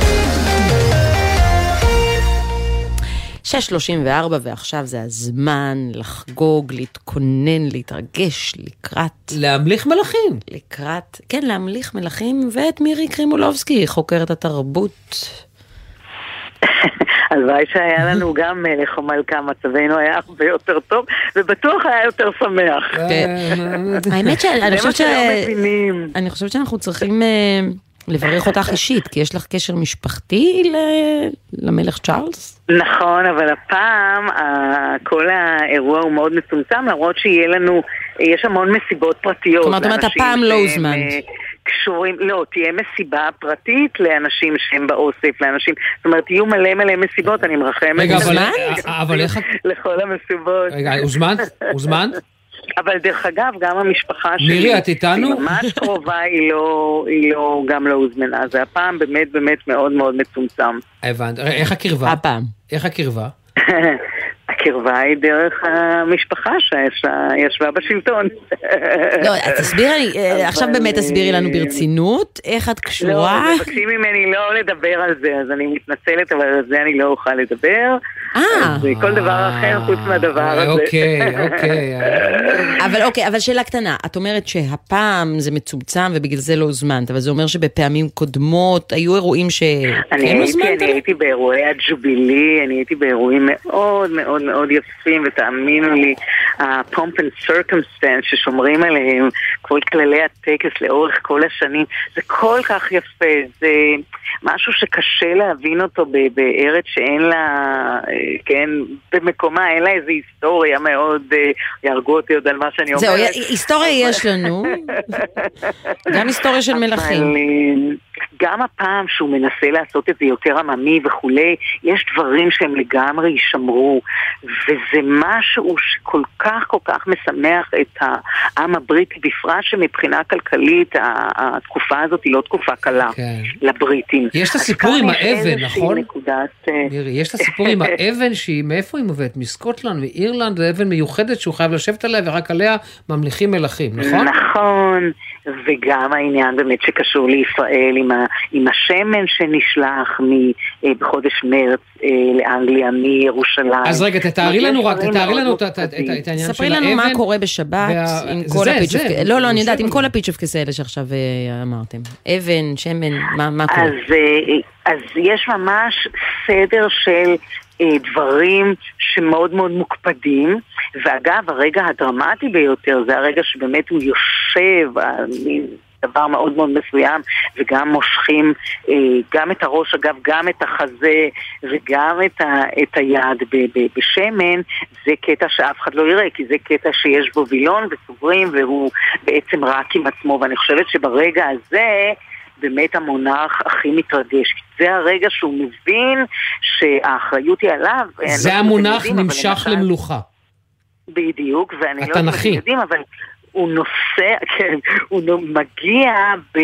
6:34, ועכשיו זה הזמן לחגוג, להתכונן, להתרגש לקראת... להמליך מלאכים. כן, להמליך מלאכים, ואת מירי קרימולובסקי, חוקרת התרבות. הלוואי שהיה לנו גם מלך או מלכה, מצבנו היה הרבה יותר טוב, ובטוח היה יותר שמח. האמת אני חושבת שאנחנו צריכים לברך אותך אישית, כי יש לך קשר משפחתי למלך צ'ארלס? נכון, אבל הפעם כל האירוע הוא מאוד מצומצם, למרות שיהיה לנו, יש המון מסיבות פרטיות. זאת אומרת, הפעם לא הוזמנת. קשורים, לא, תהיה מסיבה פרטית לאנשים שהם באוסף, לאנשים, זאת אומרת, יהיו מלא מסיבות, אני מרחמת. רגע, אבל איך... לכל המסיבות. רגע, הוזמנת? אבל דרך אגב, גם המשפחה שלי... מירי, את איתנו? היא ממש קרובה, גם לא הוזמנה. זה הפעם באמת באמת מאוד מאוד מצומצם. הבנת. איך הקרבה? הפעם. איך הקרבה? הקרבה היא דרך המשפחה שישבה בשלטון. לא, תסבירי, עכשיו באמת תסבירי לנו ברצינות, איך את קשורה? לא, מבקשים ממני לא לדבר על זה, אז אני מתנצלת, אבל על זה אני לא אוכל לדבר. אז כל דבר אחר חוץ מהדבר הזה. אוקיי, אבל שאלה קטנה, את אומרת שהפעם זה מצומצם ובגלל זה לא הוזמנת, אבל זה אומר שבפעמים קודמות היו אירועים שכן הוזמנת? אני הייתי באירועי הג'ובילי, אני הייתי באירועים מאוד מאוד מאוד יפים, ותאמינו לי, ה-pomp and circumstance ששומרים עליהם, כל כללי הטקס לאורך כל השנים, זה כל כך יפה, זה משהו שקשה להבין אותו בארץ שאין לה, כן, במקומה, אין לה איזו היסטוריה מאוד, ירגו אותי עוד על מה שאני אומרת. זהו, היסטוריה יש לנו, גם היסטוריה של מלכים. גם הפעם שהוא מנסה לעשות את זה יותר עממי וכולי, יש דברים שהם לגמרי יישמרו, וזה משהו שכל כך כל כך משמח את העם הבריטי, בפרט שמבחינה כלכלית התקופה הזאת היא לא תקופה קלה לבריטים. יש את הסיפור עם האבן, נכון? מירי, יש את הסיפור עם האבן שהיא, מאיפה היא מובאת? מסקוטלנד, מאירלנד, זה אבן מיוחדת שהוא חייב לשבת עליה ורק עליה ממליכים מלכים, נכון? נכון. וגם העניין באמת שקשור לישראל עם השמן שנשלח בחודש מרץ לאנגליה מירושלים. אז רגע, תתארי לנו את העניין של האבן. ספרי לנו מה קורה בשבת עם כל הפיצ'פ, לא, אני יודעת, עם כל הפיצ'פ האלה שעכשיו אמרתם. אבן, שמן, מה קורה? אז יש ממש סדר של דברים שמאוד מאוד מוקפדים, ואגב, הרגע הדרמטי ביותר זה הרגע שבאמת הוא יושב, דבר מאוד מאוד מסוים, וגם מושכים גם את הראש, אגב, גם את החזה, וגם את היד בשמן, זה קטע שאף אחד לא יראה, כי זה קטע שיש בו וילון וסוברים, והוא בעצם רק עם עצמו, ואני חושבת שברגע הזה, באמת המונח הכי מתרגש. זה הרגע שהוא מבין שהאחריות היא עליו. זה המונח נמשך למלוכה. בדיוק, ואני לא יודעים, אבל הוא נוסע, כן, הוא מגיע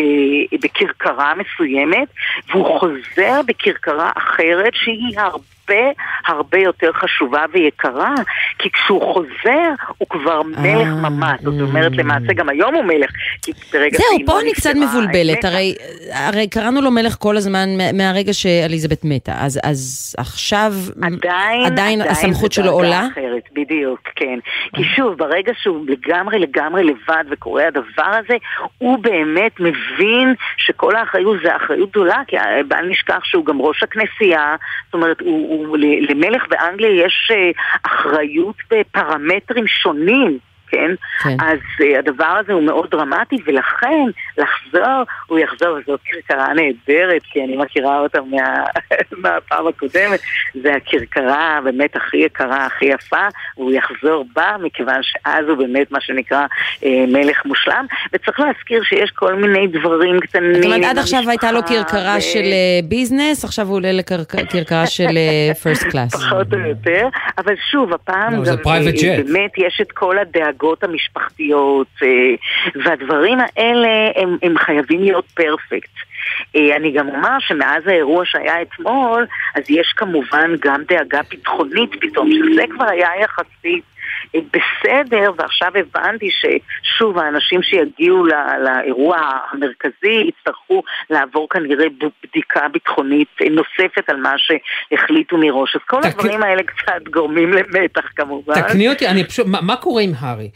בקרקרה מסוימת, והוא חוזר בקרקרה אחרת שהיא הרבה יותר חשובה ויקרה, כי כשהוא חוזר הוא כבר מלך ממש, זאת אומרת למעשה גם היום הוא מלך. זהו, פה אני קצת מבולבלת, הרי קראנו לו מלך כל הזמן מהרגע שאליזבת מתה, אז עכשיו עדיין הסמכות שלו עולה? בדיוק, כן. כי שוב, ברגע שהוא לגמרי לבד וקורא הדבר הזה, הוא באמת מבין שכל האחריות זה אחריות גדולה, כי בל נשכח שהוא גם ראש הכנסייה, זאת אומרת, למלך באנגליה יש אחריות בפרמטרים שונים, כן? אז הדבר הזה הוא מאוד דרמטי, ולכן הוא יחזור, וזאת קרקרה נהדרת, כי אני מכירה אותה מהפעם הקודמת, זה הקרקרה באמת הכי יקרה, הכי יפה, והוא יחזור בה, מכיוון שאז הוא באמת מה שנקרא מלך מושלם, וצריך להזכיר שיש כל מיני דברים קטנים. זאת אומרת, עד עכשיו הייתה לו קרקרה של ביזנס, עכשיו הוא עולה לקרקרה של פרסט קלאס. פחות או יותר, אבל שוב, הפעם גם באמת יש את כל הדאגות המשפחתיות, והדברים האלה הם חייבים להיות פרפקט. אני גם אומר שמאז האירוע שהיה אתמול, אז יש כמובן גם דאגה ביטחונית פתאום, שזה כבר היה יחסית בסדר, ועכשיו הבנתי ששוב האנשים שיגיעו לאירוע המרכזי יצטרכו לעבור כנראה בדיקה ביטחונית נוספת על מה שהחליטו מראש. אז כל הדברים האלה קצת גורמים למתח כמובן. תקני אותי, מה קורה עם הארי?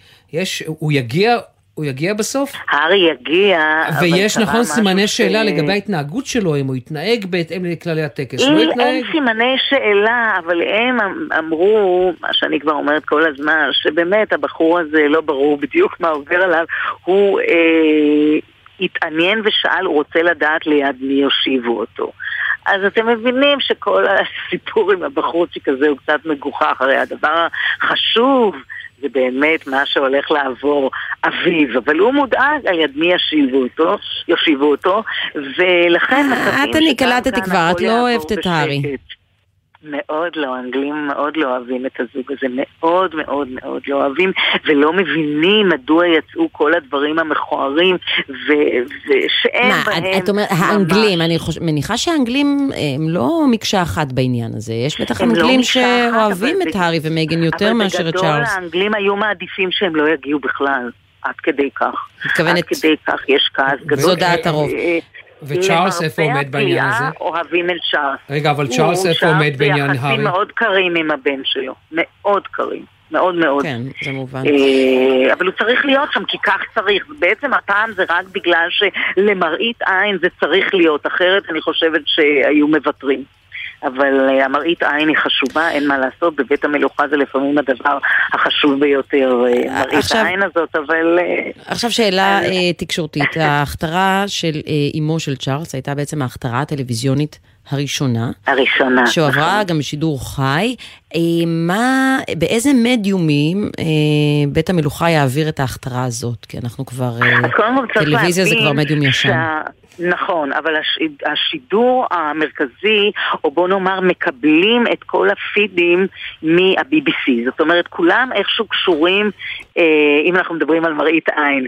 הוא יגיע בסוף? הארי יגיע, ויש נכון סימני שאלה לגבי ההתנהגות שלו, אם הוא יתנהג בהתאם לכללי הטקס. אין סימני שאלה, אבל הם אמרו, מה שאני כבר אומרת כל הזמן, שבאמת הבחור הזה לא ברור בדיוק מה עובר עליו, הוא התעניין ושאל, הוא רוצה לדעת ליד מי יושיבו אותו. אז אתם מבינים שכל הסיפור עם הבחורצ'יק הזה הוא קצת מגוחך, הרי הדבר החשוב זה באמת מה שהולך לעבור אביב, אבל הוא מודאג על יד מי יושיבו אותו, ולכן אני קלטתי כבר, את לא אוהבת את הארי. מאוד לא, האנגלים מאוד לא אוהבים את הזוג הזה, מאוד מאוד מאוד לא אוהבים, ולא מבינים מדוע יצאו כל הדברים המכוערים, ושאין בהם... את אומרת, האנגלים, אני מניחה שהאנגלים הם לא מקשה אחת בעניין הזה, יש בטח אנגלים שאוהבים את הארי ומייגן יותר מאשר את צ'ארלס. אבל בגדול האנגלים היו מעדיפים שהם לא יגיעו בכלל, עד כדי כך. עד כדי כך יש כעס גדול. זו דעת הרוב. וצ'ארלס איפה עומד בעניין הזה? אוהבים את צ'ארלס. רגע, אבל צ'ארלס איפה עומד בעניין הארי? יחסים מאוד קרים עם הבן שלו, מאוד קרים, מאוד מאוד. כן, זה מובן. אבל הוא צריך להיות שם, כי כך צריך. בעצם הפעם זה רק בגלל שלמראית עין זה צריך להיות, אחרת אני חושבת שהיו מוותרים. אבל המראית עין היא חשובה, אין מה לעשות, בבית המלוכה זה לפעמים הדבר החשוב ביותר, מראית העין הזאת, אבל... עכשיו שאלה תקשורתית, ההכתרה של אמו של צ'ארלס הייתה בעצם ההכתרה הטלוויזיונית הראשונה, שהועברה גם בשידור חי. באיזה מדיומים בית המלוכה יעביר את ההכתרה הזאת? כי אנחנו כבר, טלוויזיה זה כבר מדיום ישן. נכון, אבל השידור המרכזי, או בוא נאמר, מקבלים את כל הפידים מה-BBC. זאת אומרת, כולם איכשהו קשורים, אם אנחנו מדברים על מראית עין,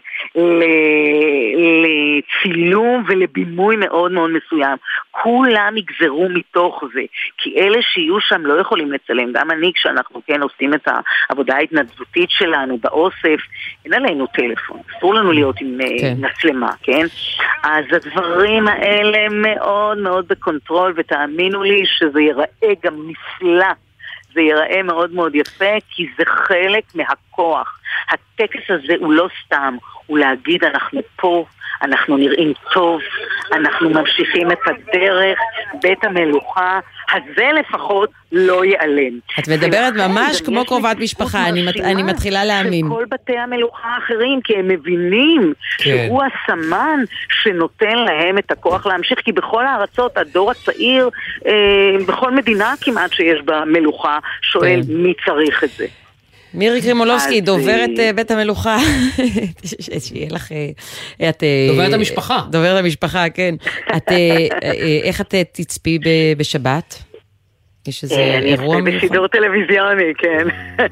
לצילום ולבימוי מאוד מאוד מסוים. כולם יגזרו מתוך זה, כי אלה שיהיו שם לא יכולים לצלם. גם אני, כשאנחנו כן עושים את העבודה ההתנדבותית שלנו באוסף, אין עלינו טלפון, אסור לנו להיות עם מצלמה, כן? אז הדברים האלה מאוד מאוד בקונטרול, ותאמינו לי שזה ייראה גם נפלא. זה ייראה מאוד מאוד יפה, כי זה חלק מהכוח. הטקס הזה הוא לא סתם, הוא להגיד אנחנו פה, אנחנו נראים טוב, אנחנו ממשיכים את הדרך, בית המלוכה, הזה לפחות לא ייעלם. את מדברת ממש כמו קרובת משפחה, אני מתחילה להאמין. כל בתי המלוכה האחרים, כי הם מבינים שהוא הסמן שנותן להם את הכוח להמשיך, כי בכל הארצות הדור הצעיר, בכל מדינה כמעט שיש בה מלוכה, שואל מי צריך את זה. מירי קרימולובסקי, דוברת בית המלוכה, שיהיה לך... דוברת המשפחה. דוברת המשפחה, כן. איך את תצפי בשבת? יש איזה אירוע מיוחד? בשידור טלוויזיוני, כן.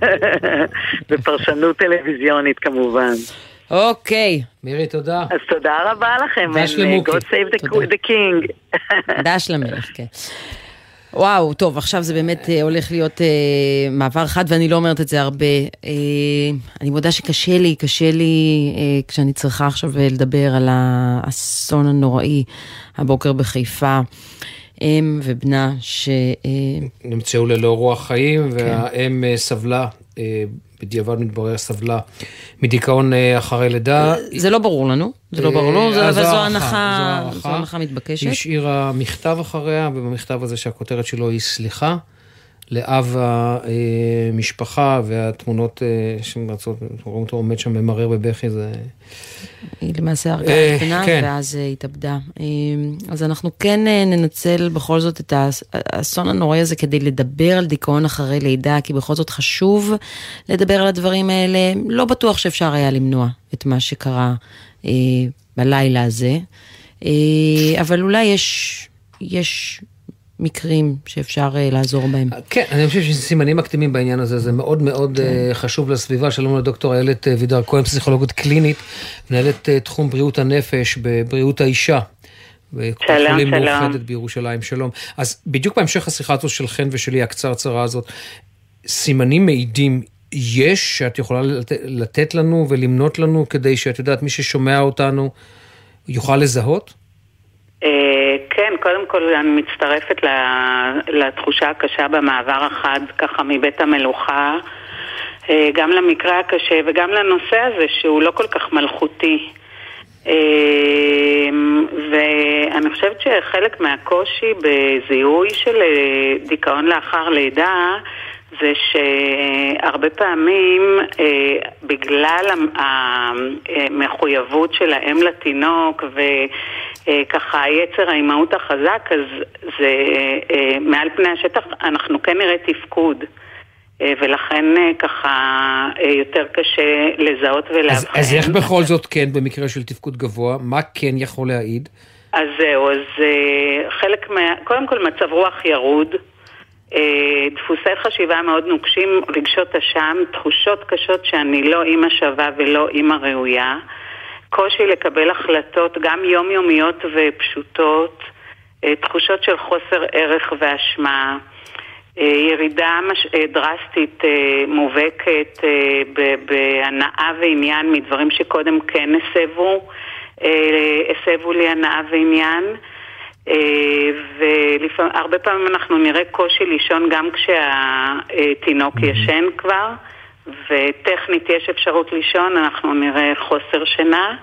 בפרשנות טלוויזיונית כמובן. אוקיי. מירי, תודה. אז תודה רבה לכם. דש למוקי. God save the king. דש למלך, כן. וואו, טוב, עכשיו זה באמת הולך להיות מעבר חד, ואני לא אומרת את זה הרבה. אני מודה שקשה לי, כשאני צריכה עכשיו לדבר על האסון הנוראי הבוקר בחיפה. אם ובנה נמצאו ללא רוח חיים, והאם סבלה, בדיעבד מתברר סבלה מדיכאון אחרי לידה. זה לא ברור לנו, אבל זו הנחה מתבקשת. היא השאירה מכתב אחריה, ובמכתב הזה שהכותרת שלו היא סליחה, לאב המשפחה, והתמונות שרצות, רואים אותו עומד שם במרר בבכי, זה... היא למעשה הרגה את בנה, ואז התאבדה. אז אנחנו כן ננצל בכל זאת את האסון הנוראי הזה, כדי לדבר על דיכאון אחרי לידה, כי בכל זאת חשוב לדבר על הדברים האלה. לא בטוח שאפשר היה למנוע את מה שקרה בלילה הזה, אבל אולי יש מקרים שאפשר לעזור בהם. כן, אני חושב שסימנים מקדימים בעניין הזה, זה מאוד מאוד חשוב לסביבה. שלום לדוקטור איילת וידר כהן, פסיכולוגית קלינית, מנהלת תחום בריאות הנפש בבריאות האישה, בקופת חולים מאוחדת בירושלים. שלום. אז בדיוק בהמשך השיחה הזו של חן ושלי, הקצרצרה הזאת, סימנים מעידים יש שאת יכולה לתת לנו ולמנות לנו, כדי שאת יודעת, מי ששומע אותנו יוכל לזהות? כן, קודם כל אני מצטרפת לתחושה הקשה במעבר החד ככה מבית המלוכה, גם למקרה הקשה וגם לנושא הזה שהוא לא כל כך מלכותי. ואני חושבת שחלק מהקושי בזיהוי של דיכאון לאחר לידה זה שהרבה פעמים בגלל המחויבות של האם לתינוק וככה היצר האימהות החזק, אז זה מעל פני השטח אנחנו כן נראה תפקוד, ולכן ככה יותר קשה לזהות ולהבחן. אז איך בכל זאת כן במקרה של תפקוד גבוה, מה כן יכול להעיד? אז זהו, אז חלק קודם כל מצב רוח ירוד, דפוסי חשיבה מאוד נוקשים, רגשות אשם, תחושות קשות שאני לא אימא שווה ולא אימא ראויה, קושי לקבל החלטות גם יומיומיות ופשוטות, תחושות של חוסר ערך ואשמה, ירידה דרסטית מובהקת בהנאה ועניין מדברים שקודם כן הסבו לי הנאה ועניין, והרבה פעמים אנחנו נראה קושי לישון גם כשהתינוק ישן כבר, וטכנית יש אפשרות לישון, אנחנו נראה חוסר שינה,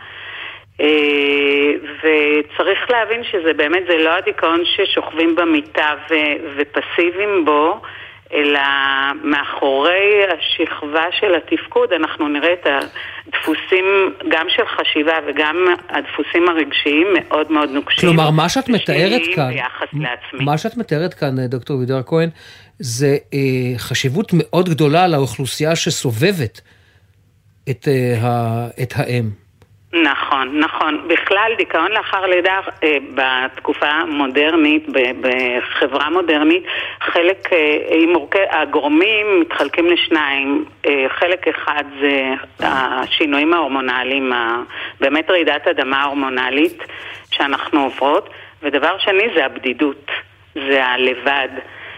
וצריך להבין שזה באמת, זה לא הדיכאון ששוכבים במיטה ופסיביים בו, אלא מאחורי השכבה של התפקוד אנחנו נראה את הדפוסים גם של חשיבה וגם הדפוסים הרגשיים מאוד מאוד נוקשים. כלומר, מה שאת מתארת כאן, מה שאת מתארת כאן, דוקטור וידר כהן, זה חשיבות מאוד גדולה לאוכלוסייה שסובבת את האם. נכון, נכון. בכלל, דיכאון לאחר לידה בתקופה המודרנית, בחברה מודרנית, חלק, הגורמים מתחלקים לשניים. חלק אחד זה השינויים ההורמונליים, באמת רעידת אדמה ההורמונלית שאנחנו עוברות, ודבר שני זה הבדידות, זה הלבד.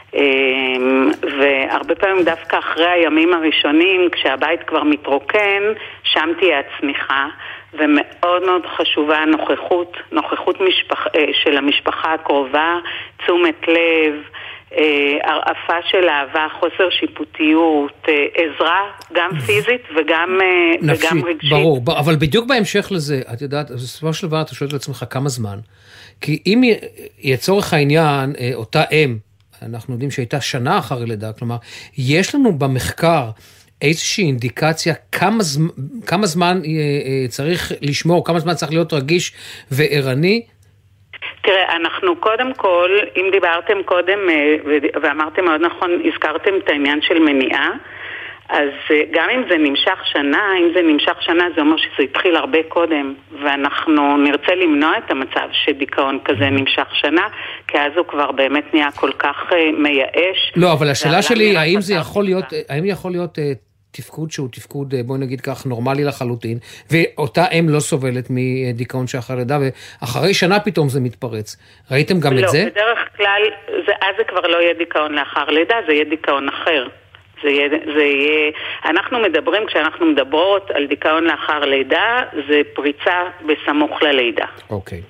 והרבה פעמים דווקא אחרי הימים הראשונים, כשהבית כבר מתרוקן, שם תהיה הצמיחה, ומאוד מאוד חשובה נוכחות של המשפחה הקרובה, תשומת לב, הרעפה של אהבה, חוסר שיפוטיות, עזרה, גם פיזית וגם רגשית. ברור, אבל בדיוק בהמשך לזה, את יודעת, בסופו של דבר אתה שואלת לעצמך כמה זמן, כי אם יצורך העניין, אותה אם, אנחנו יודעים שהייתה שנה אחר לידה, כלומר, יש לנו במחקר איזושהי אינדיקציה כמה זמן צריך לשמור, כמה זמן צריך להיות רגיש וערני? תראה, אנחנו קודם כל, אם דיברתם קודם ואמרתם מאוד נכון, הזכרתם את העניין של מניעה, אז גם אם זה נמשך שנה, זה אומר שזה התחיל הרבה קודם, ואנחנו נרצה למנוע את המצב שדיכאון כזה נמשך שנה, כי אז הוא כבר באמת נהיה כל כך מייאש. לא, אבל השאלה שלי, האם יכול להיות תפקוד שהוא תפקוד, בואי נגיד כך, נורמלי לחלוטין, ואותה אם לא סובלת מדיכאון שאחר לידה, ואחרי שנה פתאום זה מתפרץ. ראיתם גם את זה? לא, בדרך כלל, אז זה כבר לא יהיה דיכאון לאחר לידה, זה יהיה דיכאון אחר. זה יהיה, כשאנחנו מדברות על דיכאון לאחר לידה, זה פריצה בסמוך ללידה. אוקיי.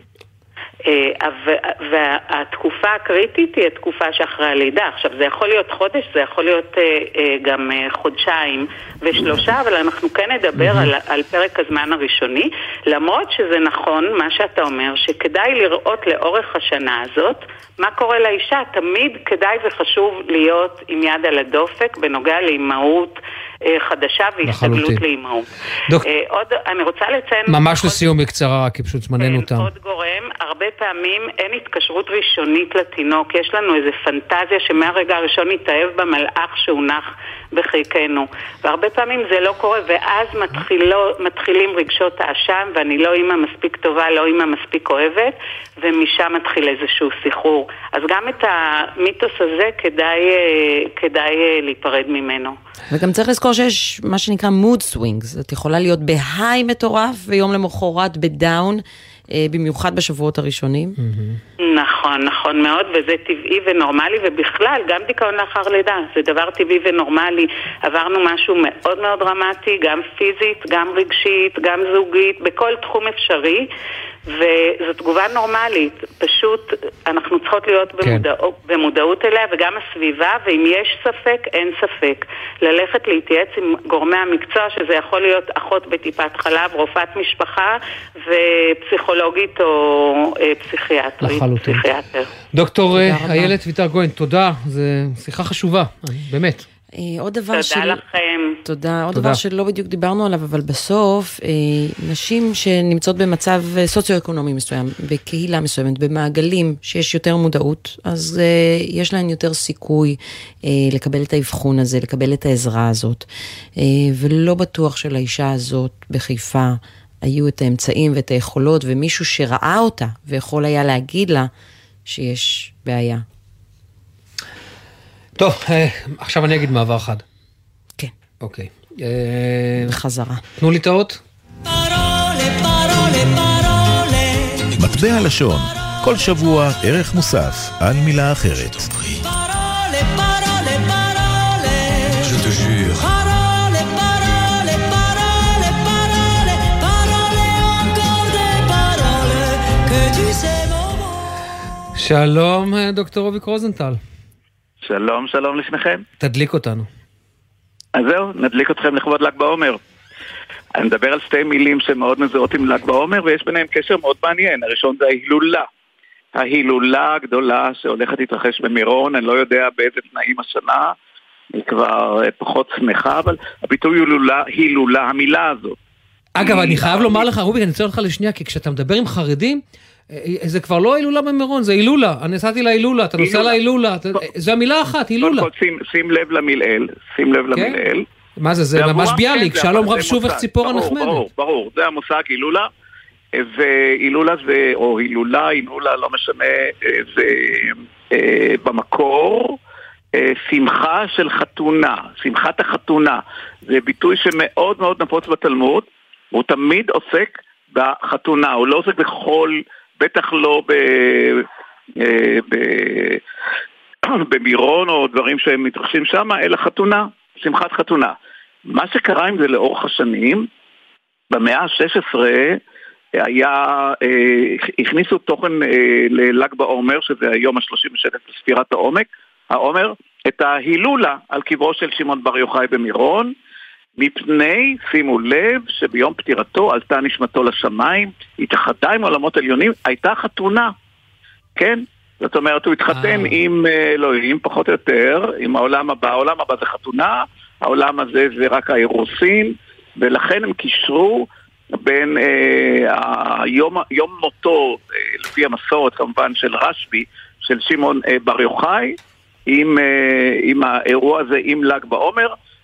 והתקופה הקריטית היא התקופה שאחרי הלידה. עכשיו, זה יכול להיות חודש, זה יכול להיות גם חודשיים ושלושה, אבל אנחנו כן נדבר על פרק הזמן הראשוני, למרות שזה נכון, מה שאתה אומר, שכדאי לראות לאורך השנה הזאת, מה קורה לאישה. תמיד כדאי וחשוב להיות עם יד על הדופק, בנוגע לאימהות חדשה והסתגלות לאימהות. עוד, אני רוצה לציין... ממש לסיום בקצרה, כי פשוט זמננו תם. עוד גורם, הרבה פעמים אין התקשרות ראשונית לתינוק, יש לנו איזו פנטזיה שמהרגע הראשון נתאהב במלאך שהונח בחיקנו, והרבה פעמים זה לא קורה, ואז מתחילים רגשות האשם, ואני לא אימא מספיק טובה, לא אימא מספיק אוהבת, ומשם מתחיל איזשהו סחרור. אז גם את המיתוס הזה כדאי להיפרד ממנו. וגם צריך לזכור שיש מה שנקרא mood swings, את יכולה להיות בהיי מטורף, ויום למחרת בדאון, במיוחד בשבועות הראשונים. נכון מאוד, וזה טבעי ונורמלי, ובכלל, גם דיכאון לאחר לידה, זה דבר טבעי ונורמלי. עברנו משהו מאוד מאוד דרמטי, גם פיזית, גם רגשית, גם זוגית, בכל תחום אפשרי, וזו תגובה נורמלית. פשוט אנחנו צריכות להיות במודעות אליה, וגם הסביבה, ואם יש ספק, אין ספק. ללכת להתייעץ עם גורמי המקצוע, שזה יכול להיות אחות בטיפת חלב, רופאת משפחה, ופסיכולוגית או פסיכיאטרית. פסיכיאטר. דוקטור איילת וידר כהן, תודה, זו שיחה חשובה, באמת. עוד דבר תודה לכם. תודה. עוד דבר שלא בדיוק דיברנו עליו, אבל בסוף, נשים שנמצאות במצב סוציו-אקונומי מסוים, בקהילה מסוימת, במעגלים שיש יותר מודעות, אז יש להן יותר סיכוי לקבל את האבחון הזה, לקבל את העזרה הזאת. ולא בטוח שלאישה הזאת בחיפה היו את האמצעים ואת היכולות, ומישהו שראה אותה ויכול היה להגיד לה שיש בעיה. טוב, עכשיו אני אגיד מעבר חד. כן. אוקיי. בחזרה. תנו לי טעות. מטבע לשון, כל שבוע ערך מוסף על מילה אחרת. שלום, דוקטור רוביק רוזנטל. שלום, שלום לשניכם. תדליק אותנו. אז זהו, נדליק אתכם לכבוד ל"ג בעומר. אני מדבר על שתי מילים שמאוד מזוהות עם ל"ג בעומר, ויש ביניהם קשר מאוד מעניין. הראשון זה ההילולה. ההילולה הגדולה שהולכת להתרחש במירון, אני לא יודע באיזה תנאים השנה, היא כבר פחות שמחה, אבל הביטוי הילולה, המילה הזאת. אגב, אני חייב לומר לך, רוביק, אני אצא אותך לשנייה, כי כשאתה מדבר עם חרדים, זה כבר לא הילולה במירון, זה הילולה. אני נסעתי להילולה, אתה נוסע להילולה, זו המילה אחת, הילולה. שים לב למילאל, שים לב למילאל. מה זה? זה ממש ביאליק, שלום רב שוב איך ציפורה נחמדת. ברור, זה המושג הילולה, והילולה זה, או הילולה, לא משנה, זה במקור, שמחה של חתונה, שמחת החתונה. זה ביטוי שמאוד מאוד נפוץ בתלמוד, הוא תמיד עוסק בחתונה, הוא לא עוסק בכל, בטח לא במירון או דברים שהם מתרחשים שם, אלא חתונה, שמחת חתונה. מה שקרה עם זה לאורך השנים, במאה ה-16 הכניסו תוכן לל"ג בעומר, שזה היום ה-37 לספירת העומר, את ההילולה על קברו של שמעון בר יוחאי במירון, מפני, שימו לב, שביום פטירתו עלתה נשמתו לשמיים, התאחדה עם עולמות עליונים, הייתה חתונה, כן? זאת אומרת, הוא התחתן עם אלוהים, פחות או יותר, עם העולם הבא. העולם הבא זה חתונה, העולם הזה זה רק האירוסין, ולכן הם קישרו בין יום מותו, לפי המסורת כמובן של רשב"י, של שמעון בר יוחאי, עם האירוע הזה, עם ל"ג בעומר,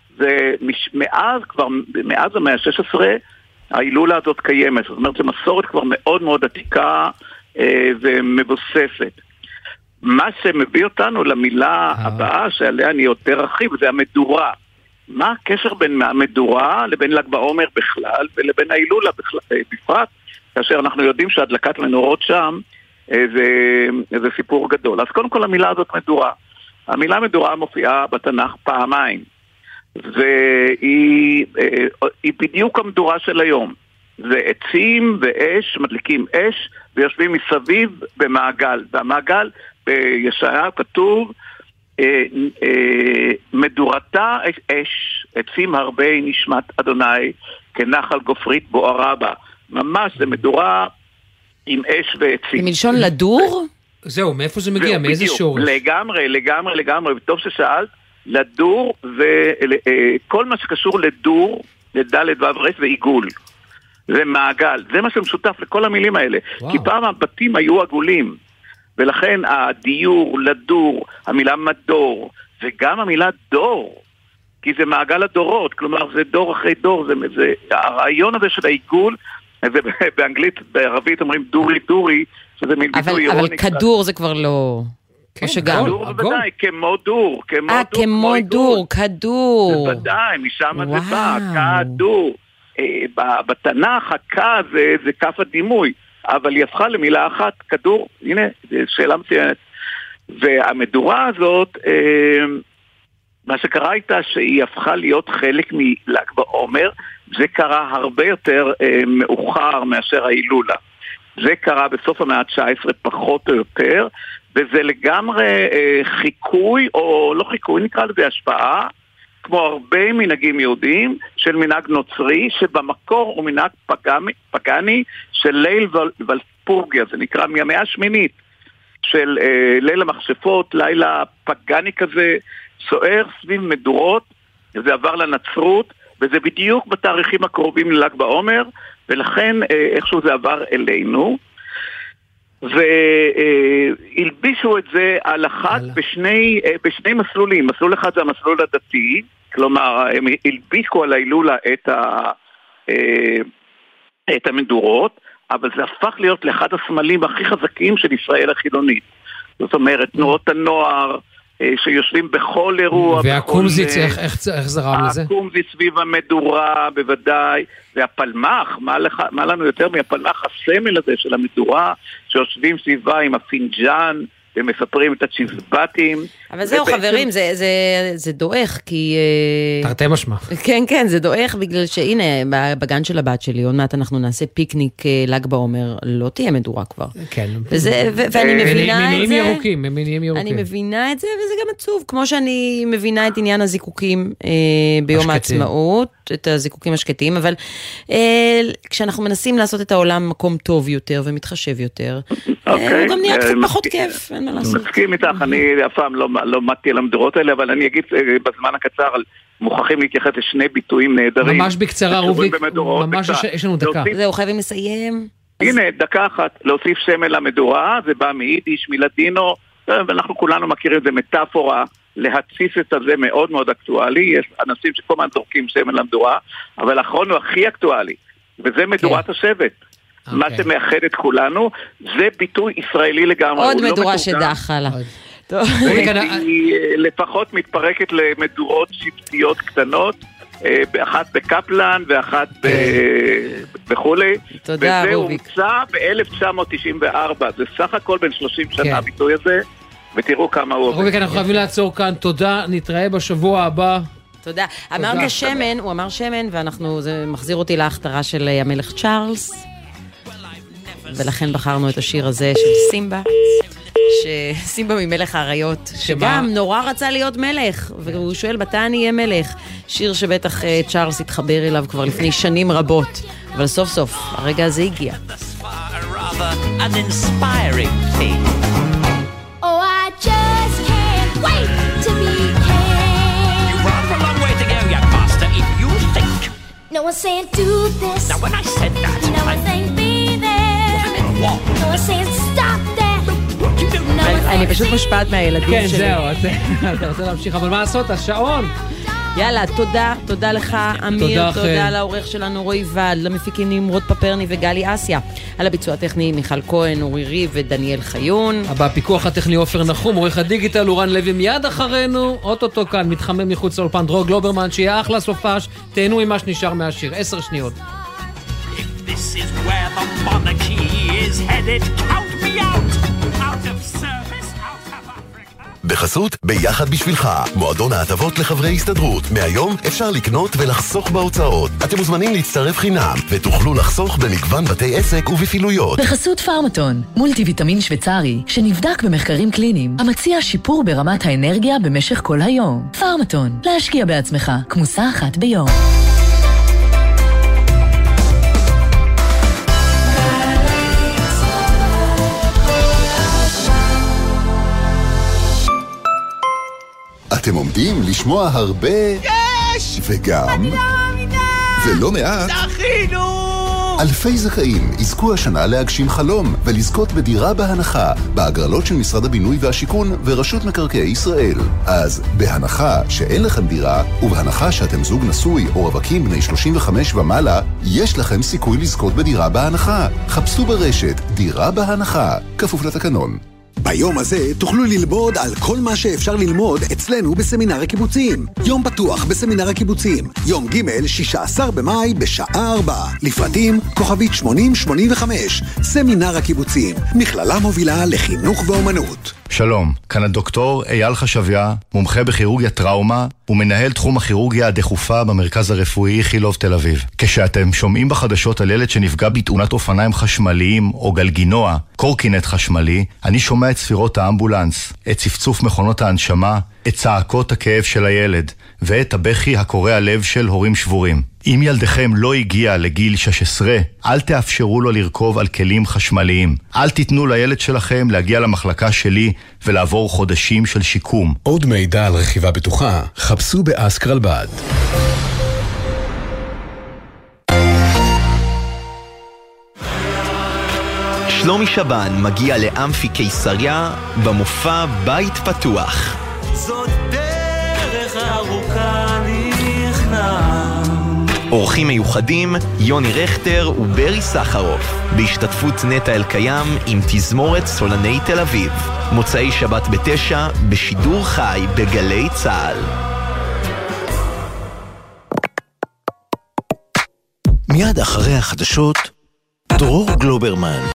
מאז המאה ה-16 ההילולה הזאת קיימת. זאת אומרת, זו מסורת כבר מאוד מאוד עתיקה ומבוססת. מה שמביא אותנו למילה הבאה שעליה אני יותר רחיב, זה המדורה. מה הקשר בין המדורה לבין ל"ג בעומר בכלל ולבין ההילולה בפרט, כאשר אנחנו יודעים שהדלקת מנורות שם זה סיפור גדול. אז קודם כל המילה הזאת מדורה. המילה מדורה מופיעה בתנ"ך פעמיים, והיא בדיוק המדורה של היום. זה עצים ואש, מדליקים אש ויושבים מסביב במעגל. והמעגל בישעיה כתוב מדורתה אש, עצים הרבה נשמת אדוני כנחל גופרית בוערה בה. ממש זה מדורה עם אש ועצים. מלשון לדור? זהו, מאיפה זה מגיע? מאיזה שורש? לגמרי, וטוב ששאלת. לדור וכל מה שקשור לדור, לדלת ואברס ועיגול. זה מעגל, זה מה שמשותף לכל המילים האלה. כי פעם הבתים היו עגולים, ולכן הדיור, לדור, המילה מדור, וגם המילה דור, כי זה מעגל הדורות, כלומר זה דור אחרי דור, זה הרעיון הזה של העיגול, זה באנגלית, בערבית אומרים דורי, שזה מין ביטוי אירוני. אבל כדור זה כבר לא... כדור בוודאי, כמו דור. כמו דור, כדור. בוודאי, משם זה בא, כדור. בתנ"ך הכא זה כף הדימוי, אבל היא הפכה למילה אחת, כדור. הנה, שאלה מצוינת. והמדורה הזאת, מה שקרה איתה שהיא הפכה להיות חלק מל"ג בעומר, זה קרה הרבה יותר מאוחר מאשר ההילולה. זה קרה בסוף המאה ה-19 פחות או יותר, וזה לגמרי חיקוי, או לא חיקוי, נקרא לזה השפעה, כמו הרבה מנהגים יהודים, של מנהג נוצרי, שבמקור הוא מנהג פגני של ליל ולפורגיה, זה נקרא מהמאה השמינית, של ליל המכשפות, לילה פגני כזה, סוער סביב מדורות, זה עבר לנצרות, וזה בדיוק בתאריכים הקרובים לל"ג בעומר, ולכן איכשהו זה עבר אלינו, והלבישו את זה על אחת בשני מסלולים. מסלול אחד זה המסלול הדתי, כלומר הם הלבישו על ההילולה את המדורות, אבל זה הפך להיות לאחד הסמלים הכי חזקים של ישראל החילונית. זאת אומרת, תנועות הנוער, שיושבים בכל אירוע. והקומזיץ, איך זרם לזה? הקומזיץ סביב המדורה, בוודאי, והפלמח, מה לנו יותר מהפלמח, הסמל הזה של המדורה, שיושבים סביבה עם הפינג'אן, ומספרים את הצ'יזבטים. אבל זהו חברים, זה דואך, כי... תרתי משמע. כן, כן, זה דואך, בגלל שהנה, בגן של הבת שלי, עוד מעט אנחנו נעשה פיקניק ל"ג בעומר, לא תהיה מדורה כבר. כן. ואני מבינה את זה. מניעים ירוקים. אני מבינה את זה, וזה גם עצוב, כמו שאני מבינה את עניין הזיקוקים ביום העצמאות, את הזיקוקים השקטיים, אבל כשאנחנו מנסים לעשות את העולם מקום טוב יותר ומתחשב יותר, הוא גם נהיה קצת פחות כיף, אין מה לעשות. מסכים איתך, אני אף פעם לא מתי על המדורות האלה, אבל אני אגיד בזמן הקצר, מוכרחים להתייחס לשני ביטויים נהדרים. ממש בקצרה רוביק, ממש יש לנו דקה. זהו, חייבים לסיים. הנה, דקה אחת, להוסיף סמל למדורה, זה בא מיידיש, מלדינו, ואנחנו כולנו מכירים, זה מטאפורה, להציס את זה מאוד מאוד אקטואלי, יש אנשים שכל הזמן זורקים סמל למדורה, אבל האחרון הוא הכי אקטואלי, וזה מדורת השבט. מה שמאחד את כולנו, זה ביטוי ישראלי לגמרי. עוד מדורה שדח הלאה. היא לפחות מתפרקת למדורות שבטיות קטנות, אחת בקפלן ואחת וכולי. תודה רוביק. וזה הומצא ב-1994, זה סך הכל בין 30 שנה הביטוי הזה, ותראו כמה הוא עובד. רוביק, אנחנו חייבים לעצור כאן, תודה, נתראה בשבוע הבא. תודה. אמרת שמן, הוא אמר שמן, זה מחזיר אותי להכתרה של המלך צ'ארלס, ולכן בחרנו את השיר הזה של סימבה, סימבה ממלך האריות, שגם נורא רצה להיות מלך, והוא שואל מתי אני אהיה מלך. שיר שבטח צ'ארלס התחבר אליו כבר לפני שנים רבות, אבל סוף סוף הרגע הזה הגיע. Oh, I just can't wait to be king. You've rather a long way to go yet, master, if you think. No one's saying do this. Now when I said that, no one's saying be there. What? No one's saying stop that. אני פשוט משפעת מהילדים שלי. כן, זהו, אתה רוצה להמשיך, אבל מה לעשות? השעון! יאללה, תודה לך אמיר, תודה לעורך שלנו רועי ועד, למפיקים נמרוד פפרני וגלי אסיה, על הביצוע הטכני מיכל כהן, אורי ריב ודניאל חיון. בפיקוח הטכני עופר נחום, עורך הדיגיטל אורן לוי מיד אחרינו, אוטוטו כאן מתחמם מחוץ לאולפן דרור גלוברמן, שיהיה אחלה סופש, תהנו עם מה שנשאר מהשיר, 10 שניות. If this is where the monarchy is headed, count me out of service. בחסות ביחד בשבילך, מועדון ההטבות לחברי הסתדרות. מהיום אפשר לקנות ולחסוך בהוצאות. אתם מוזמנים להצטרף חינם ותוכלו לחסוך במגוון בתי עסק ובפעילויות. בחסות פארמטון, מולטי ויטמין שוויצרי שנבדק במחקרים קליניים, המציע שיפור ברמת האנרגיה במשך כל היום. פארמטון, להשקיע בעצמך, כמוסה אחת ביום. אתם עומדים לשמוע הרבה... יש! וגם... אני לא מאמינה! ולא מעט... זכינו! אלפי זכאים יזכו השנה להגשים חלום ולזכות בדירה בהנחה בהגרלות של משרד הבינוי והשיכון ורשות מקרקעי ישראל. אז בהנחה שאין לכם דירה ובהנחה שאתם זוג נשוי או רווקים בני 35 ומעלה, יש לכם סיכוי לזכות בדירה בהנחה. חפשו ברשת דירה בהנחה, כפוף לתקנון. ביום הזה תוכלו ללמוד על כל מה שאפשר ללמוד אצלנו בסמינר הקיבוצים. יום פתוח בסמינר הקיבוצים, יום ג' 16 במאי בשעה 4. לפרטים כוכבית 8085, סמינר הקיבוצים, מכללה מובילה לחינוך ואומנות. שלום, כאן הדוקטור אייל חשביה, מומחה בכירורגיה טראומה ומנהל תחום הכירורגיה הדחופה במרכז הרפואי איכילוב תל אביב. כשאתם שומעים בחדשות על ילד שנפגע בתאונת אופניים חשמליים או גלגינוע, קורקינט חשמלי, אני שומע את ספירות האמבולנס, את צפצוף מכונות ההנשמה, את צעקות הכאב של הילד ואת הבכי הקורע לב של הורים שבורים. אם ילדכם לא הגיע לגיל 16, אל תאפשרו לו לרכוב על כלים חשמליים. אל תיתנו לילד שלכם להגיע למחלקה שלי ולעבור חודשים של שיקום. עוד מידע על רכיבה בטוחה, חפשו באסקרלבד. שלומי שבן מגיע לאמפי קיסריה במופע בית פתוח. זאת דרך ארוכה נכנע. אורחים מיוחדים, יוני רכטר וברי סחרוף, בהשתתפות נטע אלקיים עם תזמורת סולני תל אביב. מוצאי שבת ב9, בשידור חי בגלי צהל. מיד אחרי החדשות, דרור גלוברמן.